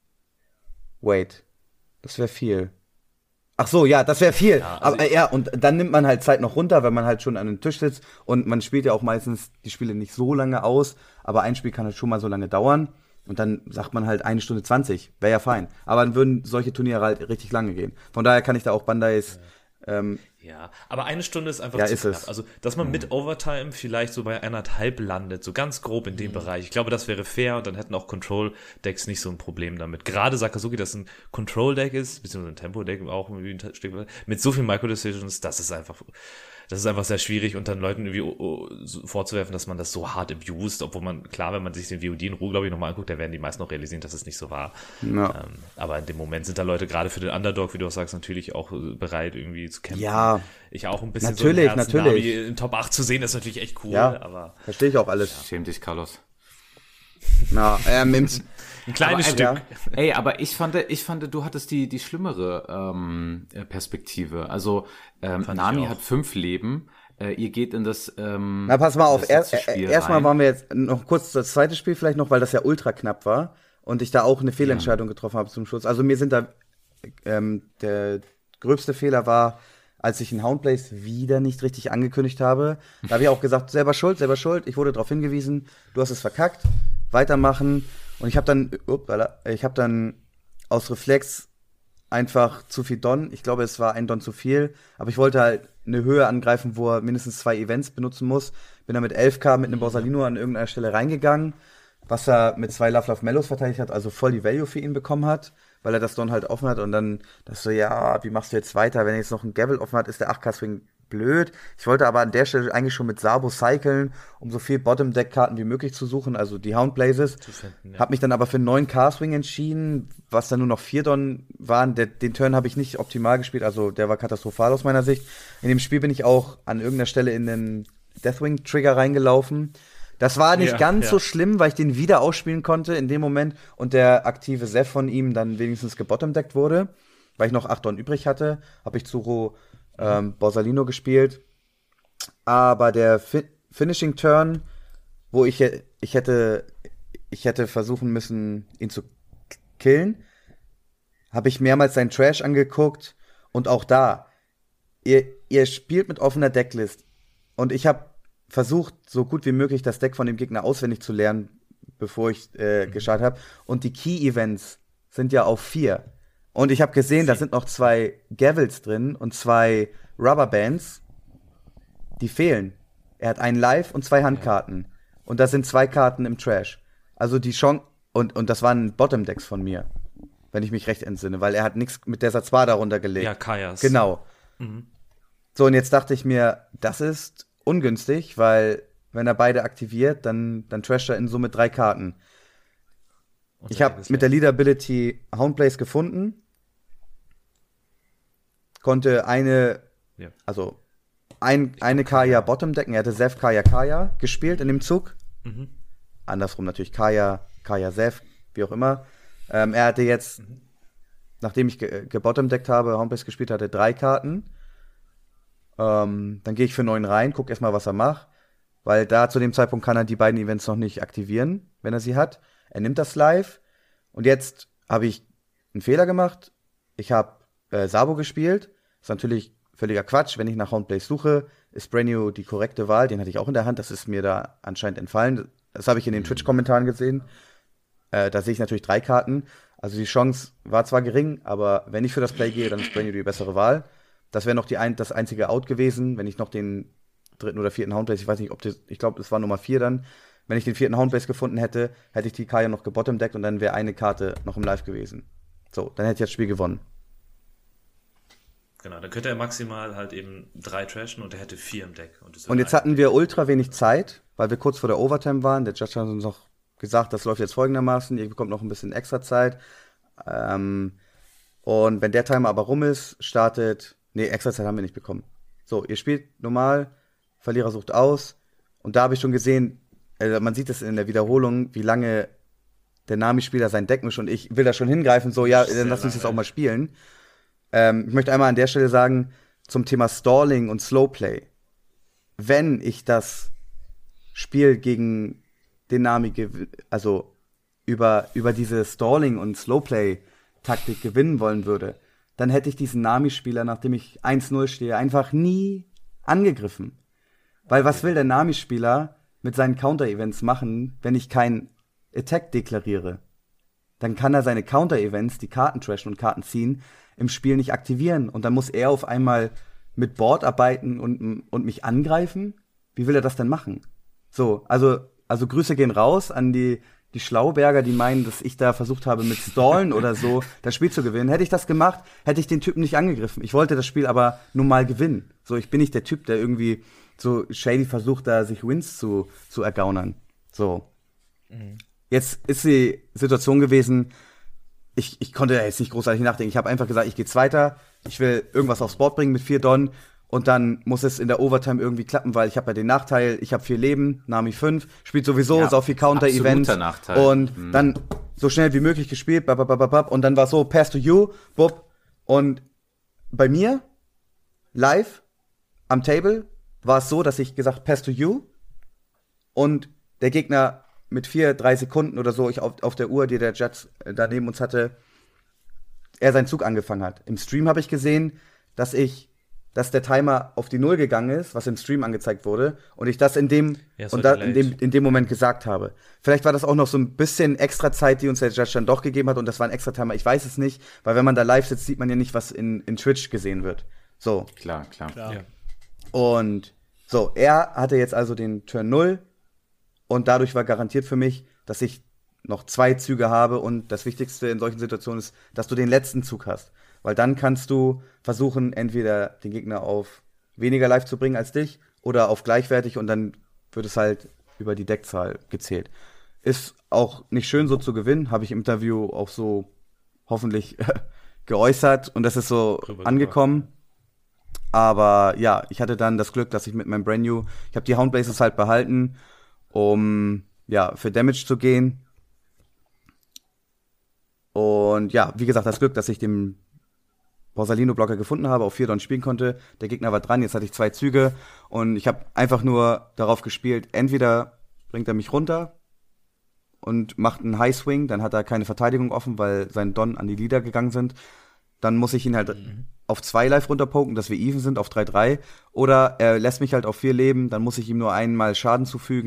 wait, das wäre viel. Ach so, ja, das wäre viel. Ja, also Aber äh, ja, und dann nimmt man halt Zeit noch runter, wenn man halt schon an den Tisch sitzt und man spielt ja auch meistens die Spiele nicht so lange aus, aber ein Spiel kann halt schon mal so lange dauern und dann sagt man halt eine Stunde zwanzig, wäre ja fein. Aber dann würden solche Turniere halt richtig lange gehen. Von daher kann ich da auch Bandais ähm, Ja, aber eine Stunde ist einfach Ja, zu ist knapp. es. Also, dass man mit Overtime vielleicht so bei anderthalb landet, so ganz grob in dem Bereich. Ich glaube, das wäre fair und dann hätten auch Control-Decks nicht so ein Problem damit. Gerade Sakazuki, das ein Control-Deck ist, beziehungsweise ein Tempo-Deck auch irgendwie ein Stück weit, mit so vielen Micro-Decisions, das ist einfach, das ist einfach sehr schwierig und dann Leuten irgendwie oh, oh, so vorzuwerfen, dass man das so hart abused, obwohl man, klar, wenn man sich den V O D in Ruhe, glaube ich, nochmal anguckt, da werden die meisten noch realisieren, dass es nicht so war. Ja. Ähm, aber in dem Moment sind da Leute gerade für den Underdog, wie du auch sagst, natürlich auch äh, bereit, irgendwie zu kämpfen. Ja. Ich auch ein bisschen Natürlich, so im Herzen, natürlich. Nami in Top acht zu sehen, ist natürlich echt cool, Ja. aber verstehe ich auch alles. Schäm dich, Carlos. Na, ähm, im, ein kleines Aber, Stück. ja. Ey, aber ich fand, ich fand, du hattest die, die schlimmere ähm, äh, Perspektive. Also ähm, Fand ich Nami auch. hat fünf Leben. Äh, ihr geht in das ähm, Na, pass mal auf. das Er, letzte er, Spiel erstmal rein. waren wir jetzt noch kurz das zweite Spiel vielleicht noch, weil das ja ultra knapp war und ich da auch eine Fehlentscheidung getroffen habe zum Schluss. Also mir sind da ähm, der gröbste Fehler war, als ich in Houndblaze wieder nicht richtig angekündigt habe. Da habe ich auch gesagt, selber schuld, selber schuld. Ich wurde darauf hingewiesen, du hast es verkackt, weitermachen. Und ich habe dann, upala, ich habe dann aus Reflex einfach zu viel Don. Ich glaube, es war ein Don zu viel. Aber ich wollte halt eine Höhe angreifen, wo er mindestens zwei Events benutzen muss. Bin dann mit elf K mit einem Borsalino an irgendeiner Stelle reingegangen, was er mit zwei Love Love Mellows verteidigt hat, also voll die Value für ihn bekommen hat, weil er das Don halt offen hat. Und dann das so, ja, wie machst du jetzt weiter? Wenn er jetzt noch ein Gavel offen hat, ist der acht K Swing blöd. Ich wollte aber an der Stelle eigentlich schon mit Sabo cyclen, um so viel Bottom-Deck-Karten wie möglich zu suchen, also die Houndblazes. finden, ja. Hab mich dann aber für einen neun K Swing entschieden, was dann nur noch vier Don waren. Der, den Turn habe ich nicht optimal gespielt, also der war katastrophal aus meiner Sicht. In dem Spiel bin ich auch an irgendeiner Stelle in den Deathwing-Trigger reingelaufen. Das war nicht Ja, ganz ja. so schlimm, weil ich den wieder ausspielen konnte in dem Moment und der aktive Seth von ihm dann wenigstens gebottomdeckt wurde, weil ich noch acht Don übrig hatte, habe ich Zuro ähm, Borsalino gespielt. Aber der Fi- Finishing Turn, wo ich, he- ich hätte ich hätte versuchen müssen, ihn zu k- killen, habe ich mehrmals seinen Trash angeguckt und auch da, ihr, ihr spielt mit offener Decklist und ich habe versucht, so gut wie möglich das Deck von dem Gegner auswendig zu lernen, bevor ich äh, geschaut habe. Und die Key-Events sind ja auf vier. Und ich habe gesehen, da sind noch zwei Gavels drin und zwei Rubberbands, die fehlen. Er hat einen Live und zwei Handkarten. Ja. Und da sind zwei Karten im Trash. Also die Chance, und, und das waren Bottom-Decks von mir, wenn ich mich recht entsinne, weil er hat nichts mit der Satzbar darunter gelegt. Ja, Kajas. Genau. Mhm. So, und jetzt dachte ich mir, das ist ungünstig, weil wenn er beide aktiviert, dann, dann trasht er in Summe drei Karten. Und ich habe mit der Leadability Houndblaze gefunden, konnte eine, ja. also ein, eine Kaya Bottom decken, er hatte Zev Kaya Kaya gespielt in dem Zug. Mhm. Andersrum natürlich Kaya, Kaya Zev, wie auch immer. Ähm, er hatte jetzt, mhm. nachdem ich ge- gebottom-deckt habe, Houndblaze gespielt hatte, drei Karten. Ähm, dann gehe ich für neun rein, guck erstmal, was er macht. Weil da zu dem Zeitpunkt kann er die beiden Events noch nicht aktivieren, wenn er sie hat. Er nimmt das live. Und jetzt habe ich einen Fehler gemacht. Ich habe äh, Sabo gespielt. Ist natürlich völliger Quatsch. Wenn ich nach Houndblaze suche, ist Brainio die korrekte Wahl. Den hatte ich auch in der Hand. Das ist mir da anscheinend entfallen. Das habe ich in den Twitch-Kommentaren gesehen. Äh, da sehe ich natürlich drei Karten. Also die Chance war zwar gering, aber wenn ich für das Play gehe, dann ist Brainio die bessere Wahl. Das wäre noch die ein, das einzige Out gewesen, wenn ich noch den dritten oder vierten Houndblaze, ich weiß nicht, ob das, ich glaube, es war Nummer vier dann. Wenn ich den vierten Houndblaze gefunden hätte, hätte ich die Kaya noch gebottom-deckt und dann wäre eine Karte noch im Live gewesen. So, dann hätte ich das Spiel gewonnen. Genau, dann könnte er maximal halt eben drei trashen und er hätte vier im Deck. Und, das und jetzt hatten wir ultra wenig Zeit, weil wir kurz vor der Overtime waren. Der Judge hat uns noch gesagt, das läuft jetzt folgendermaßen, ihr bekommt noch ein bisschen extra Zeit. Ähm, und wenn der Timer aber rum ist, startet, nee, extra Zeit haben wir nicht bekommen. So, ihr spielt normal, Verlierer sucht aus. Und da habe ich schon gesehen, äh, man sieht es in der Wiederholung, wie lange der Nami-Spieler sein Deck mischt. Und ich will da schon hingreifen, so, ja, dann lass uns jetzt auch mal spielen. Ähm, ich möchte einmal an der Stelle sagen, zum Thema Stalling und Slowplay. Wenn ich das Spiel gegen den Nami, gew- also über, über diese Stalling- und Slowplay-Taktik gewinnen wollen würde, dann hätte ich diesen Nami-Spieler, nachdem ich eins null stehe, einfach nie angegriffen. Weil was will der Nami-Spieler mit seinen Counter-Events machen, wenn ich kein Attack deklariere? Dann kann er seine Counter-Events, die Karten trashen und Karten ziehen, im Spiel nicht aktivieren. Und dann muss er auf einmal mit Board arbeiten und, und mich angreifen? Wie will er das denn machen? So, also, also Grüße gehen raus an die, die Schlauberger, die meinen, dass ich da versucht habe, mit Stallen oder so das Spiel zu gewinnen. Hätte ich das gemacht, hätte ich den Typen nicht angegriffen. Ich wollte das Spiel aber nun mal gewinnen. So, ich bin nicht der Typ, der irgendwie so shady versucht, da sich Wins zu, zu ergaunern. So. Mhm. Jetzt ist die Situation gewesen, ich, ich konnte jetzt nicht großartig nachdenken. Ich habe einfach gesagt, ich gehe weiter, ich will irgendwas aufs Board bringen mit vier Don und dann muss es in der Overtime irgendwie klappen, weil ich habe ja den Nachteil, ich habe vier Leben, Nami fünf, spielt sowieso ja, so viel Counter-Events und mhm. dann so schnell wie möglich gespielt, bababababab, und dann war so, Pass to you, bub, und bei mir, live, am Table, war es so, dass ich gesagt, Pass to you, und der Gegner mit vier, drei Sekunden oder so, ich auf, auf der Uhr, die der Judge da neben uns hatte, er seinen Zug angefangen hat. Im Stream habe ich gesehen, dass ich, dass der Timer auf die Null gegangen ist, was im Stream angezeigt wurde, und ich das in dem, ja, und da, in dem, in dem Moment gesagt habe. Vielleicht war das auch noch so ein bisschen extra Zeit, die uns der Judge dann doch gegeben hat, und das war ein extra Timer, ich weiß es nicht, weil wenn man da live sitzt, sieht man ja nicht, was in, in Twitch gesehen wird. So. Klar, klar. klar. Ja. Und so, er hatte jetzt also den Turn null, und dadurch war garantiert für mich, dass ich noch zwei Züge habe, und das Wichtigste in solchen Situationen ist, dass du den letzten Zug hast. Weil dann kannst du versuchen, entweder den Gegner auf weniger Life zu bringen als dich oder auf gleichwertig, und dann wird es halt über die Deckzahl gezählt. Ist auch nicht schön, so zu gewinnen, habe ich im Interview auch so hoffentlich geäußert, und das ist so Drüber angekommen. Aber ja, ich hatte dann das Glück, dass ich mit meinem Brand New, ich habe die Houndblazes halt behalten, um ja für Damage zu gehen. Und ja, wie gesagt, das Glück, dass ich den Borsalino-Blocker gefunden habe, auf vier Don spielen konnte. Der Gegner war dran, jetzt hatte ich zwei Züge, und ich habe einfach nur darauf gespielt, entweder bringt er mich runter und macht einen High Swing, dann hat er keine Verteidigung offen, weil sein Don an die Leader gegangen sind. Dann muss ich ihn halt mhm. auf zwei Live runterpoken, dass wir even sind, auf drei drei. Oder er lässt mich halt auf vier leben, dann muss ich ihm nur einmal Schaden zufügen,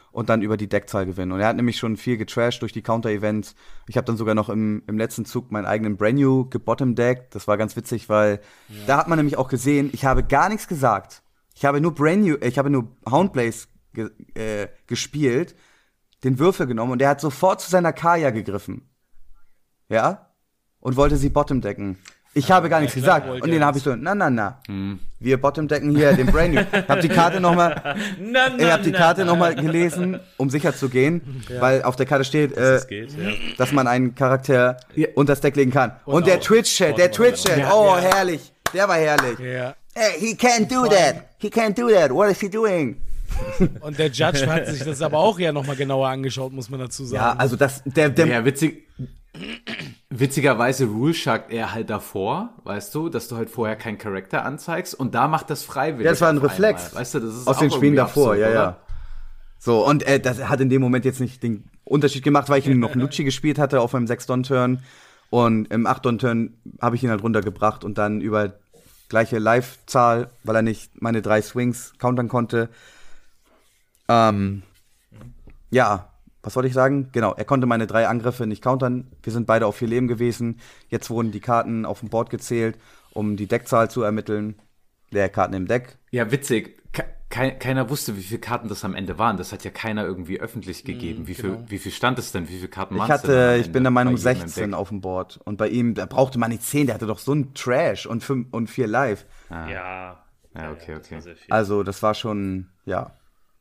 und dann über die Deckzahl gewinnen. Und er hat nämlich schon viel getrashed durch die Counter-Events. Ich habe dann sogar noch im, im letzten Zug meinen eigenen Brand New gebottom-deckt. Das war ganz witzig, weil ja. da hat man nämlich auch gesehen, ich habe gar nichts gesagt. Ich habe nur Brand New, ich habe nur Houndblaze ge, äh, gespielt, den Würfel genommen und er hat sofort zu seiner Kaya gegriffen. Ja? Und wollte sie bottom decken. Ich ja, habe gar nichts gesagt. Und den habe ich so, na, na, na. Hm. Wir bottom decken hier den Brand New. Ich habe die Karte nochmal, ich habe die Karte nochmal gelesen, um sicher zu gehen, ja. weil auf der Karte steht, äh, das geht, ja. dass man einen Charakter ja. unter das Deck legen kann. Und, und der Twitch-Chat, der Twitch-Chat, ja, oh, ja. herrlich. Der war herrlich. Ja. Hey, he can't do that. He can't do that. What is he doing? Und der Judge hat sich das aber auch ja nochmal genauer angeschaut, muss man dazu sagen. Ja, also das, der, der ja, witzig. Witzigerweise ruleshuckt er halt davor, weißt du, dass du halt vorher keinen Charakter anzeigst und da macht das freiwillig. Ja, das war ein Reflex. Einmal. Weißt du, das ist aus auch den Spielen davor, absurd, ja, oder? ja. So, und äh, das hat in dem Moment jetzt nicht den Unterschied gemacht, weil ich ihn noch Lucci gespielt hatte auf meinem sechs-Don-Turn und im acht-Don-Turn habe ich ihn halt runtergebracht und dann über gleiche Live-Zahl, weil er nicht meine drei Swings countern konnte. Ähm, ja, was wollte ich sagen? Genau, er konnte meine drei Angriffe nicht countern. Wir sind beide auf vier Leben gewesen. Jetzt wurden die Karten auf dem Board gezählt, um die Deckzahl zu ermitteln. Leere Karten im Deck. Ja, witzig. Ke- keiner wusste, wie viele Karten das am Ende waren. Das hat ja keiner irgendwie öffentlich gegeben. Mm, wie viel, genau. wie viel stand es denn? Wie viele Karten waren es denn? Ich hatte, ich bin der Meinung sechzehn auf dem Board. Und bei ihm, da brauchte man nicht zehn. Der hatte doch so einen Trash und fünf und vier Live. Ah. Ja. Ja, okay, okay. Das also, das war schon, ja.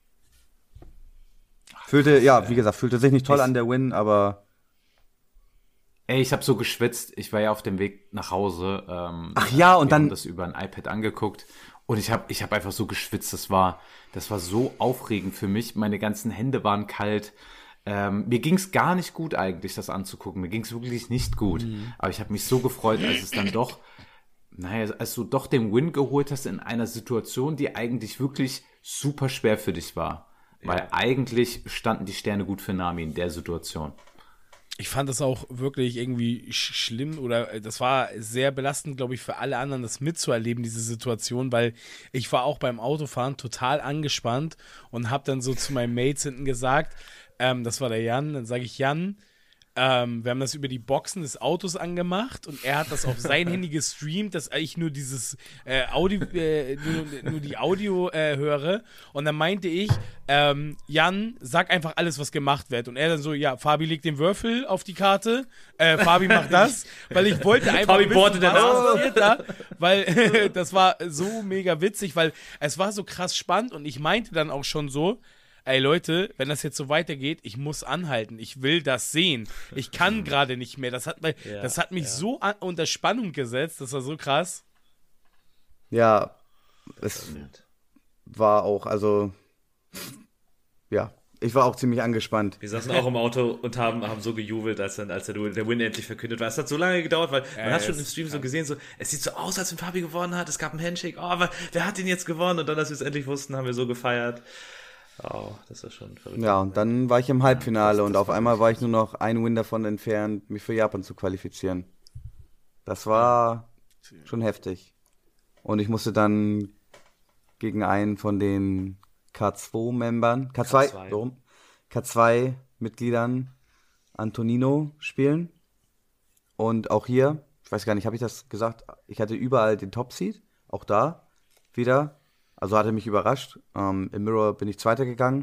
Fühlte, ja, wie gesagt, fühlte sich nicht toll ich, an der Win, aber ey, ich habe so geschwitzt. Ich war ja auf dem Weg nach Hause. Ähm, Ach ja, und wir dann haben das über ein iPad angeguckt und ich habe ich hab einfach so geschwitzt. Das war, das war so aufregend für mich. Meine ganzen Hände waren kalt. Ähm, mir ging's gar nicht gut eigentlich, das anzugucken. Mir ging's wirklich nicht gut. Mhm. Aber ich habe mich so gefreut, als es dann doch, naja, als du doch den Win geholt hast in einer Situation, die eigentlich wirklich super schwer für dich war. Weil ja. eigentlich standen die Sterne gut für Nami in der Situation. Ich fand das auch wirklich irgendwie sch- schlimm oder das war sehr belastend, glaube ich, für alle anderen, das mitzuerleben, diese Situation, weil ich war auch beim Autofahren total angespannt und habe dann so zu meinem Mates hinten gesagt, ähm, das war der Jan, dann sage ich, Jan, Ähm, wir haben das über die Boxen des Autos angemacht und er hat das auf sein Handy gestreamt, dass ich nur dieses äh, Audio, äh, nur, nur die Audio äh, höre. Und dann meinte ich, ähm, Jan, sag einfach alles, was gemacht wird. Und er dann so, ja, Fabi legt den Würfel auf die Karte, äh, Fabi macht das, weil ich wollte einfach Fabi wissen, was passiert da, weil äh, das war so mega witzig, weil es war so krass spannend und ich meinte dann auch schon so, ey Leute, wenn das jetzt so weitergeht, ich muss anhalten, ich will das sehen. Ich kann gerade nicht mehr. Das hat, mich, ja, das hat mich ja. so an, unter Spannung gesetzt, das war so krass. Ja, es war auch, also, ja, ich war auch ziemlich angespannt. Wir saßen auch im Auto und haben, haben so gejubelt, als dann, als der, der Win endlich verkündet war. Es hat so lange gedauert, weil ja, man hat schon im Stream so gesehen, so, es sieht so aus, als wenn Fabi gewonnen hat, es gab einen Handshake, oh, aber wer hat den jetzt gewonnen? Und dann, als wir es endlich wussten, haben wir so gefeiert. Oh, das ist schon verrückt. Ja, und dann war ich im Halbfinale ja, das, das und auf einmal war ich nur noch ein Win davon entfernt, mich für Japan zu qualifizieren. Das war schon heftig. Und ich musste dann gegen einen von den K zwei Membern, K zwei, so, K zwei Mitgliedern Antonino spielen. Und auch hier, ich weiß gar nicht, habe ich das gesagt? Ich hatte überall den Top-Seed, auch da wieder. Also hat er mich überrascht. Ähm, Im Mirror bin ich Zweiter gegangen.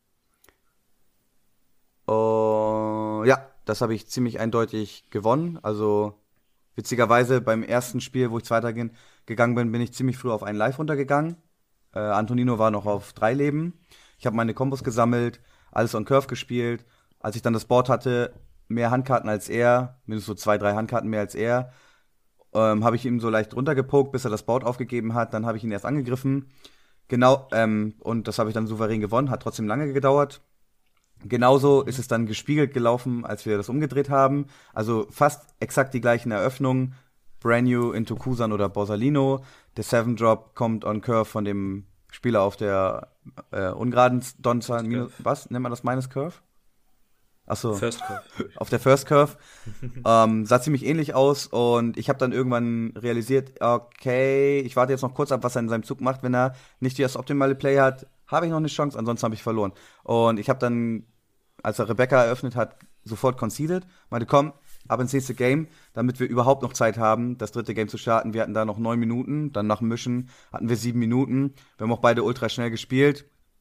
Uh, ja, das habe ich ziemlich eindeutig gewonnen. Also witzigerweise beim ersten Spiel, wo ich Zweiter ge- gegangen bin, bin ich ziemlich früh auf einen Live runtergegangen. Äh, Antonino war noch auf drei Leben. Ich habe meine Kombos gesammelt, alles on Curve gespielt. Als ich dann das Board hatte, mehr Handkarten als er, mindestens so zwei, drei Handkarten mehr als er, Ähm, habe ich ihn so leicht runtergepokt, bis er das Board aufgegeben hat. Dann habe ich ihn erst angegriffen. Genau, ähm, und das habe ich dann souverän gewonnen. Hat trotzdem lange gedauert. Genauso ist es dann gespiegelt gelaufen, als wir das umgedreht haben. Also fast exakt die gleichen Eröffnungen. Brand New into Kusan oder Borsalino. Der Seven Drop kommt on Curve von dem Spieler auf der äh, ungeraden Donzahl. Minus, was? Nennt man das Minus Curve? Achso, First Curve. Auf der First Curve. ähm, sah ziemlich ähnlich aus und ich habe dann irgendwann realisiert, okay, ich warte jetzt noch kurz ab, was er in seinem Zug macht. Wenn er nicht das optimale Play hat, habe ich noch eine Chance, ansonsten habe ich verloren. Und ich habe dann, als er Rebecca eröffnet hat, sofort conceded, meinte, komm, ab ins nächste Game, damit wir überhaupt noch Zeit haben, das dritte Game zu starten. Wir hatten da noch neun Minuten, dann nach dem Mischen hatten wir sieben Minuten. Wir haben auch beide ultra schnell gespielt.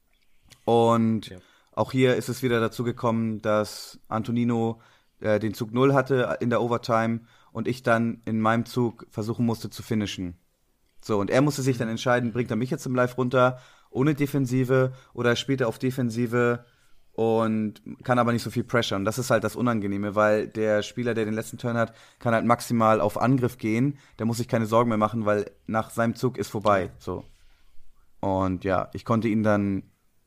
Und ja. auch hier ist es wieder dazu gekommen, dass Antonino äh, den Zug null hatte in der Overtime und ich dann in meinem Zug versuchen musste zu finishen. So, und er musste sich dann entscheiden, bringt er mich jetzt im Live runter, ohne Defensive, oder spielt er auf Defensive und kann aber nicht so viel Pressure. Und das ist halt das Unangenehme, weil der Spieler, der den letzten Turn hat, kann halt maximal auf Angriff gehen. Der muss sich keine Sorgen mehr machen, weil nach seinem Zug ist vorbei. So. Und ja, ich konnte ihn dann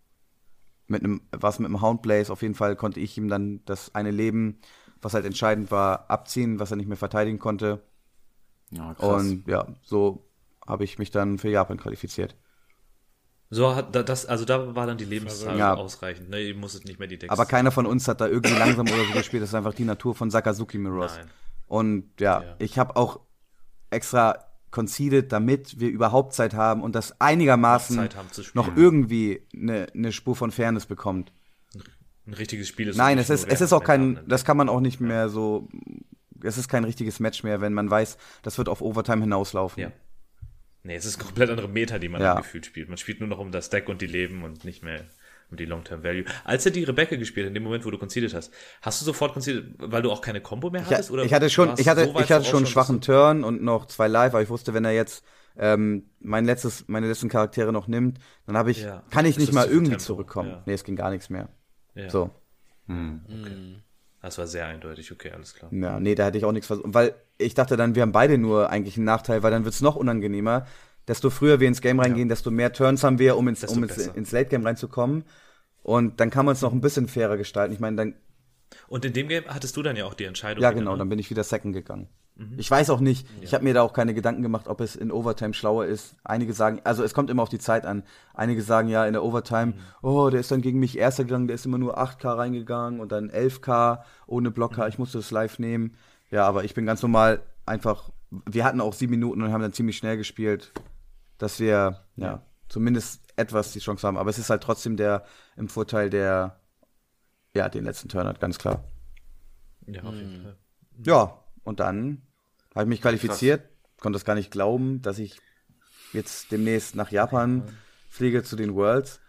mit einem, was mit einem Houndblaze, auf jeden Fall konnte ich ihm dann das eine Leben, was halt entscheidend war, abziehen, was er nicht mehr verteidigen konnte. Ja, krass. Und ja, so habe ich mich dann für Japan qualifiziert. So hat das, also da war dann die Lebenszahl ja. ausreichend, ne? Ihr musstet nicht mehr die Decks. Aber keiner von uns hat da irgendwie langsam oder so gespielt. Das ist einfach die Natur von Sakazuki Mirrors. Nein. Und ja, ja. ich habe auch extra conceded, damit wir überhaupt Zeit haben und das einigermaßen Zeit haben zu noch irgendwie eine ne Spur von Fairness bekommt. Ein richtiges Spiel ist. Nein, es ist, es ist auch kein, das kann man auch nicht mehr so, es ist kein richtiges Match mehr, wenn man weiß, das wird auf Overtime hinauslaufen. Ja. Nee, es ist komplett andere Meta, die man ja. dann gefühlt spielt. Man spielt nur noch um das Deck und die Leben und nicht mehr um die Long-Term-Value. Als er die Rebecca gespielt hat, in dem Moment, wo du conceded hast, hast du sofort conceded, weil du auch keine Combo mehr hattest? Ich, oder ich hatte schon, ich hatte, so ich hatte schon einen schwachen Turn und noch zwei Live, aber ich wusste, wenn er jetzt ähm, mein letztes, meine letzten Charaktere noch nimmt, dann habe ich, ja. kann ich nicht mal irgendwie Tempo. zurückkommen. Ja. Nee, es ging gar nichts mehr. Ja. So. Hm. Okay. Das war sehr eindeutig, okay, alles klar. Ja, nee, da hätte ich auch nichts versucht, weil ich dachte dann, wir haben beide nur eigentlich einen Nachteil, weil dann wird's noch unangenehmer. Desto früher wir ins Game reingehen, ja. desto mehr Turns haben wir, um ins, um ins, ins Late-Game reinzukommen. Und dann kann man es noch ein bisschen fairer gestalten. Ich meine, dann. Und in dem Game hattest du dann ja auch die Entscheidung. Ja, genau, dann bin ich wieder Second gegangen. Mhm. Ich weiß auch nicht, ja. ich habe mir da auch keine Gedanken gemacht, ob es in Overtime schlauer ist. Einige sagen, also es kommt immer auf die Zeit an. Einige sagen ja in der Overtime, mhm. oh, der ist dann gegen mich Erster gegangen, der ist immer nur acht K reingegangen und dann elf K ohne Blocker. Mhm. Ich musste das live nehmen. Ja, aber ich bin ganz normal einfach, wir hatten auch sieben Minuten und haben dann ziemlich schnell gespielt, dass wir ja, ja zumindest etwas die Chance haben. Aber es ist halt trotzdem der im Vorteil, der ja den letzten Turn hat, ganz klar. Ja, auf jeden Fall. Ja, und dann habe ich mich qualifiziert, Krass. konnte es gar nicht glauben, dass ich jetzt demnächst nach Japan ja. fliege zu den Worlds.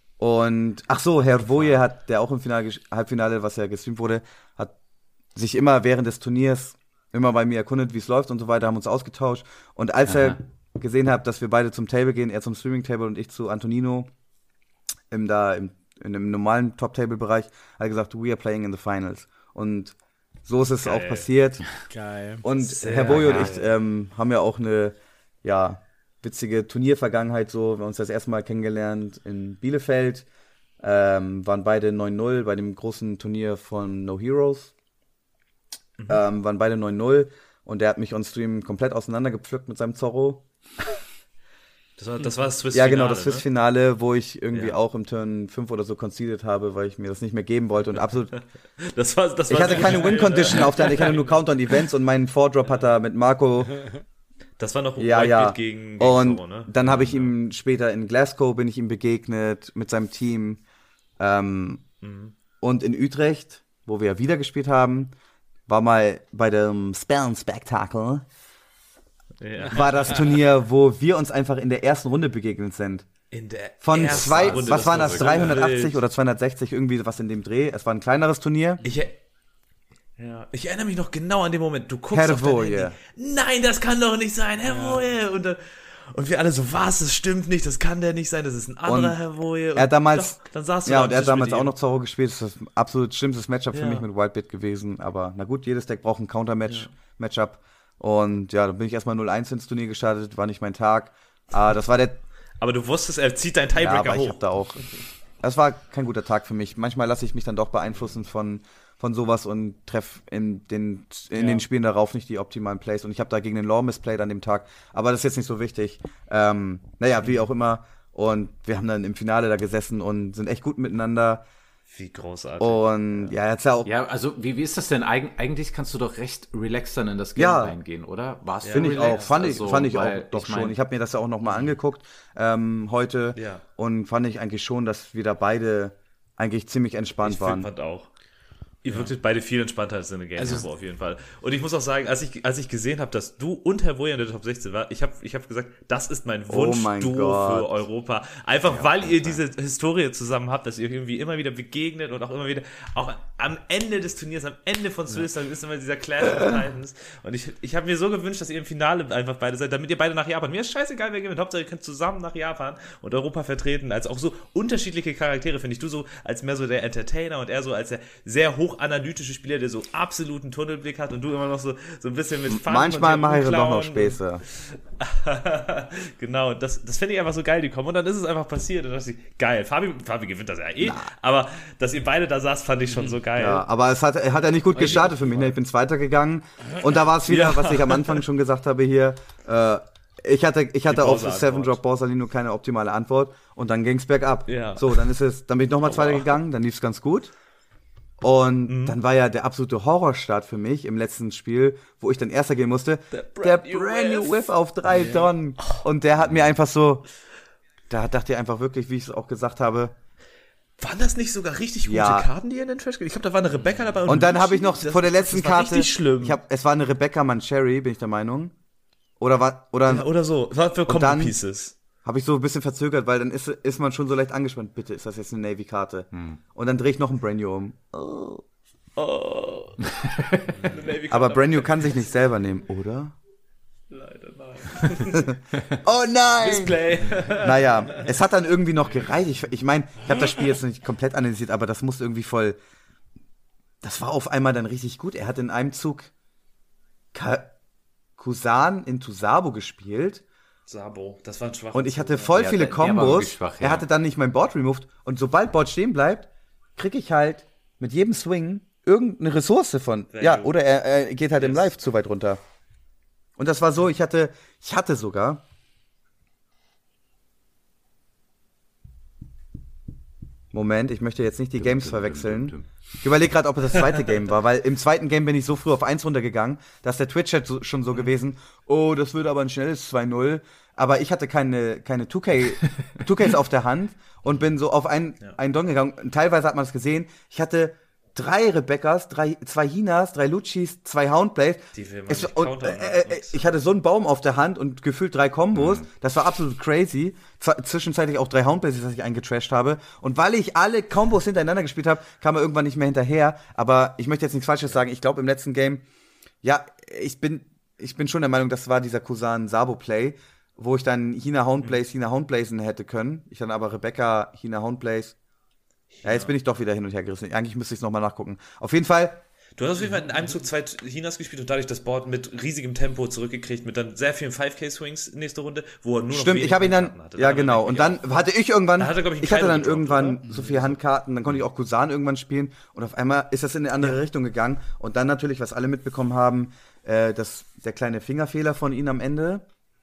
Und ach so, Herr Woje hat, der auch im Finale, Halbfinale, was ja gestreamt wurde, hat sich immer während des Turniers immer bei mir erkundet, wie es läuft und so weiter, haben uns ausgetauscht. Und als Aha. er gesehen habe, dass wir beide zum Table gehen, er zum Streaming-Table und ich zu Antonino im da im, in einem normalen Top-Table-Bereich, hat er gesagt, we are playing in the finals. Und so ist es geil. auch passiert. Geil. Und Sehr Herr Bojo und ich ähm, haben ja auch eine ja, witzige Turniervergangenheit so. Wir haben uns das erste Mal kennengelernt in Bielefeld, ähm, waren beide neun null bei dem großen Turnier von No Heroes. Mhm. Ähm, waren beide neun null und der hat mich on Stream komplett auseinandergepflückt mit seinem Zorro. Das war das, war das Swiss-Finale, Ja, genau, das Swiss-Finale, ne? Wo ich irgendwie ja. auch im Turn fünf oder so conceded habe, weil ich mir das nicht mehr geben wollte und absolut. das war, das ich war hatte keine Win-Condition auf der Hand, ich hatte nur Countdown-Events und meinen Four-Drop hat er mit Marco. Das war noch ja, ja. gegen, gegen und Zorro, ne? Dann habe ich ihm später in Glasgow bin ich ihm begegnet mit seinem Team ähm, mhm. und in Utrecht, wo wir ja wieder gespielt haben, war mal bei dem Spellen-Spektakel. Ja. War das Turnier, wo wir uns einfach in der ersten Runde begegnet sind. In der Von ersten zwei, Runde, was waren das, dreihundertachtzig wild. oder zweihundertsechzig, irgendwie was in dem Dreh. Es war ein kleineres Turnier. Ich, ja. ich erinnere mich noch genau an den Moment. Du guckst Herr auf dein Voje. Handy. Nein, das kann doch nicht sein, Herr ja. Voje. Und, und wir alle so, was, das stimmt nicht, das kann der nicht sein, das ist ein anderer und Herr Voje. Er hat damals, doch, dann saß du ja, da und er hat damals auch noch Zorro gespielt. Das ist das absolut schlimmstes Matchup ja. für mich mit Wildbit gewesen. Aber na gut, jedes Deck braucht ein Counter-Match, ja. Matchup. Und ja, dann bin ich erstmal null eins ins Turnier gestartet, war nicht mein Tag. Aber das war der. Aber du wusstest, er zieht deinen Tiebreaker ja, aber hoch. Ich hab da auch. Das war kein guter Tag für mich. Manchmal lasse ich mich dann doch beeinflussen von, von sowas und treffe in, den, in ja. den Spielen darauf nicht die optimalen Plays. Und ich habe da gegen den Law missplayed an dem Tag. Aber das ist jetzt nicht so wichtig. Ähm, naja, wie auch immer. Und wir haben dann im Finale da gesessen und sind echt gut miteinander Wie großartig. Und ja, jetzt ja auch. Ja, also wie, wie ist das denn? Eig eigentlich kannst du doch recht relaxed dann in das Game Ja. reingehen, oder? War's Finde ich auch, relaxed? fand ich, Also, fand ich auch weil doch ich mein, schon. Ich habe mir das ja auch nochmal angeguckt ähm, heute Ja. und fand ich eigentlich schon, dass wir da beide eigentlich ziemlich entspannt Ich waren. fand auch. Ihr wirktet beide viel entspannter als in der Game Also- Over auf jeden Fall. Und ich muss auch sagen, als ich, als ich gesehen habe, dass du und Herr Woja in der Top sechzehn war, ich habe ich hab gesagt, das ist mein Oh mein Wunsch-Duo Gott. für Europa. Einfach weil ihr diese Historie zusammen habt, dass ihr irgendwie immer wieder begegnet und auch immer wieder, auch am Ende des Turniers, am Ende von Swiss, dann ist immer dieser Clash of Titans. Und ich, ich habe mir so gewünscht, dass ihr im Finale einfach beide seid, damit ihr beide nach Japan. Mir ist scheißegal, wer gewinnt. Hauptsache, ihr könnt zusammen nach Japan und Europa vertreten, als auch so unterschiedliche Charaktere, finde ich. Du so als mehr so der Entertainer und er so als der sehr hochanalytische Spieler, der so absoluten Tunnelblick hat und du immer noch so, so ein bisschen mit Fun Manchmal und mache ich doch noch Klauen Späße. genau, das, das finde ich einfach so geil, die kommen. Und dann ist es einfach passiert. Und dann dachte ich, geil, Fabi, Fabi gewinnt das ja eh. Aber dass ihr beide da saßt, fand ich schon so geil. Ja, aber es hat, hat ja nicht gut gestartet für mich. Ne? Ich bin Zweiter gegangen und da war es wieder, Ja. was ich am Anfang schon gesagt habe hier. Äh, ich hatte, ich hatte Die auf Bowser-Antwort. Seven Drop Borsalino keine optimale Antwort und dann ging es bergab. Ja. So, dann ist es, dann bin ich nochmal Zweiter Aua. gegangen, dann lief es ganz gut. Und Mhm. dann war ja der absolute Horrorstart für mich im letzten Spiel, wo ich dann Erster gehen musste. Der Der Brand New Brand New Whiff. Whiff auf drei Tonnen. Und der hat mir einfach so, da dachte ich einfach wirklich, wie ich es auch gesagt habe. Waren das nicht sogar richtig gute Ja. Karten, die ihr in den Trash gelegt? Ich glaube, da war eine Rebecca dabei. Und dann habe ich noch das, vor der letzten das war Karte, richtig schlimm. ich hab, es war eine Rebecca Mancherry, bin ich der Meinung. Oder war, oder ja, oder so. War für Combo dann- Pieces. habe ich so ein bisschen verzögert, weil dann ist, ist man schon so leicht angespannt. Bitte, ist das jetzt eine Navy-Karte? Und dann drehe ich noch ein Brand New um. Oh. Aber Brand New kann sich nicht selber nehmen, oder? Leider nein. Oh nein! Display. Naja, es hat dann irgendwie noch gereicht. Ich, ich meine, ich habe das Spiel jetzt nicht komplett analysiert, aber das musste irgendwie voll. Das war auf einmal dann richtig gut. Er hat in einem Zug Ka Kusan in Tusabo gespielt. Sabo, das war ein schwacher Und ich hatte Zug, voll Ja, viele der- der war Kombos. wirklich schwach, ja. Er hatte dann nicht mein Board removed. Und sobald Board stehen bleibt, kriege ich halt mit jedem Swing irgendeine Ressource von. Value. Ja, oder er, er geht halt im Yes. Live zu weit runter. Und das war so, ich hatte, ich hatte sogar. Moment, ich möchte jetzt nicht die Games verwechseln. Ich überlege gerade, ob es das zweite Game war, weil im zweiten Game bin ich so früh auf eins runtergegangen, dass der Twitch-Chat so, schon so gewesen, oh, das wird aber ein schnelles zwei null. Aber ich hatte keine, keine zwei K, zwei Ks auf der Hand und bin so auf einen, einen Don gegangen. Und teilweise hat man es gesehen. Ich hatte drei Rebeccas, drei, zwei Hinas, drei Luchis, zwei Houndblades. Die will man Es, nicht und, countern, äh, äh, nix. ich hatte so einen Baum auf der Hand und gefühlt drei Kombos. Das war absolut crazy. Z zwischenzeitlich auch drei Houndblades, dass ich eingetrashed habe. Und weil ich alle Kombos hintereinander gespielt habe, kam er irgendwann nicht mehr hinterher. Aber ich möchte jetzt nichts Falsches sagen. Ich glaube im letzten Game, ja, ich bin, ich bin schon der Meinung, das war dieser Kusan Sabo Play, wo ich dann Hina Houndblaze, Hina Houndblazen hätte können. Ich dann aber Rebecca, Hina Houndblaze. Ja, jetzt bin ich doch wieder hin und her gerissen. Eigentlich müsste ich es nochmal nachgucken. Auf jeden Fall, Du hast auf jeden Fall in einem Zug zwei Hinas gespielt und dadurch das Board mit riesigem Tempo zurückgekriegt, mit dann sehr vielen fünf K Swings nächste Runde, wo er nur noch stimmt, wenig ich habe ihn dann, Handkarten hatte. ja Dann genau, hat er und dann mich hatte ich irgendwann, Da hat er, glaub ich, einen ich hatte Kaido dann gedroppt, irgendwann oder? so viele Handkarten, dann konnte ich auch Kusan irgendwann spielen und auf einmal ist das in eine andere Richtung gegangen und dann natürlich, was alle mitbekommen haben, äh, das, der kleine Fingerfehler von ihm am Ende,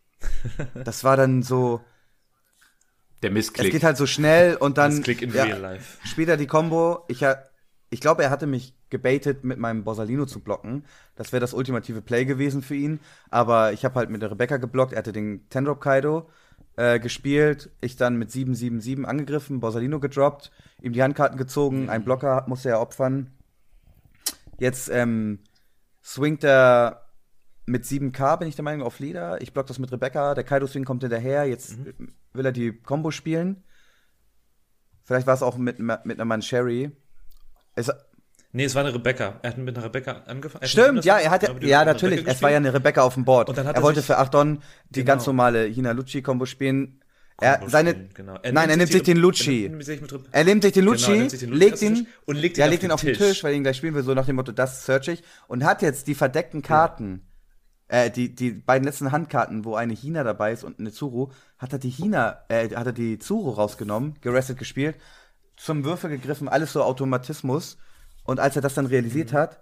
das war dann so, Der es Missklick. geht halt so schnell und dann Das Klick in ja, real life. später die Combo, ich, ha- ich glaube, er hatte mich gebaitet, mit meinem Borsalino zu blocken. Das wäre das ultimative Play gewesen für ihn. Aber ich habe halt mit der Rebecca geblockt. Er hatte den Ten-Drop Kaido äh, gespielt. Ich dann mit sieben sieben sieben angegriffen, Borsalino gedroppt, ihm die Handkarten gezogen. Ein Blocker musste er opfern. Jetzt ähm, swingt er mit sieben K, bin ich der Meinung, auf Leader. Ich block das mit Rebecca. Der Kaido-Swing kommt hinterher. Jetzt Mhm. will er die Combo spielen. Vielleicht war es auch mit, mit einer Mancherry. Es, Nee, es war eine Rebecca. Er hat mit einer Rebecca angefangen. Er hat Stimmt, mit ja, einer- er hatte, mit ja, einer natürlich, Rebecca es war ja gespielt. eine Rebecca auf dem Board. Und dann hat er er wollte sich- für acht Don die Genau. ganz normale Hina-Lucci-Kombo spielen. Er, Combo seine, spielen, genau. nein, er nimmt sich den Lucci. Er nimmt sich mit Re- Er nimmt sich den Genau, Lucci, er nimmt sich den Lucci legt auf den ihn, Tisch und legt ihn ja, auf legt ihn den auf den Tisch. Tisch, weil ihn gleich spielen will, so nach dem Motto, das search ich. Und hat jetzt die verdeckten Karten, äh, die, die beiden letzten Handkarten, wo eine Hina dabei ist und eine Zuru, hat er die Hina, äh, hat er die Zuru rausgenommen, gerestet gespielt, zum Würfel gegriffen, alles so Automatismus. Und als er das dann realisiert Mhm. hat,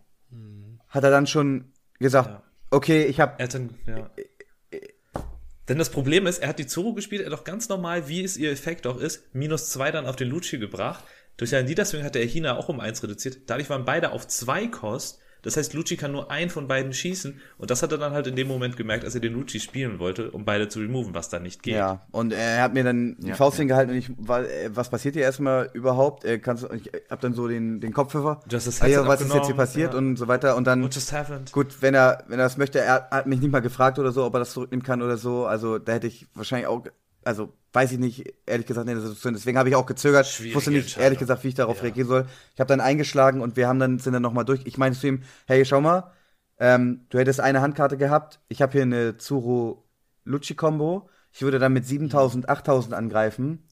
hat er dann schon gesagt, Ja. okay, ich habe Er hat dann, ja. Denn das Problem ist, er hat die Zoro gespielt, er hat doch ganz normal, wie es ihr Effekt auch ist, minus zwei dann auf den Lucci gebracht. Durch einen Niederswing hat der China auch um eins reduziert. Dadurch waren beide auf zwei Kost. Das heißt, Lucci kann nur einen von beiden schießen. Und das hat er dann halt in dem Moment gemerkt, als er den Lucci spielen wollte, um beide zu removen, was dann nicht geht. Ja, und er hat mir dann die Ja, Faust ja. hingehalten und ich, war, äh, was passiert hier erstmal überhaupt? Äh, kannst, du- ich hab dann so den, den Kopfhörer. Du hast das Ah, ja, Headset was ist jetzt hier abgenommen, passiert ja. und so weiter. Und dann, What just happened? gut, wenn er, wenn er das möchte, er hat mich nicht mal gefragt oder so, ob er das zurücknehmen kann oder so. Also da hätte ich wahrscheinlich auch, also weiß ich nicht, ehrlich gesagt, in der Situation. Deswegen habe ich auch gezögert. Ich Schwierige wusste nicht, Entscheidung. ehrlich gesagt, wie ich darauf Ja. reagieren soll. Ich habe dann eingeschlagen und wir haben dann, sind dann nochmal durch. Ich meinte zu ihm, hey, schau mal, ähm, du hättest eine Handkarte gehabt. Ich habe hier eine Zuru-Lucci-Kombo. Ich würde dann mit siebentausend, achttausend angreifen.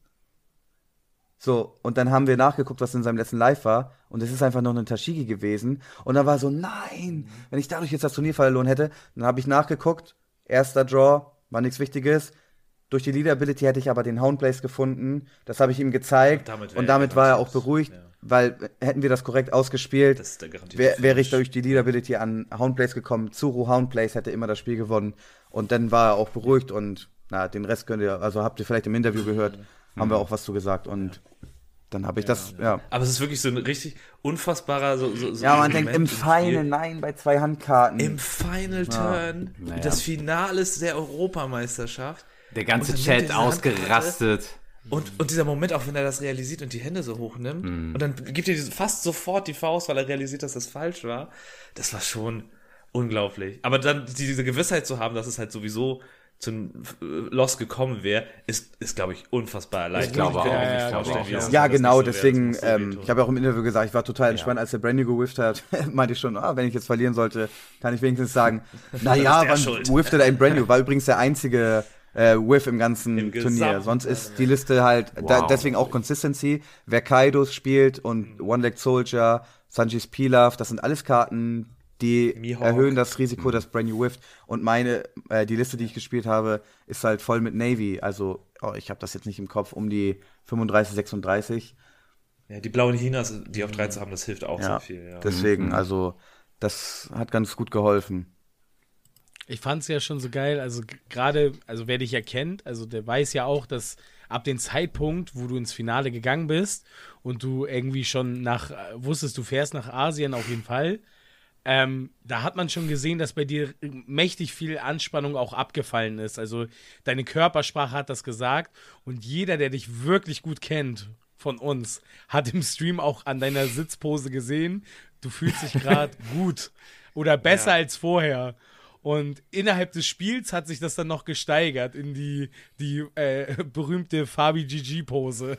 So, und dann haben wir nachgeguckt, was in seinem letzten Live war. Und es ist einfach noch eine Tashigi gewesen. Und dann war so, nein, wenn ich dadurch jetzt das Turnier verloren hätte. Dann habe ich nachgeguckt. Erster Draw, war nichts Wichtiges. Durch die Leader-Ability hätte ich aber den Houndblaze gefunden. Das habe ich ihm gezeigt. Und damit wär Und er damit war er auch garantiert, beruhigt. ja. Weil hätten wir das korrekt ausgespielt, Das ist der garantierte wär, wäre ich Finish. durch die Leader-Ability an Houndblaze gekommen. Zuru Houndblaze hätte immer das Spiel gewonnen. Und dann war er auch beruhigt. Und na, den Rest könnt ihr, also habt ihr vielleicht im Interview gehört, haben wir auch was zu gesagt. Und dann habe ich das, ja. Aber es ist wirklich so ein richtig unfassbarer so, so, so Ja, man ein denkt Moment im Spiel. Final, nein, bei zwei Handkarten. Im Final Turn, Naja. das Finale der Europameisterschaft. Der ganze Und dann nimmt Chat er diese ausgerastet. Und, und dieser Moment, auch wenn er das realisiert und die Hände so hochnimmt, Mhm. und dann gibt er diese- fast sofort die Faust, weil er realisiert, dass das falsch war. Das war schon unglaublich. Aber dann diese Gewissheit zu haben, dass es halt sowieso zum äh, Loss gekommen wäre, ist, ist glaube ich, unfassbar erleichternd. Ich glaube kann auch, mir nicht ich glaube vorstellen, auch, wie das ja. ist, Ja, wenn das genau, nicht so wäre. deswegen, Das muss so ähm, wehtun. ich habe ja auch im Interview gesagt, ich war total entspannt, als der Brand New gewifft hat, meinte ich schon, ah, wenn ich jetzt verlieren sollte, kann ich wenigstens sagen, naja, der wann schuld. whiffte da ein Brand New? War übrigens der einzige äh, Whiff im ganzen Im Turnier. gesamten Sonst ist die Liste halt, da, Wow. deswegen auch Consistency. Wer Kaidos spielt und One-Leg Soldier, Sanjis Pilaf, das sind alles Karten, die Mihawk. erhöhen das Risiko, dass Brand New whifft. Und meine, äh, die Liste, die ich gespielt habe, ist halt voll mit Navy. Also, oh, ich habe das jetzt nicht im Kopf, um die fünfunddreißig, sechsunddreißig. Ja, die blauen Chinas, die auf drei zu haben, das hilft auch Ja, sehr viel. Ja. deswegen, Mhm. also, das hat ganz gut geholfen. Ich fand's ja schon so geil, also g- gerade, also wer dich ja kennt, also der weiß ja auch, dass ab dem Zeitpunkt, wo du ins Finale gegangen bist und du irgendwie schon nach, äh, wusstest, du fährst nach Asien auf jeden Fall, ähm, da hat man schon gesehen, dass bei dir mächtig viel Anspannung auch abgefallen ist. Also deine Körpersprache hat das gesagt und jeder, der dich wirklich gut kennt von uns, hat im Stream auch an deiner Sitzpose gesehen, du fühlst dich gerade gut oder besser Ja. als vorher. Und innerhalb des Spiels hat sich das dann noch gesteigert in die, die äh, berühmte Fabi G G-Pose.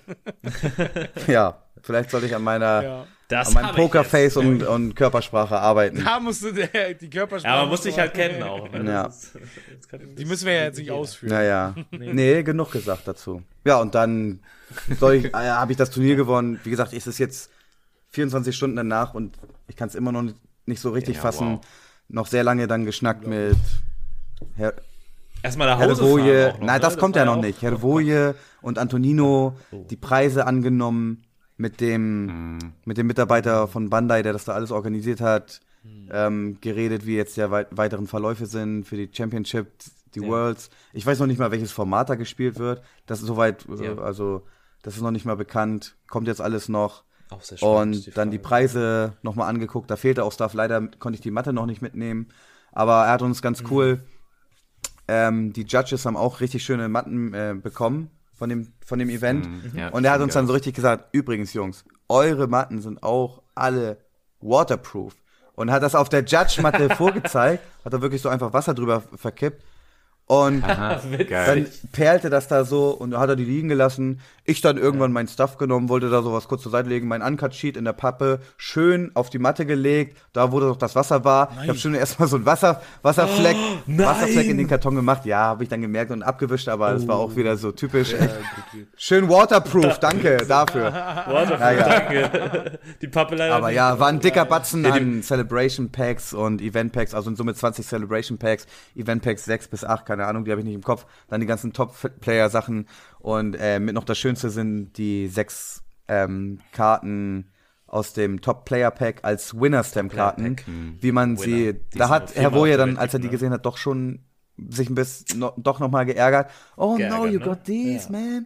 Ja, vielleicht sollte ich an meiner, Ja. Das an meinem hab ich Pokerface jetzt. und, und Körpersprache arbeiten. Da musst du der, die Körpersprache. Ja, man muss dich halt kennen auch. Ne? Ja. Das ist- das kann- Die müssen wir ja jetzt nicht ausführen. Naja, nee, genug gesagt dazu. Ja, und dann soll ich, äh, habe ich das Turnier gewonnen. Wie gesagt, es ist jetzt vierundzwanzig Stunden danach und ich kann es immer noch nicht, nicht so richtig Ja, fassen. wow. Noch sehr lange dann geschnackt mit Herr, Erstmal nach Hause Hervoje. fahren auch noch, Nein, ne? das kommt war ja noch auch- nicht. Hervoje und Antonino die Preise angenommen mit dem, mit dem Mitarbeiter von Bandai, der das da alles organisiert hat. Ähm, geredet, wie jetzt die wei weiteren Verläufe sind für die Championship, die Ja. Worlds. Ich weiß noch nicht mal, welches Format da gespielt wird. Das ist soweit, äh, Ja. also das ist noch nicht mal bekannt. Kommt jetzt alles noch. Auch sehr spannend, Und dann die Frage. Preise nochmal angeguckt. Da fehlte auch Stuff. Leider konnte ich die Matte noch nicht mitnehmen. Aber er hat uns ganz cool. Ähm, die Judges haben auch richtig schöne Matten äh, bekommen von dem, von dem Event. Mhm. Ja, Und er hat sieht uns geil dann so aus. richtig gesagt, übrigens, Jungs, eure Matten sind auch alle waterproof. Und hat das auf der Judge-Matte vorgezeigt, hat da wirklich so einfach Wasser drüber verkippt. Und Aha, dann geil. perlte das da so und hat er die liegen gelassen. Ich dann irgendwann mein Stuff genommen, wollte da sowas kurz zur Seite legen, mein Uncut-Sheet in der Pappe schön auf die Matte gelegt, da wo doch das Wasser war. Ich habe schön erstmal so einen Wasser, Wasserfleck, nein! Wasserfleck in den Karton gemacht. Ja, habe ich dann gemerkt und abgewischt, aber das war auch wieder so typisch. Schön waterproof, danke dafür. Waterproof, Ja, ja. danke. Die Pappe leider Aber nicht. ja, war ein dicker Batzen Ja, die- an Celebration Packs und Event Packs, also in Summe zwanzig Celebration Packs, Event Packs sechs bis acht, keine Ahnung, die habe ich nicht im Kopf. Dann die ganzen Top-Player-Sachen und äh, mit noch das Schönste sind die sechs ähm, Karten aus dem Top-Player-Pack als Winner-Stamp-Karten, Player-Pack. wie man Winner. sie, Die da sind hat auf Herr viermal Woje auf der dann, Welt als er die gibt, ne? gesehen hat, doch schon sich ein bisschen no, doch nochmal geärgert. Oh Geärgert, no, you ne? got these, Ja. man.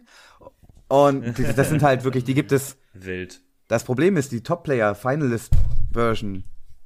Und die, das sind halt wirklich, die gibt es. Wild. Das Problem ist, die Top-Player-Finalist-Version,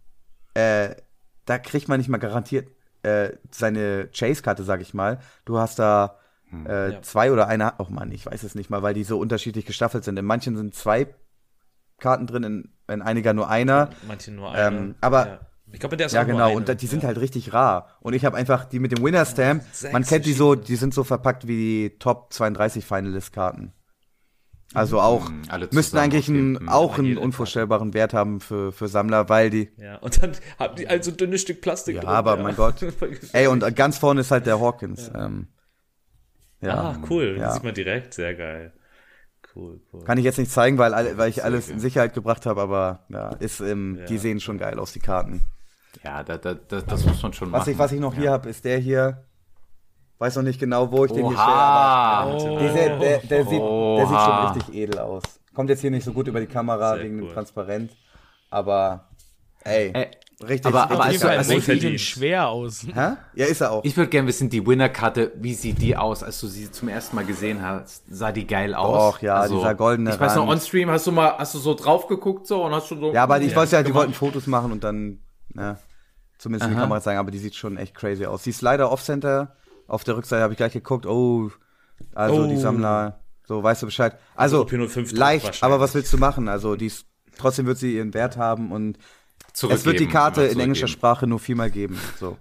äh, da kriegt man nicht mal garantiert äh, seine Chase-Karte, sag ich mal. Du hast da äh, Ja. zwei oder eine, oh Mann, ich weiß es nicht mal, weil die so unterschiedlich gestaffelt sind. In manchen sind zwei Karten drin, in, in einiger nur einer. Manche nur eine. Ähm, aber- ja. Ich glaube, der ist Ja, auch nur genau, eine. und da- die sind ja. halt richtig rar. Und ich habe einfach die mit dem Winner-Stamp, sechs man kennt die so, verschiedene. die sind so verpackt wie die Top zweiunddreißig Finalist-Karten. Also auch, Mhm, alle müssten zusammen eigentlich auf jeden einen, Fall. auch Ja, einen jede unvorstellbaren Wert haben für, für Sammler, weil die, Ja, und dann haben die also dünnes Stück Plastik ja, drin. aber mein Gott. Ey, und ganz vorne ist halt der Hawkins. Ja, ähm, ja. Ah, cool. Ja. Das sieht man direkt. Sehr geil. Cool, cool. Kann ich jetzt nicht zeigen, weil, alle, weil ich Sehr alles geil. in Sicherheit gebracht habe, aber ja, ist, ähm, Ja. die sehen schon geil aus, die Karten. Ja, da, da, da, das muss man schon Was machen. ich, was ich noch hier habe, ist der hier. Weiß noch nicht genau, wo ich den hier stelle, Oha! aber Oh. dieser, der, der, sieht, der sieht Oha. schon richtig edel aus. Kommt jetzt hier nicht so gut über die Kamera Sehr wegen dem cool. Transparent, aber ey, Ey, richtig, aber- richtig aber Auf als- jeden Fall als- sieht die denn verdient. schwer aus. Hä? Ja, ist er auch. Ich würde gerne wissen, die Winner-Karte, wie sieht die aus, als du sie zum ersten Mal gesehen hast? Sah die geil aus? Doch, ja, dieser goldene Ich weiß noch, Rand. on-stream hast du mal, hast du so drauf geguckt so und hast schon so. Ja, aber ich Ja, weiß ja, die gemacht. wollten Fotos machen und dann, ja, zumindest in die Aha. Kamera zeigen, aber die sieht schon echt crazy aus. Die ist leider Off-Center, auf der Rückseite habe ich gleich geguckt, oh, also die Oh. Sammler, so, weißt du Bescheid. Also, O P null fünf leicht, wahrscheinlich. aber was willst du machen? Also, die ist, trotzdem wird sie ihren Wert haben und es wird die Zurückgeben, Karte immer in englischer zurückgeben. Sprache nur viermal geben, so.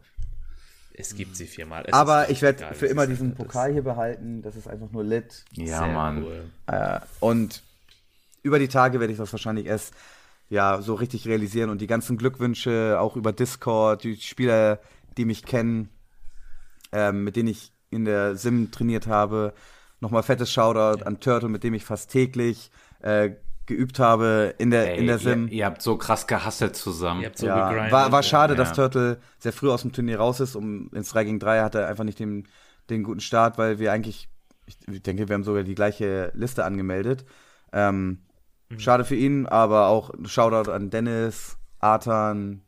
Es gibt sie viermal. Es Aber ist ich werde egal, für wie immer sie diesen ist. Pokal hier behalten, das ist einfach nur lit. Ja, Sehr Mann. Cool. Äh, und über die Tage werde ich das wahrscheinlich erst ja so richtig realisieren und die ganzen Glückwünsche auch über Discord, die Spieler, die mich kennen, ähm, mit denen ich in der Sim trainiert habe, nochmal fettes Shoutout an Turtle, mit dem ich fast täglich äh, geübt habe in der, Ey, in der Sim. Ihr, ihr habt so krass gehasselt zusammen. Ihr habt so Ja, gegrindet. war, war schade, ja. dass Turtle sehr früh aus dem Turnier raus ist. Um ins drei gegen drei hat er einfach nicht den, den guten Start, weil wir eigentlich, ich denke, wir haben sogar die gleiche Liste angemeldet. Ähm, Schade für ihn, aber auch Shoutout an Dennis, Artan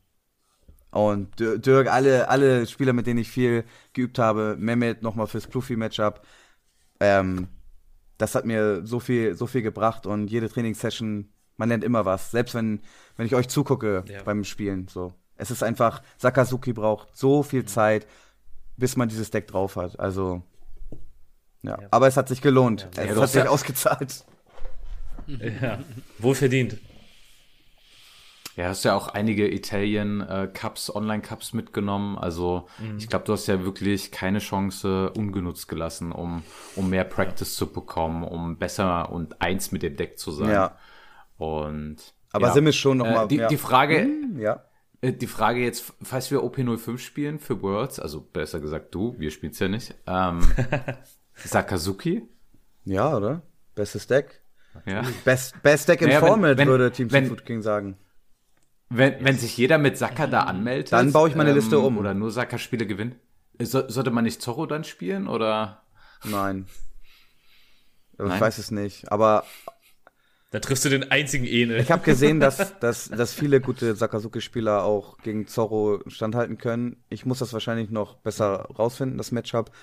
und Dir- Dirk, alle, alle Spieler, mit denen ich viel geübt habe. Mehmet nochmal fürs Pluffy-Matchup. Ähm, das hat mir so viel, so viel gebracht und jede Trainingssession, man lernt immer was. Selbst wenn, wenn ich euch zugucke Ja. beim Spielen. So. Es ist einfach, Sakazuki braucht so viel Zeit, bis man dieses Deck drauf hat. Also, ja. Ja. Aber es hat sich gelohnt. Ja, es du hat hast sich ja- ausgezahlt. Ja, wohl verdient. Ja, hast ja auch einige Italien äh, Cups, Online-Cups mitgenommen. Also ich glaube, du hast ja wirklich keine Chance ungenutzt gelassen, um, um mehr Practice zu bekommen, um besser und eins mit dem Deck zu sein. Ja. Und Aber ja. Sim ist schon noch äh, mal- die, ja. die Frage, Hm, ja. äh, die Frage jetzt, falls wir O P null fünf spielen für Worlds, also besser gesagt du, wir spielen's ja nicht. Ähm, Sakazuki, Ja, oder? Bestes Deck. ja. Best, best Deck in Naja, wenn- Format, wenn- würde Team wenn- Seafood King sagen. Wenn, wenn sich jeder mit Saka da anmeldet, Dann baue ich meine Liste um. Oder nur Saka-Spiele gewinnt. So, sollte man nicht Zorro dann spielen oder? Nein. Aber Ich Nein? weiß es nicht. Aber Da triffst du den einzigen Ene. ich habe gesehen, dass, dass, dass viele gute Sakazuki-Spieler auch gegen Zorro standhalten können. Ich muss das wahrscheinlich noch besser rausfinden, das Matchup.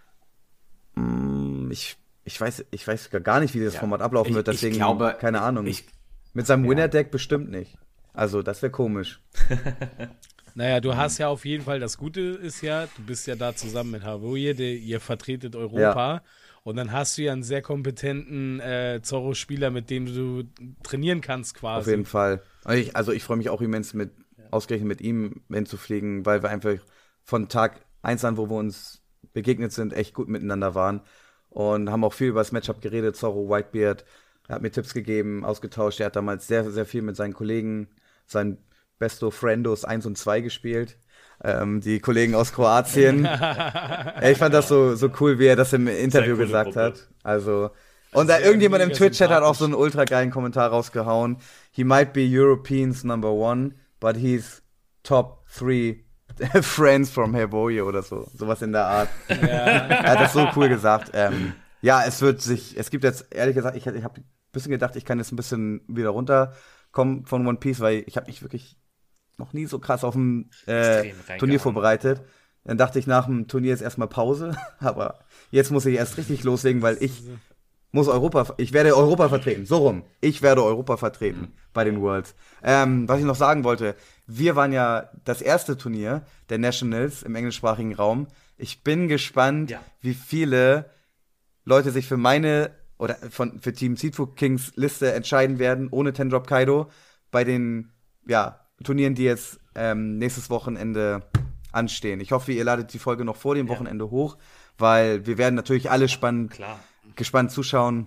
Mm, Ich, ich, weiß, ich weiß gar nicht, wie das Ja. Format ablaufen Ich- wird, ich deswegen glaube, keine Ahnung. ich- Mit seinem Winner-Deck bestimmt nicht. Also, das wäre komisch. Naja, du hast ja auf jeden Fall, das Gute ist ja, du bist ja da zusammen mit Havoye, der, ihr vertretet Europa. Und dann hast du ja einen sehr kompetenten äh, Zorro-Spieler, mit dem du trainieren kannst quasi. Auf jeden Fall. Also ich, also ich freue mich auch immens, mit, ausgerechnet mit ihm hinzufliegen, weil wir einfach von Tag eins an, wo wir uns begegnet sind, echt gut miteinander waren. Und haben auch viel über das Matchup geredet. Zorro Whitebeard, er hat mir Tipps gegeben, ausgetauscht. Er hat damals sehr, sehr viel mit seinen Kollegen, seinen Besto Friendos eins und zwei gespielt. Ähm, die Kollegen aus Kroatien. Ja, ich fand das so, so cool, wie er das im Interview coole gesagt Gruppe. hat. Also, und da Sehr irgendjemand im mega Twitch-Chat hat auch sympathisch. so einen ultra geilen Kommentar rausgehauen. He might be Europeans number one, but he's top three friends from Herboje oder so. Sowas in der Art. Ja. Er hat das so cool gesagt. Ähm, ja, es wird sich, es gibt jetzt, ehrlich gesagt, ich, ich habe ein bisschen gedacht, ich kann jetzt ein bisschen wieder runterkommen von One Piece, weil ich habe mich wirklich noch nie so krass auf ein äh, Extrem reingehauen. Turnier vorbereitet. Dann dachte ich nach dem Turnier jetzt erstmal Pause, aber jetzt muss ich erst richtig loslegen, weil ich muss Europa, ich werde Europa vertreten, so rum. Ich werde Europa vertreten mhm. bei den Worlds. Ähm, was ich noch sagen wollte, wir waren ja das erste Turnier der Nationals im englischsprachigen Raum. Ich bin gespannt, ja. wie viele Leute sich für meine oder von für Team Seedful Kings Liste entscheiden werden, ohne Ten Drop Kaido, bei den ja, Turnieren, die jetzt ähm, nächstes Wochenende anstehen. Ich hoffe, ihr ladet die Folge noch vor dem ja. Wochenende hoch, weil wir werden natürlich alle spannend, Klar. gespannt zuschauen,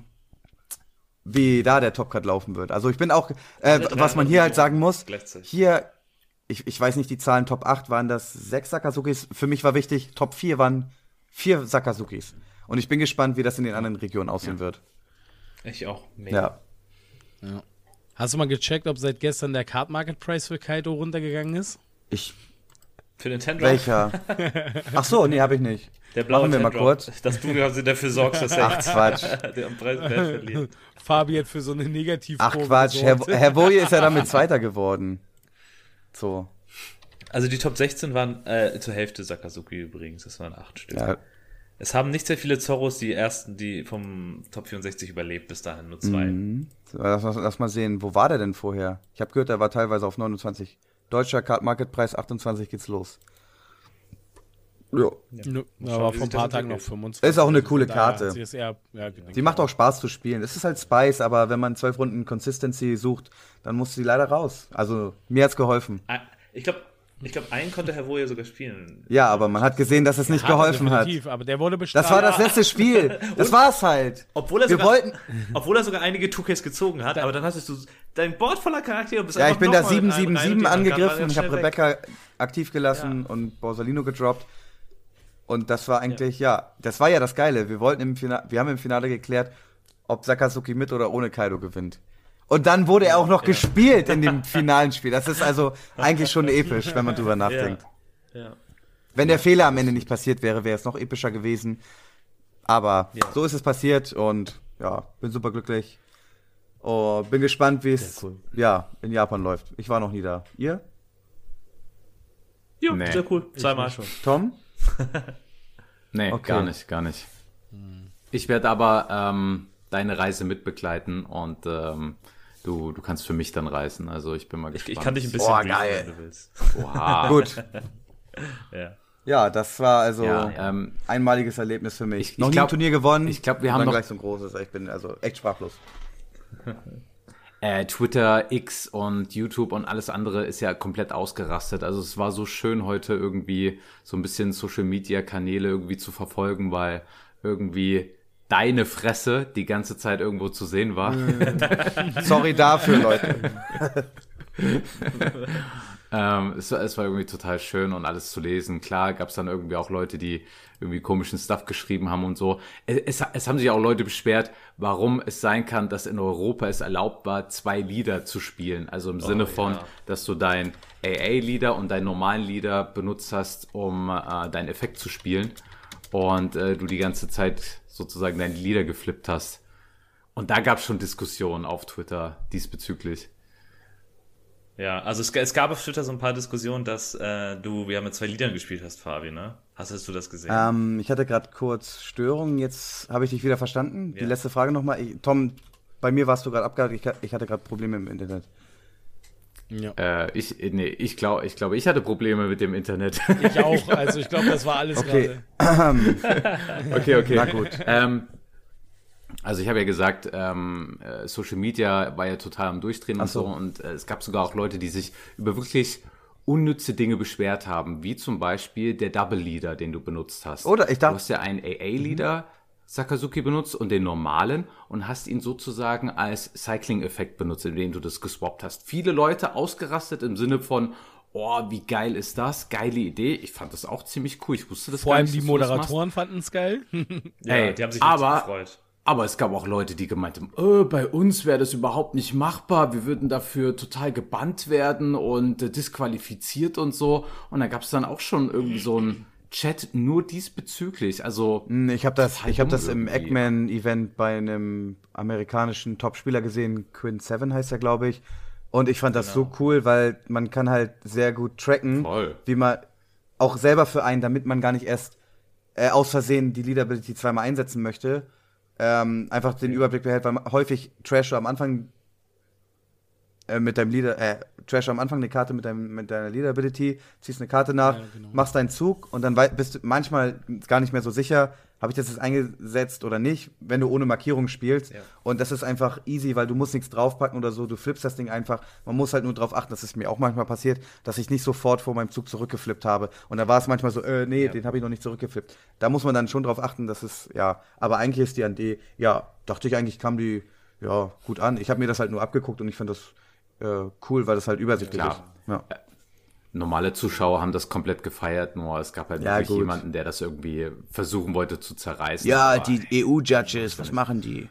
wie da der Topcut laufen wird. Also ich bin auch, äh, was man hier halt sagen muss, hier, ich, ich weiß nicht, die Zahlen Top acht waren das sechs Sakazukis. Für mich war wichtig, Top vier waren vier Sakazukis. Und ich bin gespannt, wie das in den anderen Regionen aussehen ja. wird. Ich auch. Mega. Ja. ja. Hast du mal gecheckt, ob seit gestern der Card Market Price für Kaido runtergegangen ist? Ich Für den Ten Drop? Welcher? Ach so, nee, hab ich nicht. Der blaue Machen wir mal kurz. Dass du dafür sorgst, dass er Ach, Quatsch. der am Preis Wert verliert. Fabi hat für so eine Negativkurve Ach, Quatsch. Herr, Herr Boje ist ja damit Zweiter geworden. So. Also die Top sechzehn waren äh, zur Hälfte Sakazuki übrigens. Das waren acht Stück. Ja. Es haben nicht sehr viele Zorros, die ersten, die vom Top vierundsechzig überlebt, bis dahin nur zwei. Mhm. Lass, lass, lass mal sehen, wo war der denn vorher? Ich habe gehört, der war teilweise auf neunundzwanzig. Deutscher Card Market Preis achtundzwanzig geht's los. Ja. ja. Aber vor ein paar Tagen noch fünfundzwanzig. Ist auch eine coole Karte. Eher, ja, die macht auch Spaß zu spielen. Es ist halt Spice, aber wenn man zwölf Runden Consistency sucht, dann muss sie leider raus. Also mir hat's geholfen. Ich glaube, ich glaube, einen konnte Herr Woje sogar spielen. Ja, aber man hat gesehen, dass es nicht hat geholfen hat. Aber der wurde bestraft. Das war das letzte Spiel. Das war's halt. Obwohl er, Wir sogar, wollten obwohl er sogar einige zwei Ks gezogen hat, aber dann hattest du dein Board voller Charaktere und bist ja, einfach ich bin da noch mal sieben mit einem sieben rein sieben und die angegriffen. waren Ich habe schnell Rebecca weg. aktiv gelassen Ja. und Borsalino gedroppt. Und das war eigentlich, ja. ja, das war ja das Geile. Wir wollten im Finale, wir haben im Finale geklärt, ob Sakazuki mit oder ohne Kaido gewinnt. Und dann wurde er auch noch ja. gespielt in dem finalen Spiel. Das ist also eigentlich schon episch, wenn man drüber nachdenkt. Ja. Ja. Wenn der Fehler am Ende nicht passiert wäre, wäre es noch epischer gewesen. Aber ja. so ist es passiert und ja, bin super glücklich. Oh, bin gespannt, wie es cool. ja, in Japan läuft. Ich war noch nie da. Ihr? Ja, nee. Sehr cool. Zweimal schon. Tom? Nee, okay. gar nicht, gar nicht. Ich werde aber ähm, deine Reise mitbegleiten und ähm, du, du kannst für mich dann reisen. Also ich bin mal gespannt. Ich, ich kann dich ein bisschen oh, geil. wenn du willst. Oha. Gut. ja. Ja, das war also ja, ähm, einmaliges Erlebnis für mich. Ich, noch ich nie glaub, ein Turnier gewonnen. Ich glaube, wir haben dann noch gleich so ein großes. Ich bin also echt sprachlos. äh, Twitter, X und YouTube und alles andere ist ja komplett ausgerastet. Also es war so schön heute irgendwie so ein bisschen Social Media Kanäle irgendwie zu verfolgen, weil irgendwie deine Fresse die ganze Zeit irgendwo zu sehen war. Sorry dafür, Leute. ähm, es, es war irgendwie total schön und alles zu lesen. Klar gab es dann irgendwie auch Leute, die irgendwie komischen Stuff geschrieben haben und so. Es, es, es haben sich auch Leute beschwert, warum es sein kann, dass in Europa es erlaubt war, zwei Lieder zu spielen. Also im oh, Sinne von, ja. dass du dein A A-Lieder und deinen normalen Lieder benutzt hast, um äh, deinen Effekt zu spielen. Und äh, du die ganze Zeit sozusagen deine Lieder geflippt hast. Und da gab es schon Diskussionen auf Twitter diesbezüglich. Ja, also es, es gab auf Twitter so ein paar Diskussionen, dass äh, du ja mit zwei Liedern gespielt hast, Fabi, ne? Hast, hast du das gesehen? Ähm, ich hatte gerade kurz Störungen, jetzt habe ich dich wieder verstanden. Ja. Die letzte Frage nochmal. Tom, bei mir warst du gerade abgehakt, ich, ich hatte gerade Probleme im Internet. Ja. Äh, ich nee, ich glaube, ich, glaub, ich hatte Probleme mit dem Internet. Ich auch, also ich glaube, das war alles okay. gerade. okay, okay. Na gut. Ähm, also ich habe ja gesagt, ähm, Social Media war ja total am Durchdrehen und so. so und äh, es gab sogar auch Leute, die sich über wirklich unnütze Dinge beschwert haben, wie zum Beispiel der Double Leader, den du benutzt hast. Oder ich dachte, du hast ja einen A A-Leader, mhm. Sakazuki benutzt und den normalen und hast ihn sozusagen als Cycling-Effekt benutzt, indem du das geswappt hast. Viele Leute ausgerastet im Sinne von, oh, wie geil ist das? Geile Idee. Ich fand das auch ziemlich cool. Ich wusste das Vor gar allem nicht. Die Moderatoren fanden es geil. Ja, Ey, die haben sich aber, gefreut. Aber es gab auch Leute, die gemeint haben, oh, bei uns wäre das überhaupt nicht machbar. Wir würden dafür total gebannt werden und äh, disqualifiziert und so. Und da gab es dann auch schon irgendwie so ein Chat nur diesbezüglich, also ich habe das, ich habe das im Eggman-Event bei einem amerikanischen Topspieler gesehen, Quinn Seven heißt er, glaube ich, und ich fand das genau. so cool, weil man kann halt sehr gut tracken, Voll. wie man, auch selber für einen, damit man gar nicht erst äh, aus Versehen die Leader-Ability zweimal einsetzen möchte, ähm, einfach den Überblick behält, weil häufig trash du am Anfang äh, mit deinem Leader, äh, trash du am Anfang eine Karte mit, deinem, mit deiner Leader-Ability, ziehst eine Karte nach, Ja, genau. machst deinen Zug und dann wei- bist du manchmal gar nicht mehr so sicher, habe ich das jetzt eingesetzt oder nicht, wenn du ohne Markierung spielst. Ja. Und das ist einfach easy, weil du musst nichts draufpacken oder so, du flippst das Ding einfach. Man muss halt nur drauf achten, das ist mir auch manchmal passiert, dass ich nicht sofort vor meinem Zug zurückgeflippt habe. Und da war es manchmal so, äh, nee, Ja. den habe ich noch nicht zurückgeflippt. Da muss man dann schon drauf achten, dass es, ja, aber eigentlich ist die an D, ja, dachte ich eigentlich, kam die, ja, gut an. Ich habe mir das halt nur abgeguckt und ich fand das äh, cool, weil das halt übersichtlich Ja, ist. Ja. Normale Zuschauer haben das komplett gefeiert, nur es gab halt Ja, wirklich gut. jemanden, der das irgendwie versuchen wollte zu zerreißen. Ja, Aber die E U-Judges, was machen die?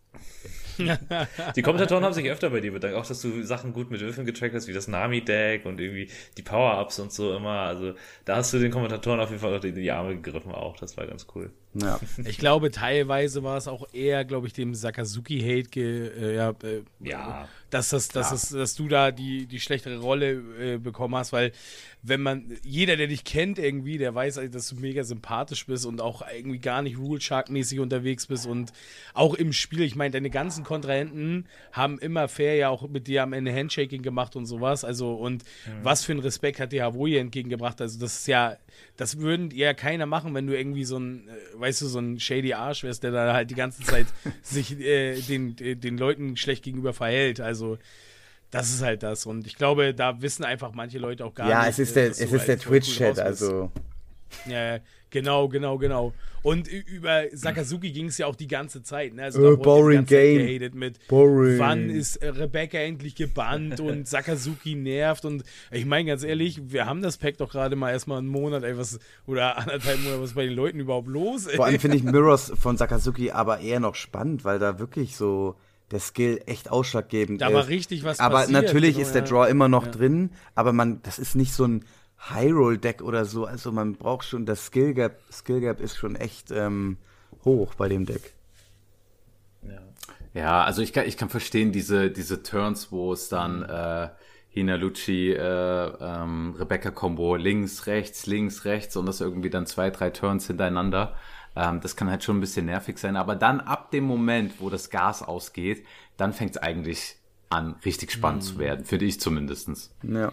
Die Kommentatoren haben sich öfter bei dir bedankt, auch dass du Sachen gut mit Würfeln getrackt hast, wie das Nami-Deck und irgendwie die Power-Ups und so immer. Also da hast du den Kommentatoren auf jeden Fall auch in die Arme gegriffen auch. Das war ganz cool. Ja. Ich glaube, teilweise war es auch eher, glaube ich, dem Sakazuki-Hate, ge, äh, ja, äh, Ja. dass, das, dass, das, dass du da die, die schlechtere Rolle äh, bekommen hast, weil wenn man, jeder, der dich kennt irgendwie, der weiß, also, dass du mega sympathisch bist und auch irgendwie gar nicht Rule Shark-mäßig unterwegs bist und auch im Spiel, ich meine, deine ganzen Kontrahenten haben immer fair ja auch mit dir am Ende Handshaking gemacht und sowas, also und was für einen Respekt hat dir Hawoye entgegengebracht, also das ist ja, das würden ja keiner machen, wenn du irgendwie so ein, äh, weißt du, so ein shady Arsch wärst, der da halt die ganze Zeit sich äh, den, äh, den Leuten schlecht gegenüber verhält, also das ist halt das. Und ich glaube, da wissen einfach manche Leute auch gar Ja, nicht. es ist äh, der, dass es du ist der halt voll cool Twitch-Chat, raus bist. also. Ja, genau, genau, genau. Und ü- über Sakazuki ging es ja auch die ganze Zeit. Ne? Also Äh, da wurde die boring ganze Zeit game. gehatet mit, Boring. wann ist äh, Rebecca endlich gebannt und Sakazuki nervt. Und ich meine ganz ehrlich, wir haben das Pack doch gerade mal erstmal einen Monat, ey, was, oder anderthalb Monate, was ist bei den Leuten überhaupt los? Ey? Vor allem finde ich Mirrors von Sakazuki aber eher noch spannend, weil da wirklich so der Skill echt ausschlaggebend Da ist. war richtig was aber passiert. natürlich genau, ist der ja. Draw immer noch Ja. drin, aber man, das ist nicht so ein High-Roll-Deck oder so, also man braucht schon, das Skill Gap, Skill Gap ist schon echt ähm, hoch bei dem Deck. Ja. Ja, also ich kann, ich kann verstehen, diese, diese Turns, wo es dann äh, Hinaluchi, äh, ähm, Rebecca-Kombo links, rechts, links, rechts und das irgendwie dann zwei, drei Turns hintereinander. Ähm, das kann halt schon ein bisschen nervig sein. Aber dann ab dem Moment, wo das Gas ausgeht, dann fängt es eigentlich an, richtig spannend zu werden. Finde ich zumindestens. Ja.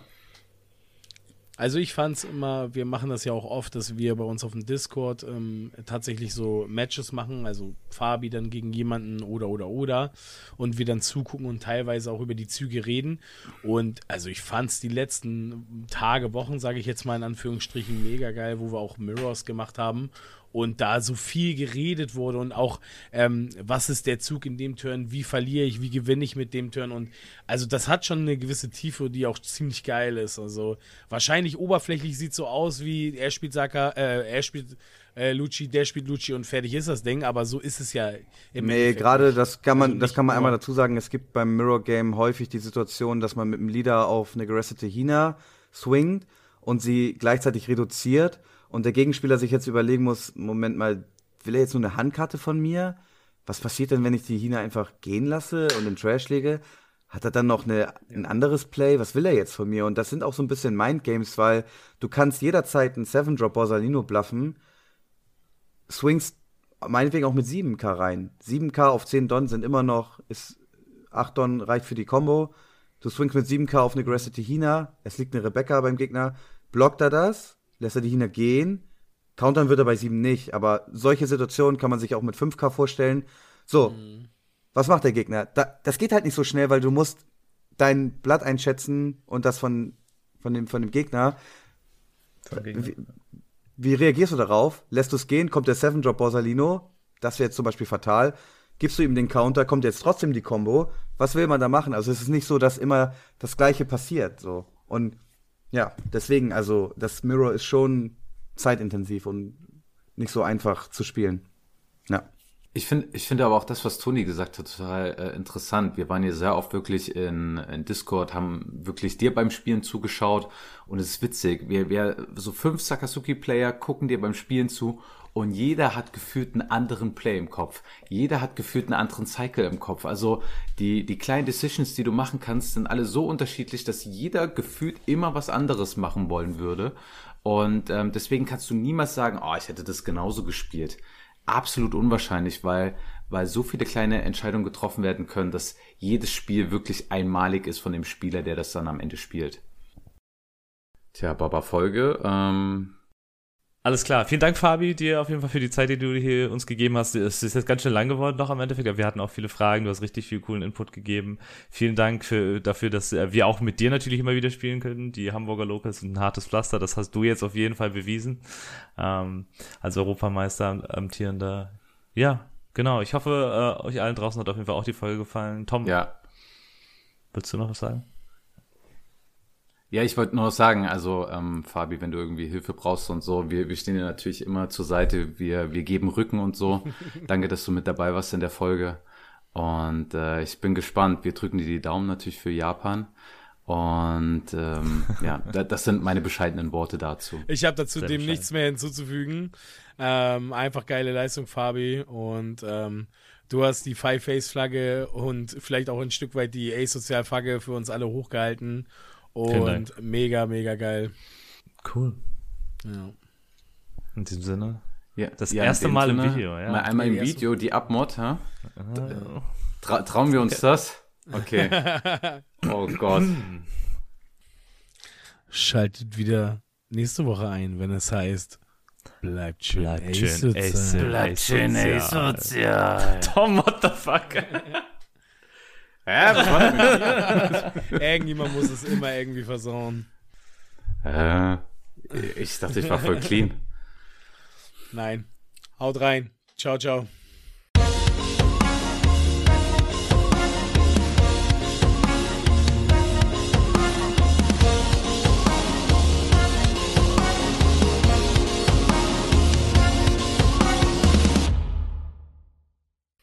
Also ich fand's immer, wir machen das ja auch oft, dass wir bei uns auf dem Discord ähm, tatsächlich so Matches machen, also Fabi dann gegen jemanden oder oder oder und wir dann zugucken und teilweise auch über die Züge reden und also ich fand's die letzten Tage, Wochen, sage ich jetzt mal in Anführungsstrichen, mega geil, wo wir auch Mirrors gemacht haben und da so viel geredet wurde und auch, ähm, was ist der Zug in dem Turn, wie verliere ich, wie gewinne ich mit dem Turn und also das hat schon eine gewisse Tiefe, die auch ziemlich geil ist, also wahrscheinlich oberflächlich sieht so aus wie, er spielt Saka, äh, er spielt äh, Lucci, der spielt Lucci und fertig ist das Ding, aber so ist es ja im Nee, Endeffekt gerade nicht. das kann man, Also das nicht kann man nur- einmal dazu sagen, es gibt beim Mirror Game häufig die Situation, dass man mit dem Leader auf eine gerestete Hina swingt und sie gleichzeitig reduziert und der Gegenspieler sich jetzt überlegen muss, Moment mal, will er jetzt nur eine Handkarte von mir? Was passiert denn, wenn ich die Hina einfach gehen lasse und in Trash lege? Hat er dann noch eine, ein anderes Play? Was will er jetzt von mir? Und das sind auch so ein bisschen Mindgames, weil du kannst jederzeit einen seven Drop Borsalino bluffen, swingst meinetwegen auch mit sieben K rein. sieben K auf zehn Don sind immer noch, ist acht Don reicht für die Combo. Du swingst mit sieben K auf eine Gerestete Hina, es liegt eine Rebecca beim Gegner, blockt er das, lässt er die Hina gehen, countern wird er bei sieben nicht, aber solche Situationen kann man sich auch mit fünf K vorstellen. So, was macht der Gegner? Da, das geht halt nicht so schnell, weil du musst dein Blatt einschätzen und das von, von, dem, von dem Gegner. Wie, wie reagierst du darauf? Lässt du es gehen? Kommt der seven Drop Borsalino? Das wäre jetzt zum Beispiel fatal. Gibst du ihm den Counter? Kommt jetzt trotzdem die Combo? Was will man da machen? Also es ist nicht so, dass immer das Gleiche passiert. So. Und ja, deswegen, also das Mirror ist schon zeitintensiv und nicht so einfach zu spielen. Ja. Ich finde ich finde aber auch das, was Toni gesagt hat, total äh, interessant. Wir waren hier sehr oft wirklich in, in Discord, haben wirklich dir beim Spielen zugeschaut und es ist witzig. Wir, wir so fünf Sakazuki-Player gucken dir beim Spielen zu und jeder hat gefühlt einen anderen Play im Kopf. Jeder hat gefühlt einen anderen Cycle im Kopf. Also die, die kleinen Decisions, die du machen kannst, sind alle so unterschiedlich, dass jeder gefühlt immer was anderes machen wollen würde. Und ähm, deswegen kannst du niemals sagen, oh, ich hätte das genauso gespielt. Absolut unwahrscheinlich, weil, weil so viele kleine Entscheidungen getroffen werden können, dass jedes Spiel wirklich einmalig ist von dem Spieler, der das dann am Ende spielt. Tja, Baba Folge. Ähm Alles klar. Vielen Dank, Fabi, dir auf jeden Fall für die Zeit, die du hier uns gegeben hast. Es ist jetzt ganz schön lang geworden noch am Endeffekt, aber wir hatten auch viele Fragen. Du hast richtig viel coolen Input gegeben. Vielen Dank für, dafür, dass wir auch mit dir natürlich immer wieder spielen können. Die Hamburger Locals sind ein hartes Pflaster. Das hast du jetzt auf jeden Fall bewiesen. Ähm, als Europameister amtierender. Ja, genau. Ich hoffe, äh, euch allen draußen hat auf jeden Fall auch die Folge gefallen. Tom, ja. Willst du noch was sagen? Ja, ich wollte nur noch sagen, also ähm, Fabi, wenn du irgendwie Hilfe brauchst und so, wir, wir stehen dir natürlich immer zur Seite, wir wir geben Rücken und so. Danke, dass du mit dabei warst in der Folge und äh, ich bin gespannt. Wir drücken dir die Daumen natürlich für Japan und ähm, ja, da, das sind meine bescheidenen Worte dazu. Ich habe dazu Sehr dem bescheiden. nichts mehr hinzuzufügen. Ähm, einfach geile Leistung, Fabi, und ähm, du hast die Five-Face-Flagge und vielleicht auch ein Stück weit die A-Sozial-Flagge für uns alle hochgehalten. Und mega, mega geil. Cool. Ja. In diesem Sinne. Ja, Das ja, in erste dem Mal im Sinne, Video, ja. Mal einmal im Ja, erste- Video, die Abmod, ha? Ah. Tra- trauen wir uns das? Okay. Oh Gott. Schaltet wieder nächste Woche ein, wenn es heißt, bleibt schön Bleibt schön asozial. asozial. Bleibt schön asozial. Tom, what the fuck? Ja, was war denn mit Irgendjemand muss es immer irgendwie versauen. dir? Äh, ich dachte, ich war voll clean. Nein. Haut rein. Ciao, ciao.